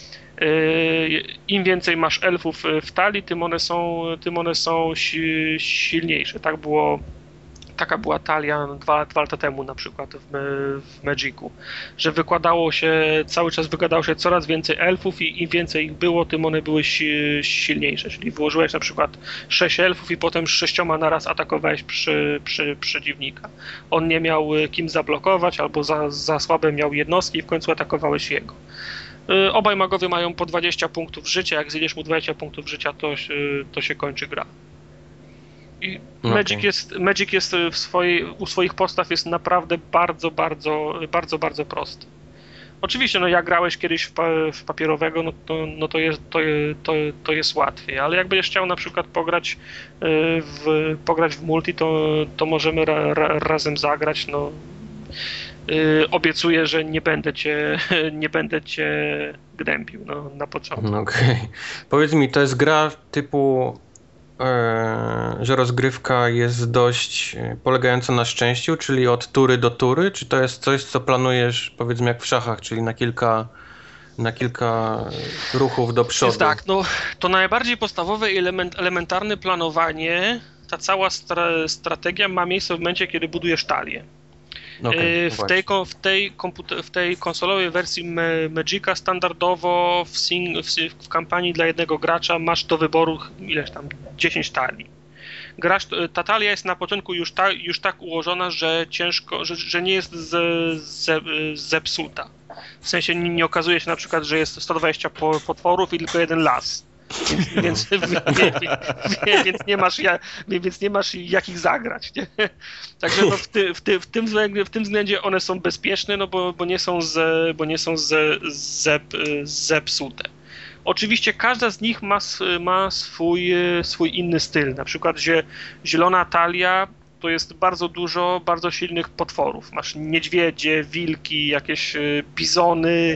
im więcej masz elfów w talii, tym one są silniejsze. Taka była talia 2 lata temu na przykład w Magicu, że cały czas wygadało się coraz więcej elfów i im więcej ich było, tym one były silniejsze, czyli wyłożyłeś na przykład 6 elfów i potem 6 naraz atakowałeś przeciwnika. On nie miał kim zablokować albo za słabe miał jednostki i w końcu atakowałeś jego. Obaj magowie mają po 20 punktów życia, jak zjedziesz mu 20 punktów życia, to się kończy gra. I Magic jest u swoich postaw jest naprawdę bardzo prosty. Oczywiście, no jak grałeś kiedyś w papierowego, to jest łatwiej, ale jak będziesz chciał na przykład pograć w multi, to możemy razem zagrać, no. Obiecuję, że nie będę cię gnębił na początku. Okej. Powiedz mi, to jest gra typu, że rozgrywka jest dość polegająca na szczęściu, czyli od tury do tury, czy to jest coś, co planujesz, powiedzmy jak w szachach, czyli na kilka ruchów do przodu? Jest tak, no to najbardziej podstawowe i elementarne planowanie, ta cała strategia ma miejsce w momencie, kiedy budujesz talię. Okay, w tej konsolowej wersji Magica standardowo w kampanii dla jednego gracza masz do wyboru ileś tam 10 talii. Ta talia jest na początku już tak ułożona, że ciężko, że nie jest zepsuta. W sensie nie okazuje się na przykład, że jest 120 potworów i tylko jeden las. Więc nie masz jak ich zagrać. Nie? Także no w tym względzie one są bezpieczne, no bo nie są zepsute. Oczywiście każda z nich ma swój inny styl. Na przykład zielona talia to jest bardzo dużo bardzo silnych potworów. Masz niedźwiedzie, wilki, jakieś bizony,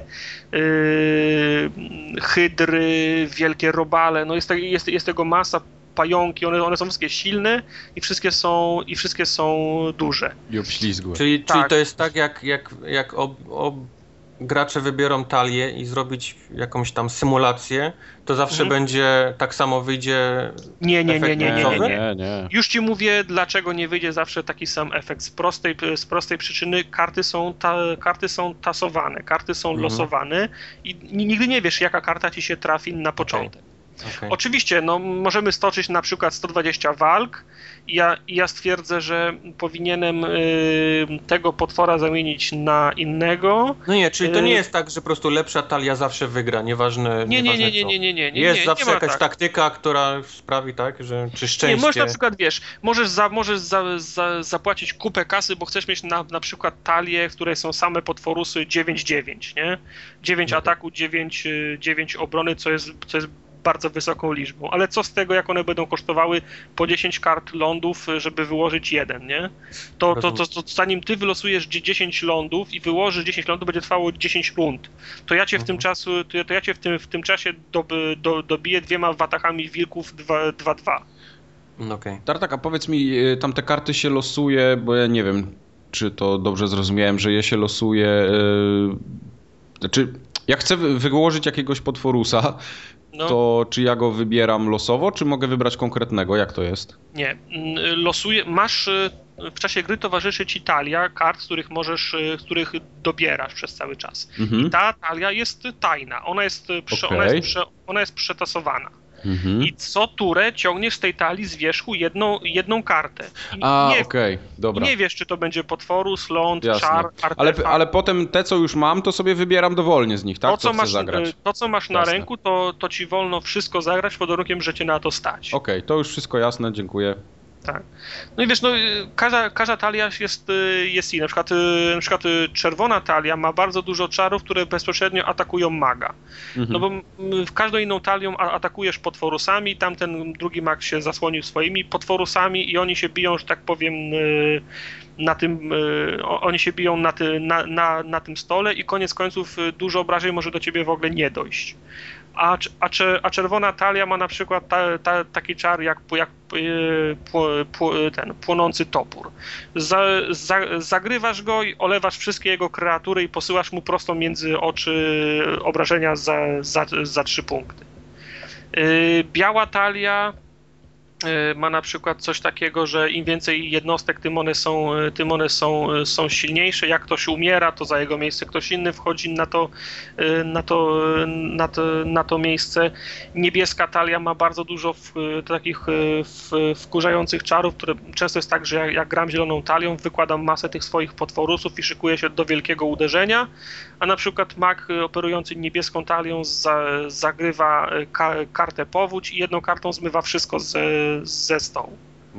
hydry, wielkie robale. No jest tego masa, pająki, one są wszystkie silne i wszystkie są duże. I obślizgłe. Czyli to jest tak, jak gracze wybiorą talię i zrobić jakąś tam symulację, to zawsze będzie, tak samo wyjdzie Nie. Już ci mówię, dlaczego nie wyjdzie zawsze taki sam efekt. Z prostej przyczyny karty są tasowane, karty są losowane i nigdy nie wiesz, jaka karta ci się trafi na początek. Okay. Oczywiście, no możemy stoczyć na przykład 120 walk i ja stwierdzę, że powinienem tego potwora zamienić na innego. No nie, czyli to nie jest tak, że po prostu lepsza talia zawsze wygra, nieważne Nie. Jest zawsze jakaś taktyka, która sprawi tak, że czy szczęście... Nie, możesz na przykład, możesz zapłacić kupę kasy, bo chcesz mieć na przykład talię, w której są same potworusy 9-9, nie? 9 ataku, 9 obrony, co jest bardzo wysoką liczbą, ale co z tego, jak one będą kosztowały po 10 kart lądów, żeby wyłożyć jeden, nie? To zanim ty wylosujesz 10 lądów i wyłożysz 10 lądów, będzie trwało 10 rund. To ja cię w tym czasie dobiję 2 watachami wilków 2-2. Okej. Tartak, a powiedz mi, tam te karty się losuje, bo ja nie wiem, czy to dobrze zrozumiałem, że je się losuje... Znaczy, jak chcę wyłożyć jakiegoś potworusa, to czy ja go wybieram losowo, czy mogę wybrać konkretnego? Jak to jest? Nie. Masz... W czasie gry towarzyszy ci talia kart, z których dobierasz przez cały czas. I ta talia jest tajna. Ona jest przetasowana. I co turę ciągniesz z tej talii z wierzchu jedną kartę. Dobra. Nie wiesz, czy to będzie potworus, ląd, czar, artefakt. Ale potem te, co już mam, to sobie wybieram dowolnie z nich, tak? To, co masz na ręku, to ci wolno wszystko zagrać pod warunkiem, że cię na to stać. Okej, to już wszystko jasne, dziękuję. Tak. No i wiesz, każda talia jest inna. Na przykład czerwona talia ma bardzo dużo czarów, które bezpośrednio atakują maga. No bo w każdą inną talią atakujesz potworusami, tamten drugi mag się zasłonił swoimi potworusami i oni się biją, że tak powiem, na tym stole i koniec końców dużo obrażeń może do ciebie w ogóle nie dojść. A czerwona talia ma na przykład taki czar jak ten płonący topór. Zagrywasz go i olewasz wszystkie jego kreatury i posyłasz mu prosto między oczy obrażenia za 3 punkty. Biała talia ma na przykład coś takiego, że im więcej jednostek, tym one są silniejsze. Jak ktoś umiera, to za jego miejsce ktoś inny wchodzi na to miejsce. Niebieska talia ma bardzo dużo takich wkurzających czarów, które często jest tak, że jak gram zieloną talią, wykładam masę tych swoich potworusów i szykuję się do wielkiego uderzenia, a na przykład mag operujący niebieską talią zagrywa kartę powódź i jedną kartą zmywa wszystko ze stołu.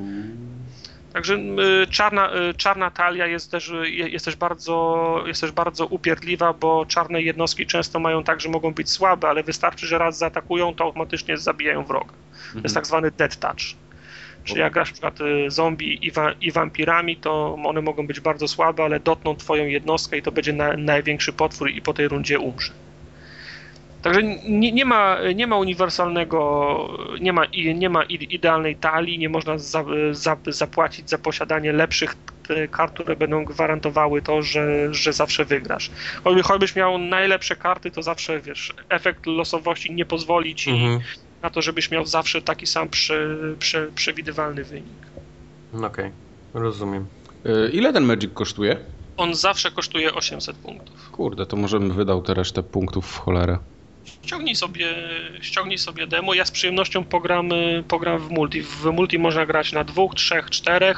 Także czarna talia jest też bardzo upierdliwa, bo czarne jednostki często mają tak, że mogą być słabe, ale wystarczy, że raz zaatakują, to automatycznie zabijają wroga. To jest tak zwany dead touch. Czyli jak grasz na przykład zombie i wampirami, to one mogą być bardzo słabe, ale dotkną twoją jednostkę i to będzie największy potwór i po tej rundzie umrze. Także nie ma uniwersalnego, nie ma idealnej talii, nie można zapłacić za posiadanie lepszych kart, które będą gwarantowały to, że zawsze wygrasz. Choćbyś miał najlepsze karty, to zawsze, wiesz, efekt losowości nie pozwoli ci na to, żebyś miał zawsze taki sam przewidywalny wynik. Okej, rozumiem. Ile ten Magic kosztuje? On zawsze kosztuje 800 punktów. Kurde, to może bym wydał tę resztę punktów w cholerę. Ściągnij sobie demo. Ja z przyjemnością pogram w multi. W multi można grać na 2, 3, 4.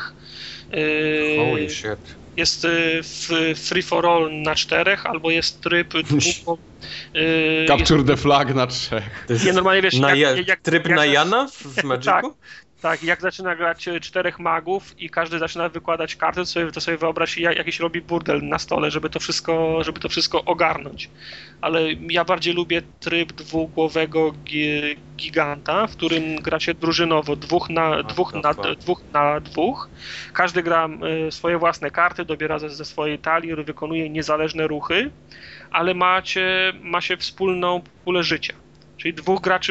Holy shit. Jest free for all na 4, albo jest tryb Capture the flag na 3. Nie, normalnie wiesz, tryb na Jana w Magicu? Tak, jak zaczyna grać 4 magów i każdy zaczyna wykładać karty, to sobie wyobraź, jakiś robi burdel na stole, żeby to wszystko ogarnąć. Ale ja bardziej lubię tryb dwugłowego giganta, w którym gra się drużynowo, 2 na 2. Każdy gra swoje własne karty, dobiera ze swojej talii, wykonuje niezależne ruchy, ale ma się wspólną pulę życia. Czyli 2 graczy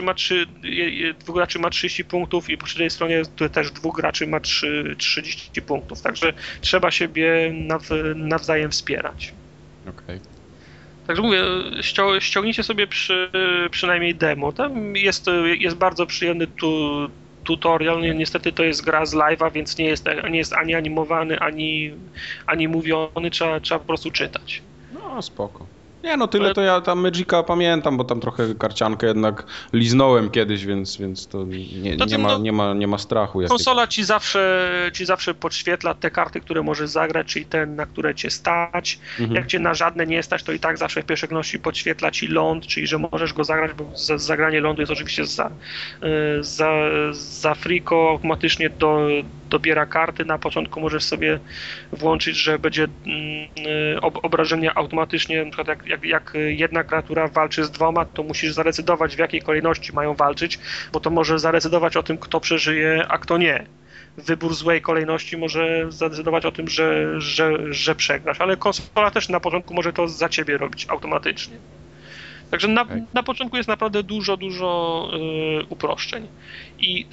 ma 30 punktów i po przeciwnej stronie też 2 graczy ma 30 punktów. Także trzeba siebie nawzajem wspierać. Okay. Także mówię, ściągnijcie sobie przynajmniej demo. Tam jest bardzo przyjemny tutorial. Niestety to jest gra z live'a, więc nie jest ani animowany, ani mówiony. Trzeba po prostu czytać. No spoko. Nie, no tyle to ja tam Magica pamiętam, bo tam trochę karciankę jednak liznąłem kiedyś, więc to nie ma strachu. Konsola ci zawsze podświetla te karty, które możesz zagrać, czyli te, na które cię stać. Jak cię na żadne nie stać, to i tak zawsze w pierwszej kolejności podświetla ci ląd, czyli że możesz go zagrać, bo zagranie lądu jest oczywiście za friko, automatycznie dobiera karty. Na początku możesz sobie włączyć, że będzie obrażenia automatycznie, na przykład jak jedna kreatura walczy z dwoma, to musisz zadecydować, w jakiej kolejności mają walczyć, bo to może zadecydować o tym, kto przeżyje, a kto nie. Wybór złej kolejności może zadecydować o tym, że przegrasz, ale konsola też na początku może to za ciebie robić automatycznie. Także na początku jest naprawdę dużo uproszczeń. I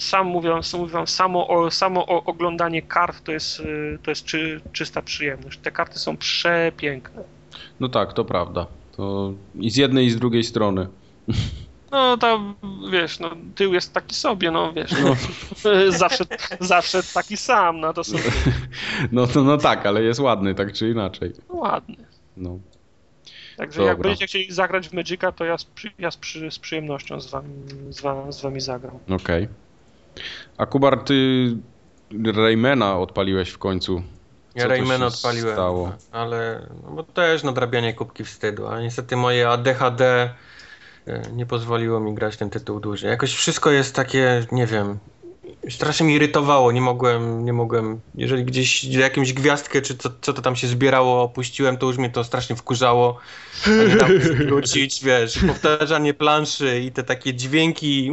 samo oglądanie kart to jest czysta przyjemność. Te karty są przepiękne. No tak, to prawda. To i z jednej i z drugiej strony. No to wiesz, no tył jest taki sobie, no wiesz, no. zawsze taki sam, no to sobie. No tak, ale jest ładny, tak czy inaczej. No, ładny. No. Także Dobra. jak będziecie chcieli zagrać w Magica, to ja z przyjemnością z wami zagram. Okej. A Kubar, ty Raymana odpaliłeś w końcu. Ja Raymana odpaliłem, stało? Ale no bo też nadrabianie kubki wstydu, a niestety moje ADHD nie pozwoliło mi grać ten tytuł dłużej. Jakoś wszystko jest takie, nie wiem, strasznie mi irytowało, nie mogłem, jeżeli gdzieś jakąś gwiazdkę, czy co to tam się zbierało, opuściłem, to już mnie to strasznie wkurzało, a nie dało się wrócić, wiesz, powtarzanie planszy i te takie dźwięki,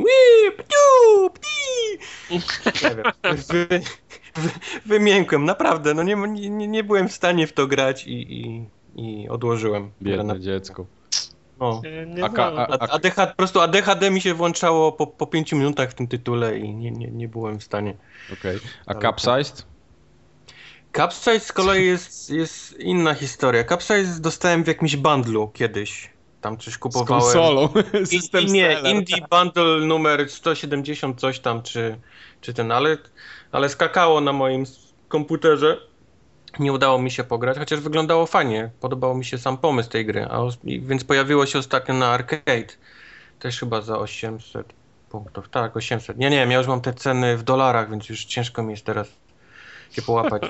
nie wiem, wymiękłem, naprawdę, no nie byłem w stanie w to grać i odłożyłem. Biedne dziecko. No. Po prostu ADHD mi się włączało po 5 minutach w tym tytule i nie byłem w stanie. Okej. A Capsized? Capsized z kolei jest inna historia. Capsized dostałem w jakimś bundlu kiedyś. Tam coś kupowałem. Z konsolą. System Indie Bundle numer 170 coś tam, czy ten, ale skakało na moim komputerze. Nie udało mi się pograć, chociaż wyglądało fajnie. Podobał mi się sam pomysł tej gry, więc pojawiło się ostatnio na Arcade. Też chyba za 800 punktów. Tak, 800. Nie, ja już mam te ceny w dolarach, więc już ciężko mi jest teraz się połapać.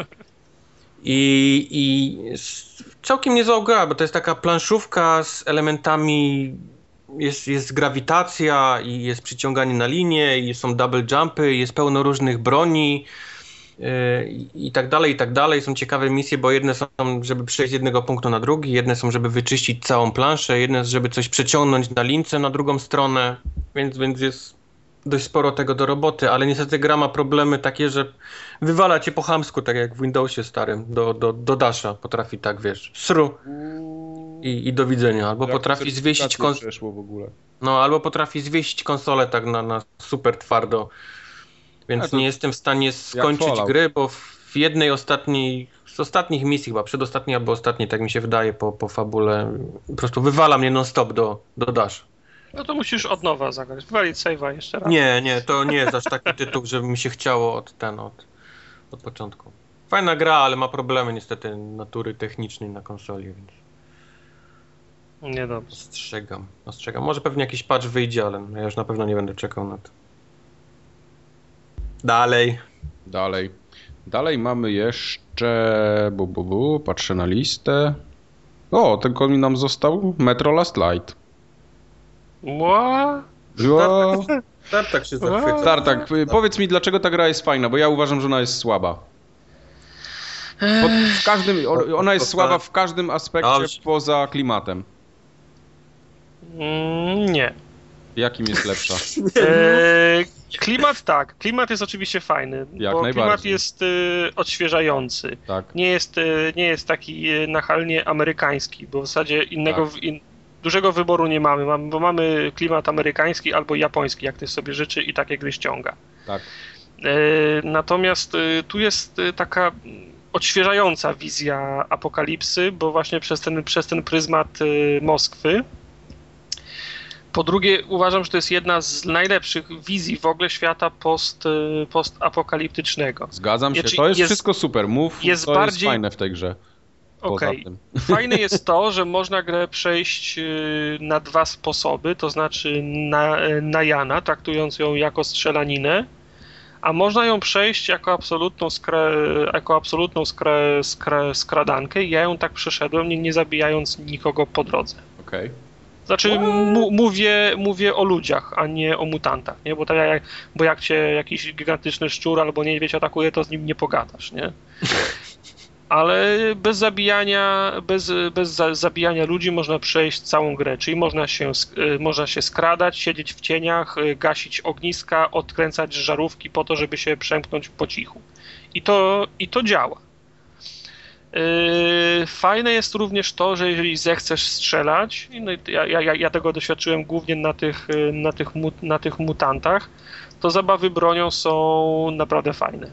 I całkiem niezła gra, bo to jest taka planszówka z elementami, jest grawitacja i jest przyciąganie na linię i są double jumpy, jest pełno różnych broni. I tak dalej. Są ciekawe misje, bo jedne są, żeby przejść z jednego punktu na drugi, jedne są, żeby wyczyścić całą planszę, jedne, żeby coś przeciągnąć na lince na drugą stronę, więc jest dość sporo tego do roboty, ale niestety gra ma problemy takie, że wywala cię po chamsku, tak jak w Windowsie starym, do dasha, potrafi tak, wiesz, sru i do widzenia, albo potrafi zwiesić albo potrafi zwiesić konsolę tak na super twardo. Więc nie jestem w stanie skończyć gry, bo w jednej z ostatnich misji, chyba przedostatniej albo ostatniej, tak mi się wydaje, po fabule, po prostu wywala mnie non-stop do dash. No to musisz od nowa zagrać, wywalić save'a jeszcze raz. Nie, to nie jest aż taki tytuł, żeby mi się chciało od początku. Fajna gra, ale ma problemy niestety natury technicznej na konsoli, więc... Niedobrze. Ostrzegam. Może pewnie jakiś patch wyjdzie, ale ja już na pewno nie będę czekał na to. Dalej mamy jeszcze... Patrzę na listę. O, tylko mi nam został Metro Last Light. Tartak się zachwyca. Tartak, powiedz mi, dlaczego ta gra jest fajna, bo ja uważam, że ona jest słaba. Ona jest słaba w każdym aspekcie poza klimatem. Nie. Jakim jest lepsza? Klimat tak. Klimat jest oczywiście fajny, bo klimat jest odświeżający. Tak. Nie jest taki nachalnie amerykański, bo w zasadzie dużego wyboru nie mamy, bo mamy klimat amerykański albo japoński, jak ktoś sobie życzy i takie gry ściąga. Tak. Natomiast tu jest taka odświeżająca wizja apokalipsy, bo właśnie przez ten pryzmat Moskwy. Po drugie, uważam, że to jest jedna z najlepszych wizji w ogóle świata postapokaliptycznego. Zgadzam się, to jest wszystko super. Jest fajne w tej grze. Okej. Fajne jest to, że można grę przejść na dwa sposoby, to znaczy na Jana, traktując ją jako strzelaninę, a można ją przejść jako absolutną skradankę i ja ją tak przeszedłem, nie zabijając nikogo po drodze. Okej. Znaczy mówię o ludziach, a nie o mutantach, nie? Bo jak cię jakiś gigantyczny szczur albo niedźwiedź atakuje, to z nim nie pogadasz, nie? Ale bez zabijania ludzi można przejść całą grę, czyli można się skradać, siedzieć w cieniach, gasić ogniska, odkręcać żarówki po to, żeby się przemknąć po cichu. I to działa. Fajne jest również to, że jeżeli zechcesz strzelać, no ja tego doświadczyłem głównie na tych mutantach, to zabawy bronią są naprawdę fajne.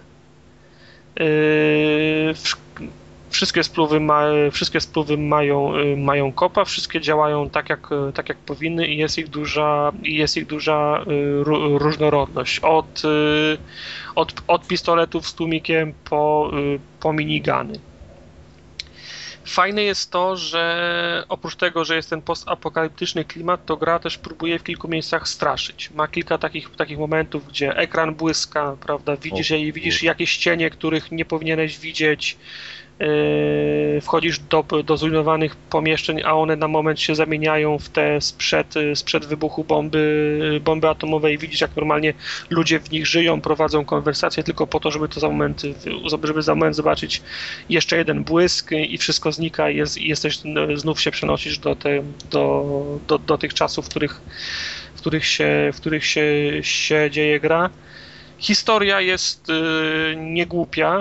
Wszystkie spluwy mają kopa, wszystkie działają tak jak powinny i jest ich duża różnorodność. Od pistoletów z tłumikiem po minigany. Fajne jest to, że oprócz tego, że jest ten postapokaliptyczny klimat, to gra też próbuje w kilku miejscach straszyć. Ma kilka takich momentów, gdzie ekran błyska, prawda, widzisz jakieś cienie, których nie powinieneś widzieć, wchodzisz do zrujnowanych pomieszczeń, a one na moment się zamieniają w te sprzed wybuchu bomby atomowej. Widzisz, jak normalnie ludzie w nich żyją, prowadzą konwersacje tylko po to, żeby za moment zobaczyć jeszcze jeden błysk i wszystko znika i znów się przenosisz do tych czasów, w których się dzieje gra. Historia jest niegłupia,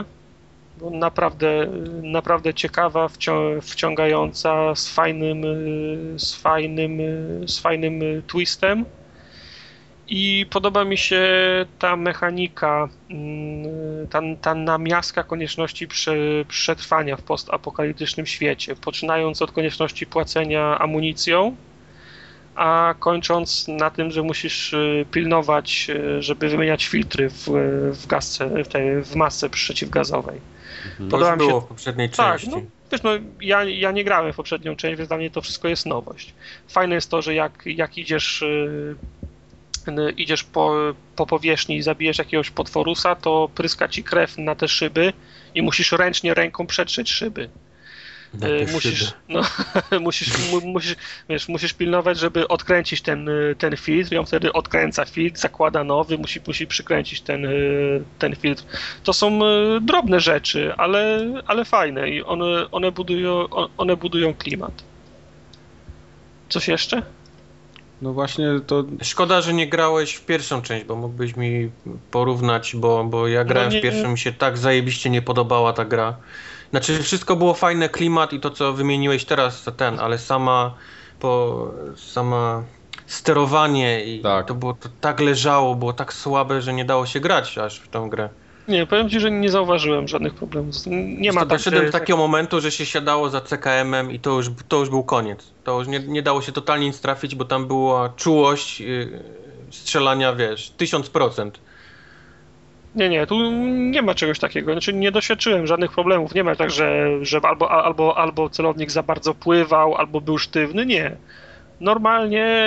naprawdę ciekawa, wciągająca, z fajnym twistem i podoba mi się ta mechanika, ta namiastka konieczności przetrwania w postapokaliptycznym świecie, poczynając od konieczności płacenia amunicją, a kończąc na tym, że musisz pilnować, żeby wymieniać filtry w masce przeciwgazowej. To już było w poprzedniej części. Tak, wiesz, ja nie grałem w poprzednią część, więc dla mnie to wszystko jest nowość. Fajne jest to, że jak idziesz po powierzchni i zabijesz jakiegoś potworusa, to pryska ci krew na te szyby i musisz ręką przetrzeć szyby. Musisz pilnować, żeby odkręcić ten filtr i on wtedy odkręca filtr, zakłada nowy, musi przykręcić ten filtr. To są drobne rzeczy, ale fajne i one budują klimat. Coś jeszcze? No właśnie to... Szkoda, że nie grałeś w pierwszą część, bo mógłbyś mi porównać, bo ja grałem w pierwszą, mi się tak zajebiście nie podobała ta gra. Znaczy wszystko było fajne, klimat i to co wymieniłeś teraz, ale sama sterowanie i tak. to tak leżało, było tak słabe, że nie dało się grać aż w tą grę. Nie, powiem ci, że nie zauważyłem żadnych problemów. Nie ma doszedłem do takiego momentu, że się siadało za CKM-em i to już był koniec. To już nie dało się totalnie nic trafić, bo tam była czułość strzelania, 1000%. Nie, tu nie ma czegoś takiego. Znaczy nie doświadczyłem żadnych problemów. Nie ma tak, że albo celownik za bardzo pływał, albo był sztywny. Nie. Normalnie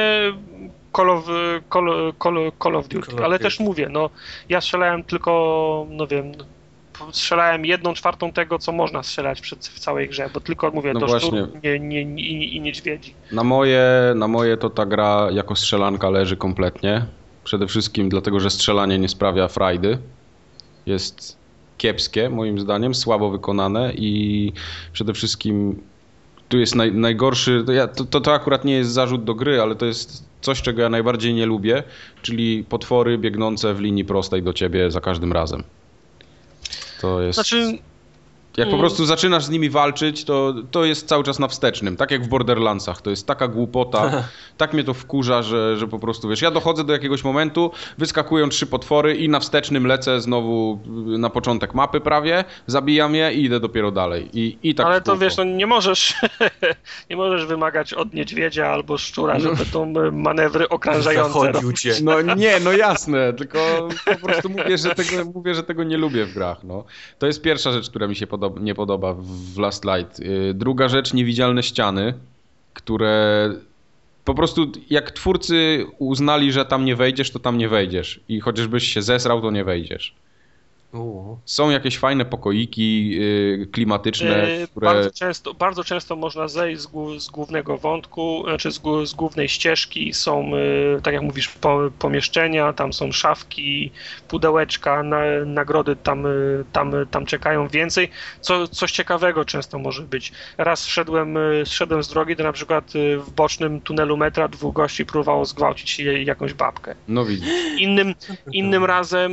Call of Duty. Ale też mówię, ja strzelałem tylko, strzelałem 1/4 tego, co można strzelać w całej grze, bo tylko mówię, do sztur i niedźwiedzi. Na moje to ta gra jako strzelanka leży kompletnie. Przede wszystkim dlatego, że strzelanie nie sprawia frajdy. Jest kiepskie, moim zdaniem, słabo wykonane i przede wszystkim tu jest najgorszy, to akurat nie jest zarzut do gry, ale to jest coś, czego ja najbardziej nie lubię, czyli potwory biegnące w linii prostej do ciebie za każdym razem. To jest... Jak po prostu zaczynasz z nimi walczyć, to jest cały czas na wstecznym, tak jak w Borderlandsach. To jest taka głupota, tak mnie to wkurza, że po prostu, wiesz, ja dochodzę do jakiegoś momentu, wyskakują 3 potwory i na wstecznym lecę znowu na początek mapy prawie, zabijam je i idę dopiero dalej. I tak. Ale to wiesz, nie możesz wymagać od niedźwiedzia albo szczura, że będą manewry okrążające. Jasne, tylko po prostu mówię, że tego nie lubię w grach. To jest pierwsza rzecz, która mi się nie podoba w Last Light. Druga rzecz, niewidzialne ściany, które po prostu jak twórcy uznali, że tam nie wejdziesz, to tam nie wejdziesz. I chociażbyś się zesrał, to nie wejdziesz. Są jakieś fajne pokoiki klimatyczne, które... Bardzo często można zejść z głównego wątku, znaczy z głównej ścieżki. Są, tak jak mówisz, pomieszczenia, tam są szafki, pudełeczka, nagrody tam czekają więcej. Coś ciekawego często może być. Raz zszedłem z drogi, to na przykład w bocznym tunelu metra 2 gości próbowało zgwałcić jakąś babkę. No widzisz. Innym razem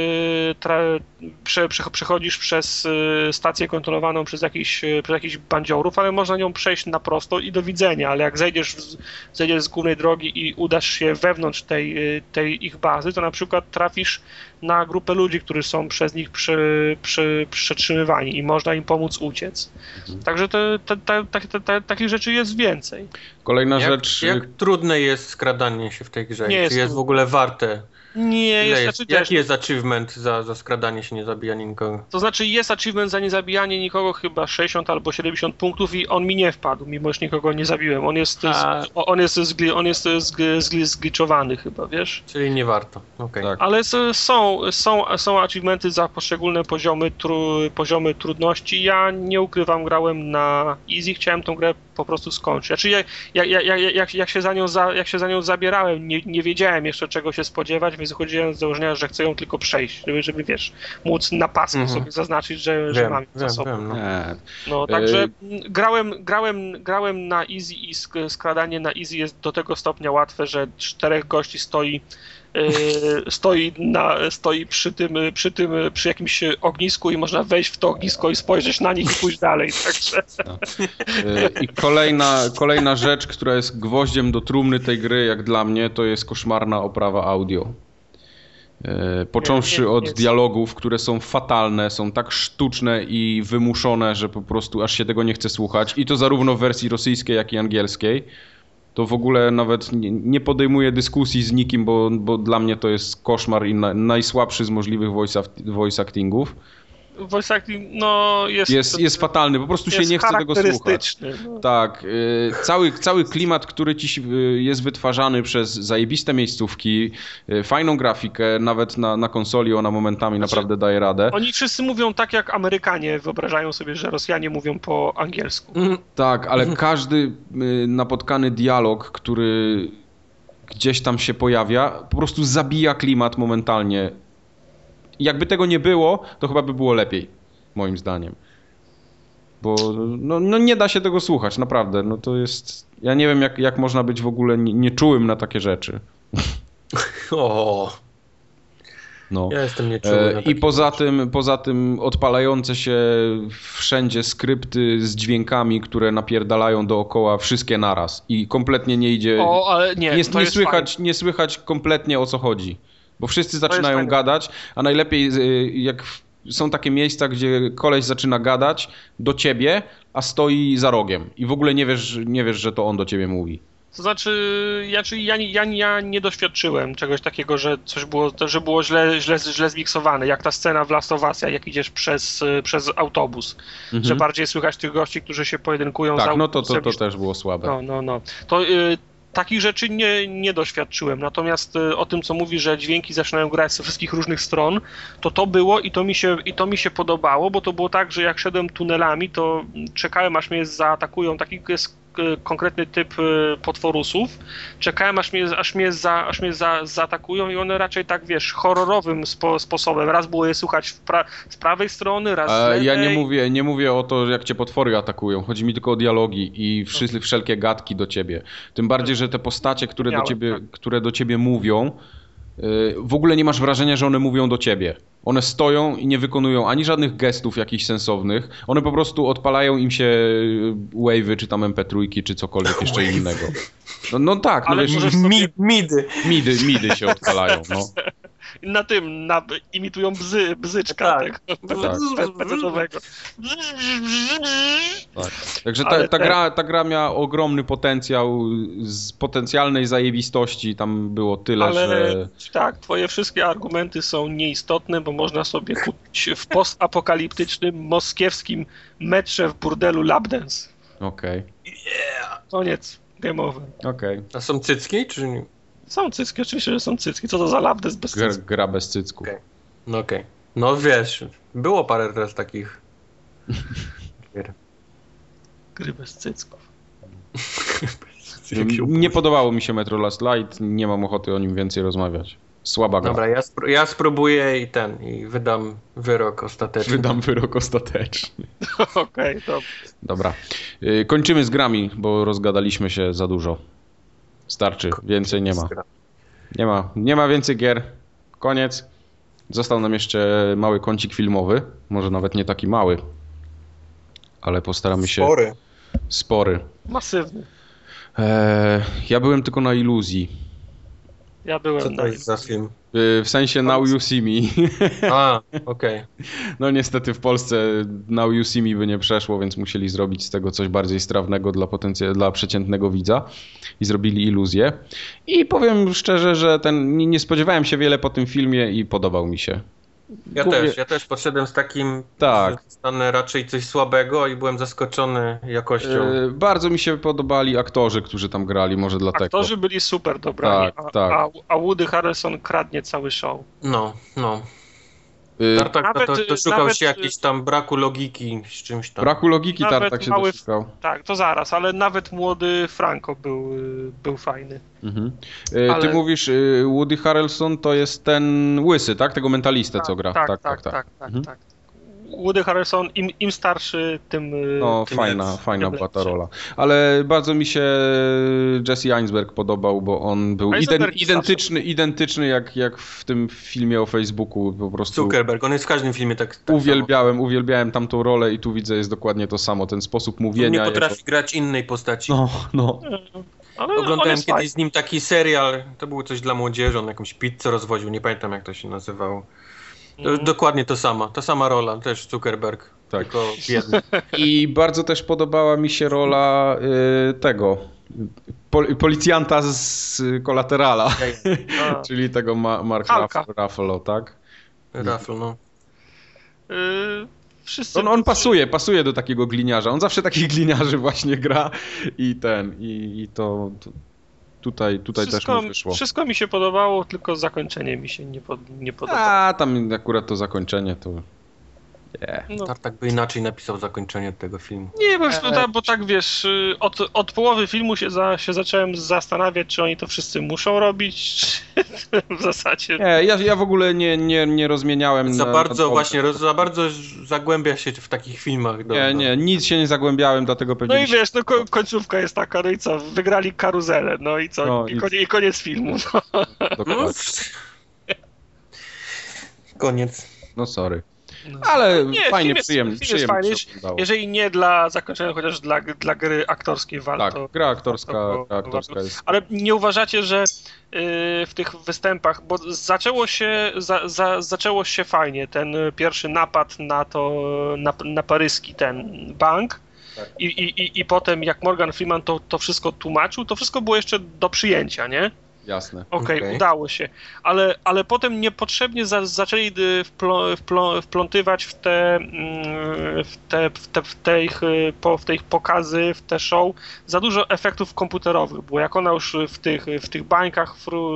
przechodzisz przez stację kontrolowaną przez jakichś bandziorów, ale można nią przejść na prosto i do widzenia, ale jak zejdziesz z głównej drogi i udasz się wewnątrz tej ich bazy, to na przykład trafisz na grupę ludzi, którzy są przez nich przetrzymywani i można im pomóc uciec. Także takich rzeczy jest więcej. Kolejna rzecz... Jak trudne jest skradanie się w tej grze? Nie Czy jest w ogóle warte? Nie, Jaki jest achievement za skradanie się, nie zabijanie nikogo? To znaczy jest achievement za niezabijanie nikogo chyba 60 albo 70 punktów i on mi nie wpadł, mimo że nikogo nie zabiłem. On jest zgliczowany chyba, wiesz? Czyli nie warto, okej. Tak. Ale są achievementy za poszczególne poziomy trudności. Ja nie ukrywam, grałem na easy, chciałem tą grę po prostu skończyć. Znaczy jak się za nią zabierałem, nie wiedziałem jeszcze czego się spodziewać, więc wychodziłem z założenia, że chcę ją tylko przejść, żeby wiesz, móc na pasku sobie zaznaczyć, że mam za sobą. No, także grałem na easy i skradanie na easy jest do tego stopnia łatwe, że 4 gości stoi przy jakimś ognisku i można wejść w to ognisko i spojrzeć na nich i pójść dalej. Także. I kolejna rzecz, która jest gwoździem do trumny tej gry, jak dla mnie, to jest koszmarna oprawa audio. Począwszy od dialogów, które są fatalne, są tak sztuczne i wymuszone, że po prostu aż się tego nie chce słuchać. I to zarówno w wersji rosyjskiej, jak i angielskiej. To w ogóle nawet nie podejmuję dyskusji z nikim, bo dla mnie to jest koszmar i najsłabszy z możliwych voice actingów. Voice acting, no jest fatalny, po prostu się nie chce tego słuchać. No. Tak, cały klimat, który ci jest wytwarzany przez zajebiste miejscówki, fajną grafikę, nawet na konsoli ona momentami naprawdę daje radę. Oni wszyscy mówią tak, jak Amerykanie wyobrażają sobie, że Rosjanie mówią po angielsku. Tak, ale każdy napotkany dialog, który gdzieś tam się pojawia, po prostu zabija klimat momentalnie. Jakby tego nie było, to chyba by było lepiej, moim zdaniem. Bo no nie da się tego słuchać, naprawdę. No to jest... Ja nie wiem, jak można być w ogóle nieczułym na takie rzeczy. No. Ja jestem nieczuły na I poza tym odpalające się wszędzie skrypty z dźwiękami, które napierdalają dookoła wszystkie naraz. I kompletnie nie idzie... ale nie słychać kompletnie o co chodzi. Bo wszyscy zaczynają gadać, a najlepiej jak są takie miejsca, gdzie koleś zaczyna gadać do ciebie, a stoi za rogiem i w ogóle nie wiesz, że to on do ciebie mówi. To znaczy, ja nie doświadczyłem czegoś takiego, że coś było źle zmiksowane, jak ta scena w Last of Us, jak idziesz przez autobus, że bardziej słychać tych gości, którzy się pojedynkują tak, z autobusem. No to też było słabe. No. To takich rzeczy nie doświadczyłem, natomiast o tym, co mówi, że dźwięki zaczynają grać ze wszystkich różnych stron, to było i to mi się podobało, bo to było tak, że jak szedłem tunelami, to czekałem, aż mnie zaatakują, taki jest konkretny typ potworusów, czekałem, aż mnie zaatakują i one raczej tak, wiesz, horrorowym sposobem. Raz było je słuchać z prawej strony, raz z lewej. Ja nie mówię o to, jak cię potwory atakują. Chodzi mi tylko o dialogi i wszelkie gadki do ciebie. Tym bardziej, że te postacie, które do ciebie mówią, w ogóle nie masz wrażenia, że one mówią do ciebie. One stoją i nie wykonują ani żadnych gestów jakichś sensownych. One po prostu odpalają im się wave'y, czy tam MP3, czy cokolwiek jeszcze innego. No tak. Ale wiesz, midy się odpalają, no. Imitują bzyczka PC-owego. Tak. Także ta gra miała ogromny potencjał, z potencjalnej zajebistości tam było tyle, że... Tak, twoje wszystkie argumenty są nieistotne, bo można sobie kupić w postapokaliptycznym moskiewskim metrze w burdelu Lapdance. Okej. Koniec. Game over. Okej. A są cycki, czy nie? Są cycki, oczywiście, że są cycki. Co to za Lapdance bez cycków? Gra bez cycków. No okej. No wiesz, było parę teraz takich gier. Gry bez cycków. Nie podobało mi się Metro Last Light, nie mam ochoty o nim więcej rozmawiać. Słaba gra. Dobra, ja spróbuję i wydam wyrok ostateczny. Wydam wyrok ostateczny. Okej, to Dobra. Kończymy z grami, bo rozgadaliśmy się za dużo. Starczy, więcej nie ma. Nie ma więcej gier. Koniec. Został nam jeszcze mały kącik filmowy. Może nawet nie taki mały. Ale postaramy się... Spory. masywny. Ja byłem tylko na iluzji. Ja byłem Co to jest za film? W sensie Now You See Me. A, okej. No niestety w Polsce Now You See Me by nie przeszło, więc musieli zrobić z tego coś bardziej strawnego dla przeciętnego widza. I zrobili iluzję. I powiem szczerze, że nie spodziewałem się wiele po tym filmie i podobał mi się. Ja też podszedłem z takim, Tak. że dostanę raczej coś słabego i byłem zaskoczony jakością. Bardzo mi się podobali aktorzy, którzy tam grali, może dlatego. Aktorzy byli super dobrani, Tak. a Woody Harrelson kradnie cały show. No. Tartak Nawet- to szukał nawet- się jakiś tam braku logiki z czymś tam. Braku logiki Nawet Tartak się mały- doszukał. Tak, to zaraz, ale nawet młody Franco był fajny. Mhm. Ale- Ty mówisz Woody Harrelson to jest ten łysy, tak? Tego mentalistę, co gra. Tak. Mhm. Woody Harrelson, im starszy, tym... No, tym fajna tym była ta lepszy. rola. Ale bardzo mi się Jesse Einsberg podobał, bo on był Eisenberg identyczny jak w tym filmie o Facebooku. Po prostu Zuckerberg, on jest w każdym filmie tak uwielbiałem tamtą rolę i tu widzę jest dokładnie to samo. Ten sposób samo. On mówienia. nie potrafi grać innej postaci. No. Ale on Oglądałem jest kiedyś fajny. z nim taki serial, to było coś dla młodzieży, on jakąś pizzę rozwoził, nie pamiętam jak to się nazywało. Dokładnie ta sama rola, też Zuckerberg, Tak. tylko biedny. I bardzo też podobała mi się rola tego policjanta z Kolaterala, A. czyli tego Mark Hulka. Ruffalo, tak? Rafl, no. Wszyscy... On pasuje do takiego gliniarza. On zawsze takich gliniarzy właśnie gra i to tutaj też mu wyszło. Wszystko mi się podobało, tylko zakończenie mi się nie podobało. A tam akurat to zakończenie to... Nie. No, Tartak by inaczej napisał zakończenie tego filmu. nie, bo tak wiesz, od połowy filmu się zacząłem zastanawiać, czy oni to wszyscy muszą robić, czy w zasadzie... Nie, ja w ogóle nie rozmieniałem. Za bardzo zagłębia się w takich filmach. Nie, nic się nie zagłębiałem, dlatego pewnie... No i wiesz, końcówka jest taka, no i co, wygrali karuzelę, no i co, No i koniec filmu. No. Dokładnie. Koniec. No sorry. Ale fajnie, przyjemnie film jest fajny, się oglądało. jeżeli nie dla zakończenia, chociaż dla gry aktorskiej warto. Tak, gra aktorska jest... Ale nie uważacie, że w tych występach, bo zaczęło się fajnie, ten pierwszy napad na paryski ten bank, tak. I potem jak Morgan Freeman to wszystko tłumaczył, to wszystko było jeszcze do przyjęcia, nie? Jasne. Okej, udało się. Ale potem niepotrzebnie zaczęli wplątywać w te ich pokazy, w te show za dużo efektów komputerowych, bo jak ona już w tych bańkach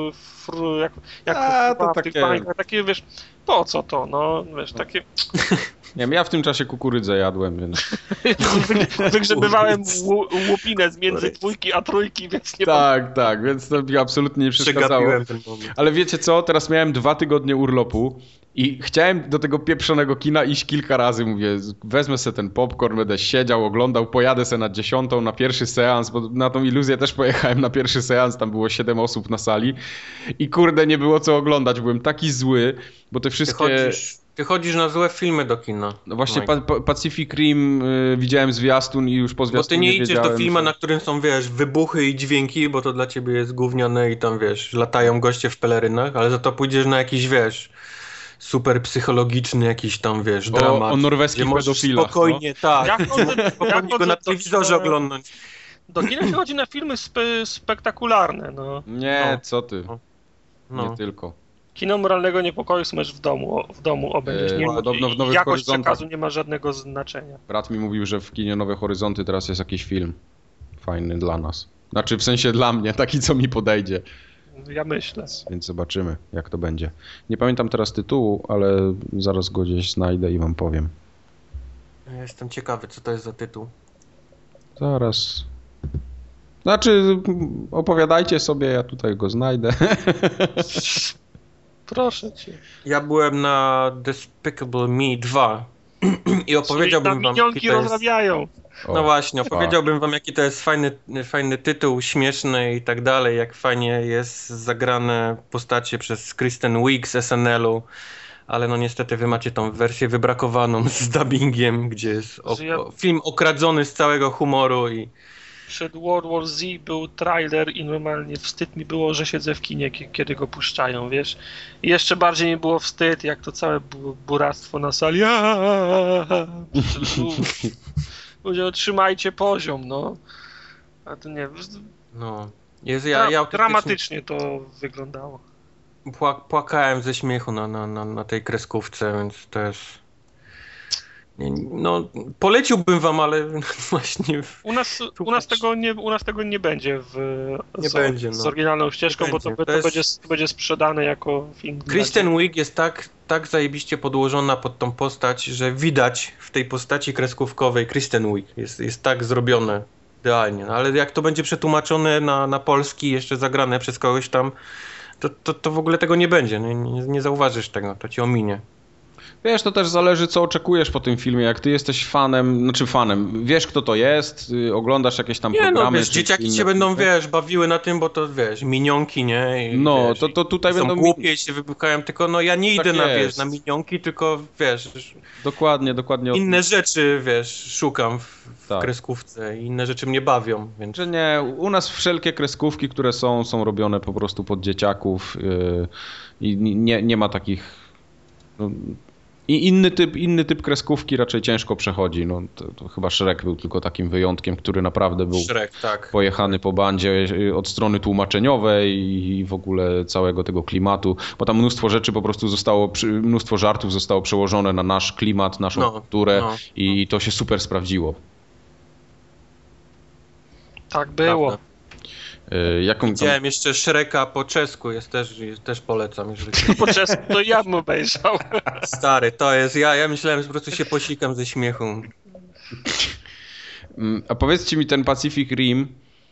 to w tych bańkach, takie wiesz, po co to, no wiesz, takie... Nie wiem, ja w tym czasie kukurydzę jadłem, więc... Wygrzebywałem łupinę między 2 a 3, więc nie... Tak, więc to mi absolutnie nie przeszkadzało. Ten moment. Ale wiecie co, teraz miałem 2 tygodnie urlopu i chciałem do tego pieprzonego kina iść kilka razy, mówię, wezmę sobie ten popcorn, będę siedział, oglądał, pojadę sobie na 10 na pierwszy seans, bo na tą iluzję też pojechałem na pierwszy seans, tam było 7 osób na sali i kurde, nie było co oglądać, byłem taki zły, bo te wszystkie... Ty chodzisz na złe filmy do kina. No właśnie Pacific Rim widziałem zwiastun i już po zwiastunie bo ty nie idziesz do filmu, że... na którym są, wiesz, wybuchy i dźwięki, bo to dla ciebie jest gówniane i tam, wiesz, latają goście w pelerynach, ale za to pójdziesz na jakiś, wiesz, super psychologiczny jakiś tam, wiesz, dramat. O norweskich pedofilach. Spokojnie, no. Tak. Jak go na telewizorze oglądnąć. Do kina się chodzi na filmy spektakularne, no. Nie, co ty. No. Nie tylko. Kino moralnego niepokoju smash w domu obejrzeć. Podobno w Nowych Jakość Horyzontach. przekazu nie ma żadnego znaczenia. Brat mi mówił, że w kinie Nowe Horyzonty teraz jest jakiś film fajny dla nas. Znaczy w sensie dla mnie, taki co mi podejdzie. Ja myślę. Więc zobaczymy, jak to będzie. Nie pamiętam teraz tytułu, ale zaraz go gdzieś znajdę i wam powiem. Ja jestem ciekawy, co to jest za tytuł. Zaraz. Znaczy, opowiadajcie sobie, ja tutaj go znajdę. Proszę cię. Ja byłem na Despicable Me 2 i opowiedziałbym wam, minionki jaki to jest... rozrabiają. No właśnie, opowiedziałbym wam, jaki to jest fajny tytuł, śmieszny i tak dalej, jak fajnie jest zagrane postacie przez Kristen Wiig z SNL-u, ale no niestety wy macie tą wersję wybrakowaną z dubbingiem, gdzie jest film okradzony z całego humoru i... Przed World War Z był trailer i normalnie wstyd mi było, że siedzę w kinie, kiedy go puszczają, wiesz. I jeszcze bardziej mi było wstyd, jak to całe buractwo na sali. Ludzie, trzymajcie poziom, no. A to nie... No. Ja dramatycznie to wyglądało. Płakałem ze śmiechu na tej kreskówce, więc to jest... No, poleciłbym wam, ale właśnie... U nas tego nie będzie z oryginalną ścieżką, bo to będzie sprzedane jako film. Kristen Wiig jest tak zajebiście podłożona pod tą postać, że widać w tej postaci kreskówkowej Kristen Wiig. Jest tak zrobione idealnie. No, ale jak to będzie przetłumaczone na polski, jeszcze zagrane przez kogoś tam, to w ogóle tego nie będzie. Nie zauważysz tego, to ci ominie. Wiesz, to też zależy, co oczekujesz po tym filmie. Jak ty jesteś fanem, wiesz, kto to jest, oglądasz jakieś tam programy. No, wiesz, dzieciaki się będą, bawiły na tym, bo to, minionki, nie? I, no, to tutaj są będą... głupie i się wybuchają, tylko no ja nie idę na minionki, tylko, Dokładnie. Inne rzeczy, szukam w kreskówce i inne rzeczy mnie bawią, więc... Że nie, u nas wszelkie kreskówki, które są robione po prostu pod dzieciaków i nie ma takich... No, i inny typ kreskówki raczej ciężko przechodzi. No, to chyba Shrek był tylko takim wyjątkiem, który naprawdę był pojechany po bandzie od strony tłumaczeniowej i w ogóle całego tego klimatu, bo tam mnóstwo rzeczy po prostu mnóstwo żartów zostało przełożone na nasz klimat, naszą kulturę i to się super sprawdziło. Tak było. Prawda. Widziałem jeszcze Shreka po czesku, też polecam. Po czesku to ja bym obejrzał. Stary, to jest, ja myślałem, że po prostu się posikam ze śmiechu. A powiedzcie mi ten Pacific Rim,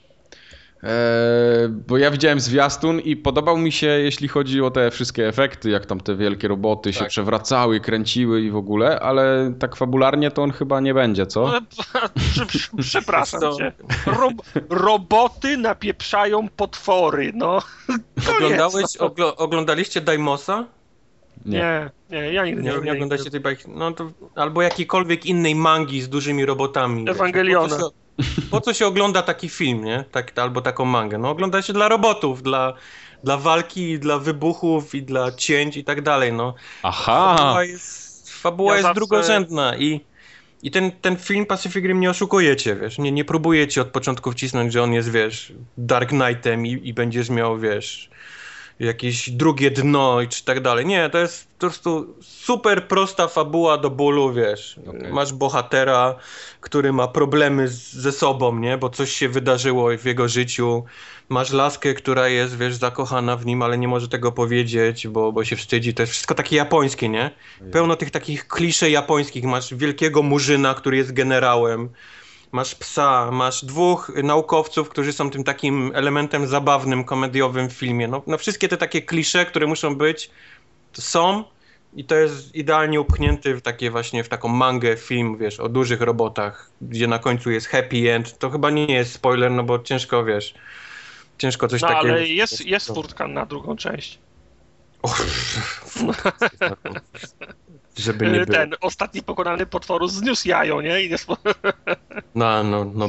bo ja widziałem zwiastun i podobał mi się, jeśli chodzi o te wszystkie efekty, jak tam te wielkie roboty się przewracały, kręciły i w ogóle, ale tak fabularnie to on chyba nie będzie, co? Przepraszam cię. Roboty napieprzają potwory, no. Oglądaliście Daimosa? Nie, ja nigdy nie oglądacie tej bajki. No to albo jakiejkolwiek innej mangi z dużymi robotami. Ewangeliona. Po co się ogląda taki film, nie? Albo taką mangę? No ogląda się dla robotów, dla walki, dla wybuchów i dla cięć i tak dalej, no. Aha! Fabuła jest drugorzędna i ten film Pacific Rim nie oszukujecie, nie próbujecie od początku wcisnąć, że on jest, Dark Knightem i będziesz miał, jakieś drugie dno czy tak dalej. Nie, to jest po prostu super prosta fabuła do bólu, Okay. Masz bohatera, który ma problemy ze sobą, nie? Bo coś się wydarzyło w jego życiu. Masz laskę, która jest, zakochana w nim, ale nie może tego powiedzieć, bo się wstydzi. To jest wszystko takie japońskie, nie? Pełno tych takich klisze japońskich. Masz wielkiego murzyna, który jest generałem. Masz psa, masz dwóch naukowców, którzy są tym takim elementem zabawnym, komediowym w filmie. No wszystkie te takie klisze, które muszą być, to są i to jest idealnie upchnięty w taką mangę film, o dużych robotach, gdzie na końcu jest happy end. To chyba nie jest spoiler, no bo ciężko, ciężko coś takiego... ale jest furtka na drugą część. Żeby nie było. Ten ostatni pokonany potworu zniósł jajo, nie? No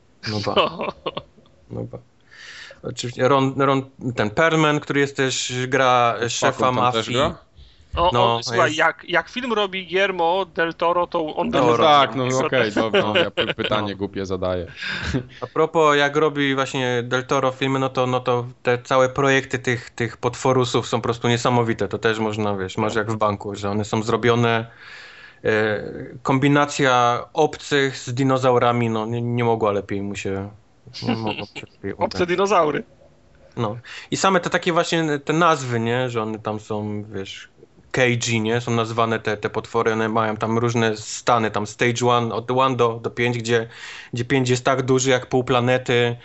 ba. Oczywiście ten Perlman, który jest też gra szefa mafii. Słuchaj, jak film robi Guillermo del Toro, to on będzie... okej, dobra, ja pytanie głupie zadaję. A propos, jak robi właśnie del Toro filmy, no to te całe projekty tych potworusów są po prostu niesamowite. To też można, masz jak w banku, że one są zrobione... Kombinacja obcych z dinozaurami, no nie mogła lepiej mu się... Obce dinozaury. No. I same te takie właśnie te nazwy, nie? Że one tam są, wiesz, KG, nie? Są nazwane te potwory, one mają tam różne stany, tam stage 1, od 1 do 5, gdzie 5 jest tak duży jak pół planety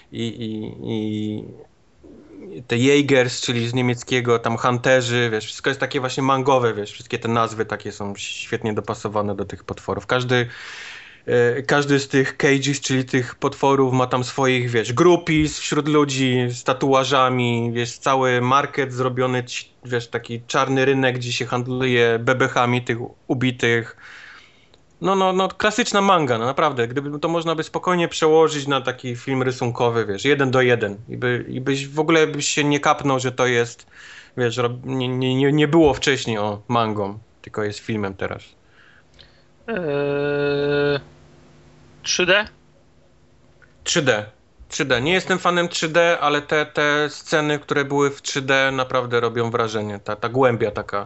i te Jägers, czyli z niemieckiego, tam Hunterzy, wiesz, wszystko jest takie właśnie mangowe, wiesz, wszystkie te nazwy takie są świetnie dopasowane do tych potworów. Każdy z tych cages, czyli tych potworów ma tam swoich, wiesz, groupies wśród ludzi z tatuażami, wiesz, cały market zrobiony, wiesz, taki czarny rynek, gdzie się handluje bebechami tych ubitych. No, klasyczna manga, no naprawdę. Gdyby to można by spokojnie przełożyć na taki film rysunkowy, wiesz, 1:1 i byś w ogóle byś się nie kapnął, że to jest, wiesz, nie było wcześniej mangą, tylko jest filmem teraz. 3D? 3D. Nie jestem fanem 3D, ale te sceny, które były w 3D naprawdę robią wrażenie. Ta głębia taka.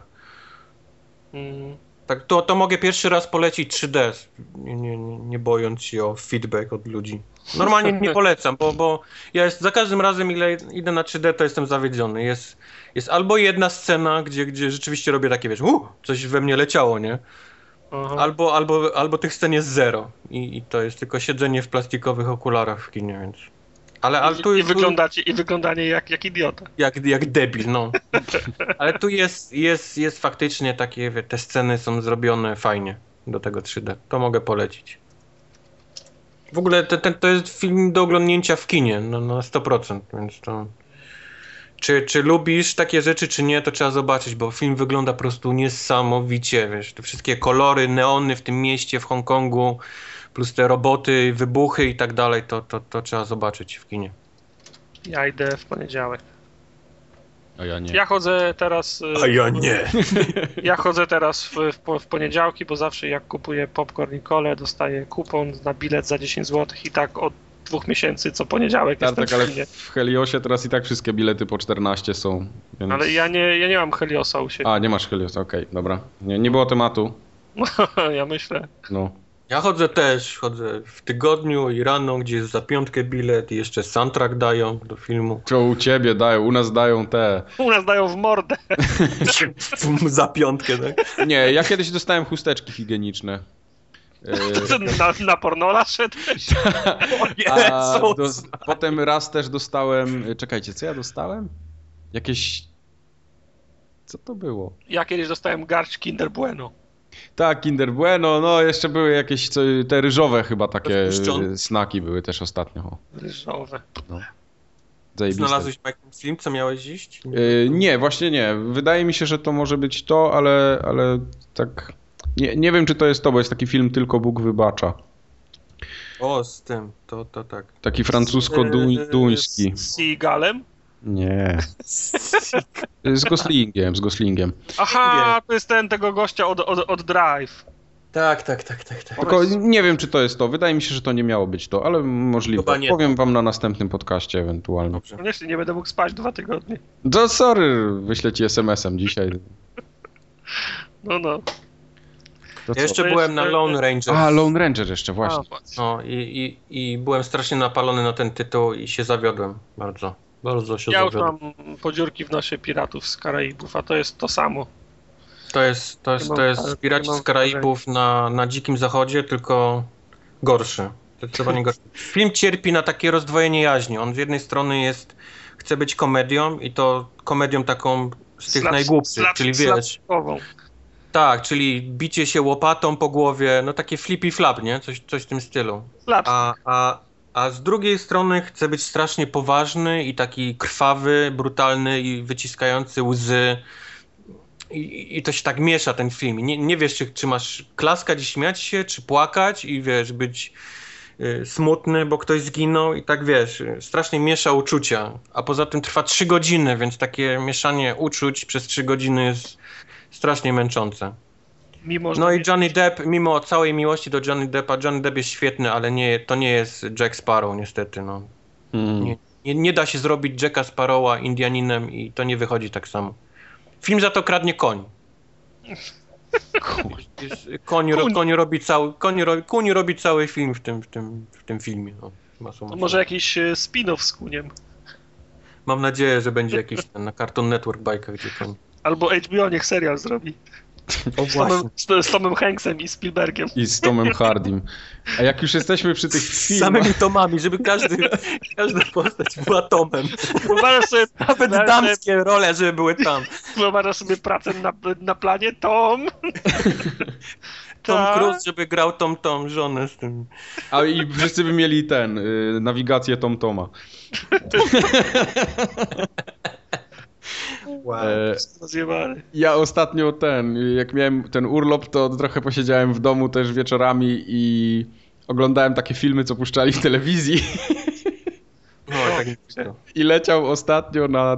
Tak, to mogę pierwszy raz polecić 3D, nie bojąc się o feedback od ludzi. Normalnie nie polecam, bo ja za każdym razem, ile idę na 3D, to jestem zawiedziony. Jest albo jedna scena, gdzie rzeczywiście robię takie, wiesz, coś we mnie leciało, nie? Albo tych scen jest zero i to jest tylko siedzenie w plastikowych okularach w kinie, więc... Ale tu I wyglądanie jak idiota. Jak debil, no. Ale tu jest faktycznie takie, te sceny są zrobione fajnie do tego 3D. To mogę polecić. W ogóle to jest film do oglądnięcia w kinie, no, na 100%, więc to... Czy lubisz takie rzeczy, czy nie, to trzeba zobaczyć, bo film wygląda po prostu niesamowicie, wiesz, te wszystkie kolory, neony w tym mieście, w Hongkongu, plus te roboty, wybuchy i tak dalej, to trzeba zobaczyć w kinie. Ja idę w poniedziałek. A ja nie. Ja chodzę teraz... A ja nie. Ja chodzę teraz w poniedziałki, bo zawsze jak kupuję popcorn i kolę, dostaję kupon na bilet za 10 zł i tak od 2 miesięcy co poniedziałek jestem ale w kinie. w Heliosie teraz i tak wszystkie bilety po 14 są. Więc... Ale ja nie mam Heliosa u siebie. A, nie masz Heliosa, okej, dobra. Nie było tematu. Ja myślę. No. Ja chodzę w tygodniu i rano, gdzie jest za 5 bilet i jeszcze soundtrack dają do filmu. Co u ciebie dają? U nas dają te... U nas dają w mordę. Za 5, tak? Nie, ja kiedyś dostałem chusteczki higieniczne. Na pornola szedłeś? Potem raz też dostałem... Czekajcie, co ja dostałem? Jakieś... Co to było? Ja kiedyś dostałem garść Kinder Bueno. Tak, Kinder Bueno, no jeszcze były jakieś te ryżowe chyba takie snaki były też ostatnio. Ryżowe. No. Zajebiste. Znalazłeś jakiś film, co miałeś iść? Nie, właśnie nie. Wydaje mi się, że to może być to, ale tak... Nie wiem, czy to jest to, bo jest taki film Tylko Bóg wybacza. O, z tym, to tak. Taki francusko-duński. Z Seagalem? Nie. Z Goslingiem. Aha, to jest tego gościa od Drive. Tak. Tylko nie wiem, czy to jest to. Wydaje mi się, że to nie miało być to, ale możliwe. Powiem wam na następnym podcaście ewentualnie. Dobrze. Koniecznie nie będę mógł spać 2 tygodnie. To sorry, wyślę ci SMS-em dzisiaj. Ja jeszcze byłem na Lone Ranger. A, Lone Ranger jeszcze, właśnie. No i byłem strasznie napalony na ten tytuł i się zawiodłem bardzo. Bardzo się zawiodłem. Ja już mam podziurki w nosie Piratów z Karaibów, a to jest to samo. To jest Piraci z Karaibów na Dzikim Zachodzie, tylko gorszy. Zdecydowanie gorszy. Film cierpi na takie rozdwojenie jaźni. On z jednej strony chce być komedią i to komedią taką z tych najgłupszych, czyli wiesz... Tak, czyli bicie się łopatą po głowie, no takie flippy flap, nie? Coś w tym stylu. A z drugiej strony chce być strasznie poważny i taki krwawy, brutalny i wyciskający łzy. I to się tak miesza, ten film. Nie wiesz, czy masz klaskać i śmiać się, czy płakać i wiesz, być smutny, bo ktoś zginął i tak wiesz, strasznie miesza uczucia. A poza tym trwa 3 godziny, więc takie mieszanie uczuć przez 3 godziny jest strasznie męczące. No i Johnny Depp, mimo całej miłości do Johnny Deppa, Johnny Depp jest świetny, ale to nie jest Jack Sparrow niestety. No. Nie da się zrobić Jacka Sparrowa Indianinem i to nie wychodzi tak samo. Film za to kradnie koń. Koń robi cały film w tym filmie. No. To może jakiś spin-off z kuniem. Mam nadzieję, że będzie jakiś ten na Cartoon Network bajka, gdzie tam... Albo HBO niech serial zrobi. O właśnie. Z Tomem Hanksem i Spielbergiem. I z Tomem Hardym. A jak już jesteśmy przy tych Z filmach... samymi tomami, żeby każda postać była tomem. Wyobrażasz sobie, Nawet damskie role, żeby były tam. wyobrażasz sobie pracę na planie Tom. Tom Tak. Cruise, żeby grał tą żonę z tym. A i wszyscy by mieli nawigację Tom-Toma. Rozjebany. Ja ostatnio jak miałem ten urlop, to trochę posiedziałem w domu też wieczorami i oglądałem takie filmy, co puszczali w telewizji. No, tak I leciał ostatnio na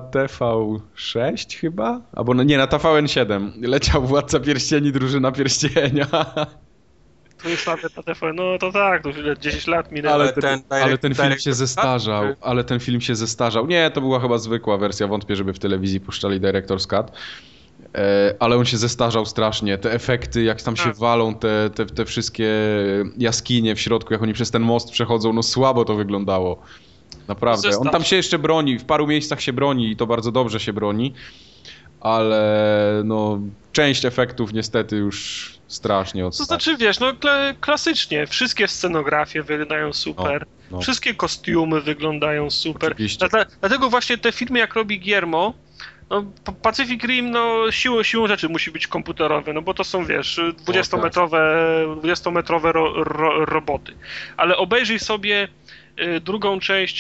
TV6 chyba? Albo nie, na TVN7. Leciał Władca Pierścieni, Drużyna Pierścienia. Tu jest nawet na TVN, no to tak, to już 10 lat minęło. Ale ten film się zestarzał. Ale ten film się zestarzał. Nie, to była chyba zwykła wersja. Wątpię, żeby w telewizji puszczali Director's Cut. Ale on się zestarzał strasznie. Te efekty, jak tam się walą, te wszystkie jaskinie w środku, jak oni przez ten most przechodzą, no słabo to wyglądało. Naprawdę. On tam się jeszcze broni, w paru miejscach się broni i to bardzo dobrze się broni, ale no część efektów niestety już strasznie To odstaje. znaczy, wiesz, no klasycznie, wszystkie scenografie wyglądają super, No. wszystkie kostiumy wyglądają super. Oczywiście. Dlatego właśnie te filmy, jak robi Guillermo, no Pacific Rim, no siłą rzeczy musi być komputerowe, no bo to są, wiesz, 20-metrowe roboty. Ale obejrzyj sobie drugą część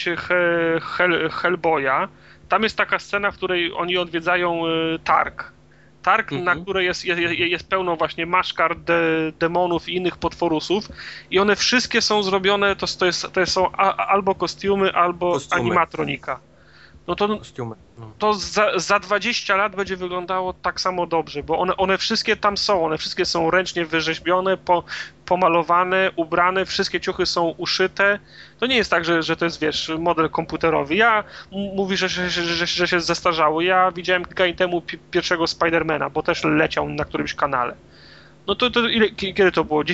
Hellboya. Tam jest taka scena, w której oni odwiedzają targ. Targ, na której jest pełno właśnie maszkar, demonów i innych potworusów i one wszystkie są zrobione, to są albo kostiumy, albo animatronika. No to za 20 lat będzie wyglądało tak samo dobrze, bo one wszystkie tam są, one wszystkie są ręcznie wyrzeźbione, pomalowane, ubrane, wszystkie ciuchy są uszyte. To nie jest tak, że to jest, wiesz, model komputerowy. Mówisz, że się zestarzało. Ja widziałem kilka dni temu pierwszego Spidermana, bo też leciał na którymś kanale. No to kiedy to było?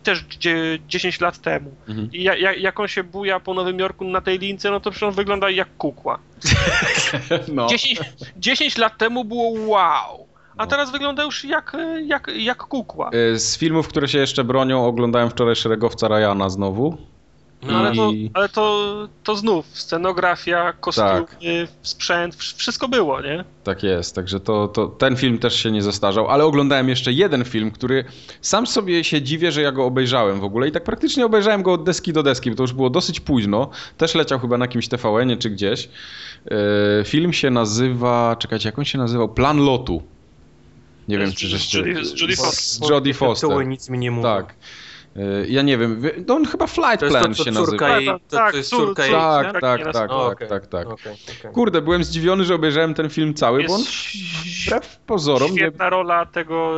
10 lat temu. I jak on się buja po Nowym Jorku na tej lince, no to przecież on wygląda jak kukła. No. 10 lat temu było wow, a teraz wygląda już jak kukła. Z filmów, które się jeszcze bronią, oglądałem wczoraj Szeregowca Ryana znowu. No ale to znów scenografia, kostiumy, sprzęt, wszystko było, nie? Tak jest, także ten film też się nie zestarzał, ale oglądałem jeszcze jeden film, który sam sobie się dziwię, że ja go obejrzałem w ogóle i tak praktycznie obejrzałem go od deski do deski, bo to już było dosyć późno, też leciał chyba na jakimś TVN-ie czy gdzieś. Film się nazywa, czekajcie, jak on się nazywał? Plan lotu. Nie wiem, czy żeście... Z Jodie Foster. Nic mi nie mówi. Tak. Ja nie wiem, no on chyba Flight Plan się nazywa. To jest córka jej. Tak. Kurde, byłem zdziwiony, że obejrzałem ten film cały, bo on wbrew pozorom... Świetna rola tego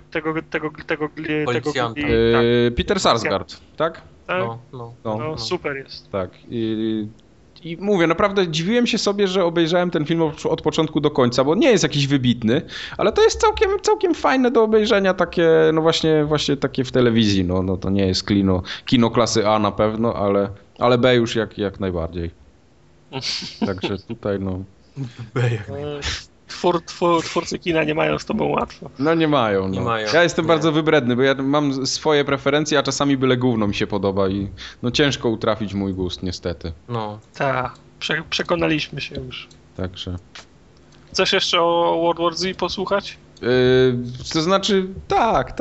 policjanta. Peter Sarsgaard, tak? No, super jest. Tak. I mówię, naprawdę dziwiłem się sobie, że obejrzałem ten film od początku do końca, bo nie jest jakiś wybitny, ale to jest całkiem fajne do obejrzenia, takie, no właśnie takie w telewizji, no to nie jest kino klasy A na pewno, ale B już jak najbardziej. Także tutaj B jak najbardziej. Twórcy kina nie mają z tobą łatwo. No nie mają. No. Nie mają. Ja jestem bardzo wybredny, bo ja mam swoje preferencje, a czasami byle gówno mi się podoba i no ciężko utrafić mój gust, niestety. No. Tak, przekonaliśmy się już. Także... Chcesz jeszcze o World War Z posłuchać? To znaczy, tak.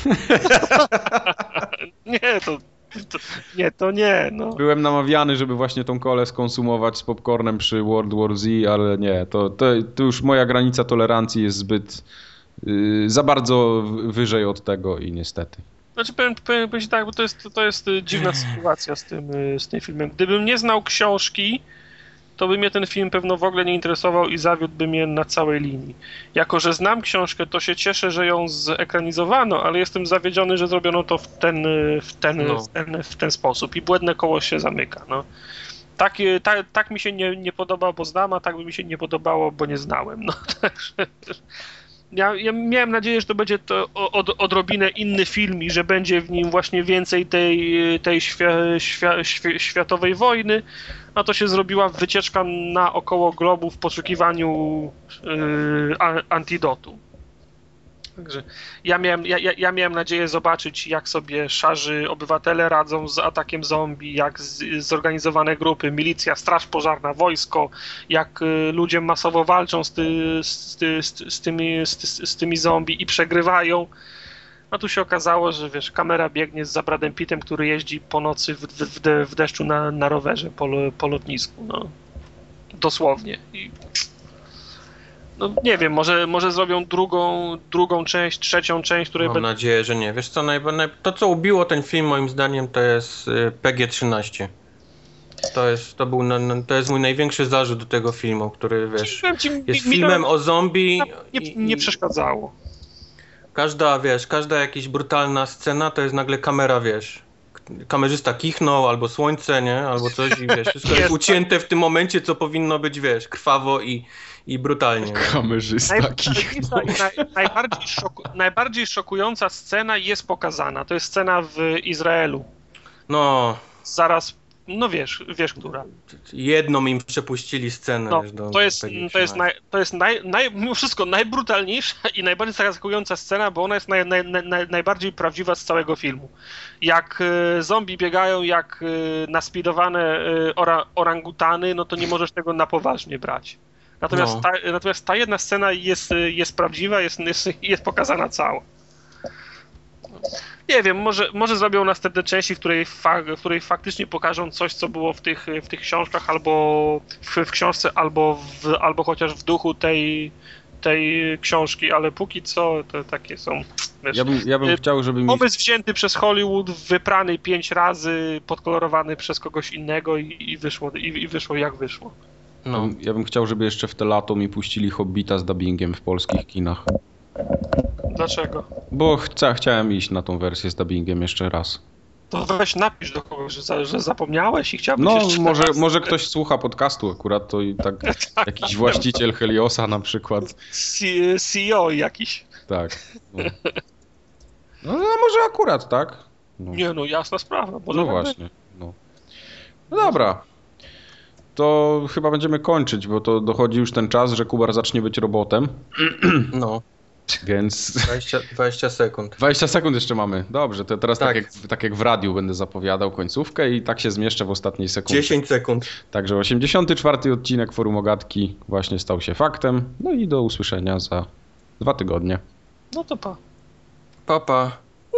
Nie, no. Byłem namawiany, żeby właśnie tą kolę skonsumować z popcornem przy World War Z, ale nie, to już moja granica tolerancji jest zbyt za bardzo wyżej od tego i niestety. Znaczy powiem ci tak, bo to jest dziwna sytuacja z tym filmem. Gdybym nie znał książki, to by mnie ten film pewno w ogóle nie interesował i zawiódłby mnie na całej linii. Jako że znam książkę, to się cieszę, że ją zekranizowano, ale jestem zawiedziony, że zrobiono to w ten sposób i błędne koło się zamyka. No. Tak mi się nie podoba, bo znam, a tak by mi się nie podobało, bo nie znałem. No, także Ja miałem nadzieję, że to będzie to odrobinę inny film i że będzie w nim właśnie więcej tej światowej wojny, a to się zrobiła wycieczka naokoło globu w poszukiwaniu antidotu. Także ja miałem nadzieję zobaczyć, jak sobie szarzy obywatele radzą z atakiem zombie, jak zorganizowane grupy, milicja, straż pożarna, wojsko, jak ludzie masowo walczą z tymi zombie i przegrywają. A tu się okazało, że wiesz, kamera biegnie za Bradem Pittem, który jeździ po nocy w deszczu na rowerze po lotnisku. No. Dosłownie. No nie wiem, może zrobią drugą część, trzecią część, której... Mam nadzieję, że nie. Wiesz co, to co ubiło ten film moim zdaniem to jest PG-13. To jest mój największy zarzut do tego filmu, który wiesz, jest filmem o zombie. Nie przeszkadzało. Każda jakaś brutalna scena to jest nagle kamera, wiesz, kamerzysta kichnął, albo słońce, nie? Albo coś i wiesz, wszystko jest ucięte w tym momencie, co powinno być, wiesz, krwawo i brutalnie. Kamerzysta kichnął. Najbardziej szokująca scena jest pokazana. To jest scena w Izraelu. No. Zaraz, no wiesz która. Jedną im przepuścili scenę. No, wiesz, to jest mimo wszystko najbrutalniejsza i najbardziej zaskakująca scena, bo ona jest najbardziej prawdziwa z całego filmu. Jak zombie biegają jak naspidowane orangutany, no to nie możesz tego na poważnie brać. Natomiast ta jedna scena jest prawdziwa, jest pokazana cała. Nie wiem, może zrobią następne części, w której faktycznie pokażą coś, co było w tych książkach, albo w książce, albo chociaż w duchu tej książki, ale póki co to takie są... Wiesz, ja bym chciał, żeby pomysł wzięty przez Hollywood, wyprany 5 razy, podkolorowany przez kogoś innego i wyszło jak wyszło. No. Ja bym chciał, żeby jeszcze w te lato mi puścili Hobbita z dubbingiem w polskich kinach. Dlaczego? Bo chciałem iść na tą wersję z dubbingiem jeszcze raz. To weź napisz do kogoś, że zapomniałeś i chciałbyś No, jeszcze może ktoś słucha podcastu akurat, to i tak jakiś właściciel Heliosa na przykład. CEO jakiś. Tak. No może akurat, tak? No. Nie, no jasna sprawa. No właśnie. No dobra. To chyba będziemy kończyć, bo to dochodzi już ten czas, że Kubar zacznie być robotem. No. Więc... 20 sekund. 20 sekund jeszcze mamy. Dobrze, to teraz tak jak w radiu będę zapowiadał końcówkę i tak się zmieszczę w ostatniej sekundzie. 10 sekund. Także 84. odcinek Forum Ogatki właśnie stał się faktem. No i do usłyszenia za 2 tygodnie. No to pa. Pa, pa.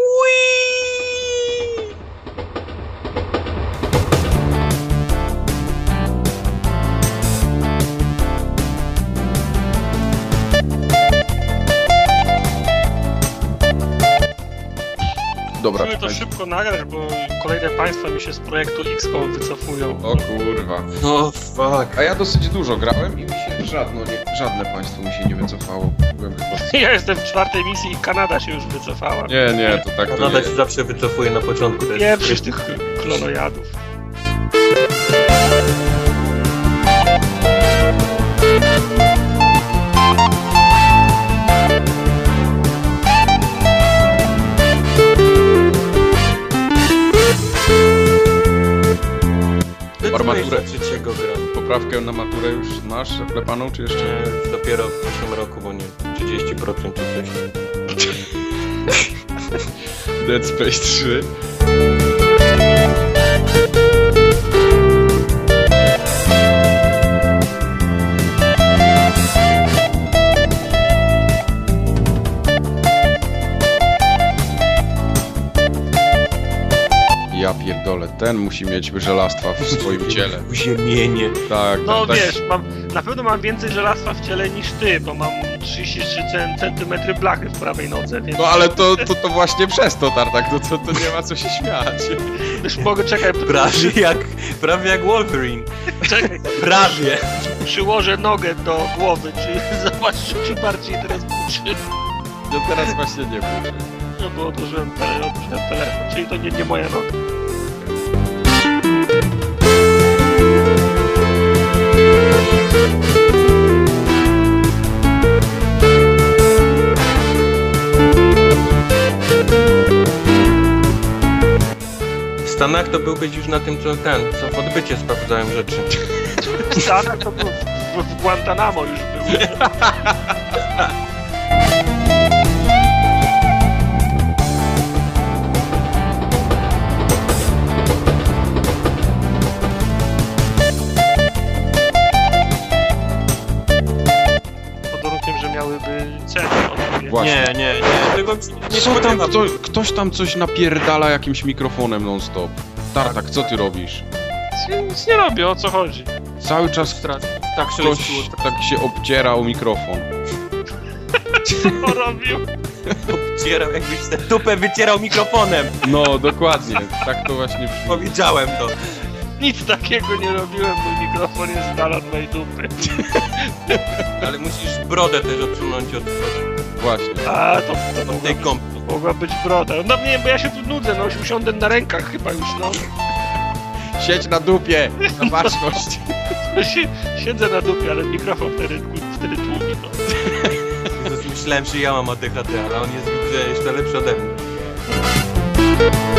Dobra. Musimy to szybko nagrać, bo kolejne państwa mi się z projektu XCOM wycofują. O kurwa. No fuck. A ja dosyć dużo grałem i mi się żadne państwo mi się nie wycofało. Byłem chyba... Ja jestem w 4. misji i Kanada się już wycofała. Nie, to tak to Kanada nie. się zawsze wycofuje na początku. Pierwszy z tych klonojadów. Armaturę. Trzeciego gra. Poprawkę na maturę już masz zaklepaną, czy jeszcze? Nie, dopiero w przyszłym roku, bo nie 30% czy coś. Dead Space 3. Ja pierdolę, ten musi mieć żelastwa w swoim ciele. Uziemienie. Tak, No tak. wiesz, na pewno mam więcej żelastwa w ciele niż ty, bo mam 33 cm blachy w prawej nodze, więc... No ale to właśnie przez to, Tartak, to nie ma co się śmiać. Już mogę, czekaj... Prawie jak Wolverine. Czekaj, Prawie. przyłożę nogę do głowy, czy zobacz, czy bardziej teraz buczy. No teraz właśnie nie muszę. No bo odłożyłem telefon, czyli to nie moja noga. Stanach to byłbyś już na tym, co w odbycie sprawdzałem rzeczy. W Stanach to był w Guantanamo już był. Pod warunkiem, że miałyby cenę odpowiednie. Właśnie. Nie, tego nie Co tam, spodziewam. ktoś tam coś napierdala jakimś mikrofonem non-stop. Tartak, co ty robisz? Nic nie robię, o co chodzi? Cały czas Tak ktoś szeleściło. tak się obciera o mikrofon. Co robił? Obcierał, jakbyś tę dupę wycierał mikrofonem. No, dokładnie. Tak to właśnie brzmi. Powiedziałem to. Nic takiego nie robiłem, mój mikrofon jest z dala od mojej dupy. Ale musisz brodę też odsunąć od Właśnie. A, to tej gąbki. mogła być broda. No nie, bo ja się tu nudzę, no usiądę na rękach chyba już, no. Siedź na dupie, na baczność. Siedzę na dupie, ale mikrofon wtedy tłumi, no. Myślałem, że ja mam ADHD, ale on jest, widzę, jeszcze lepszy ode mnie.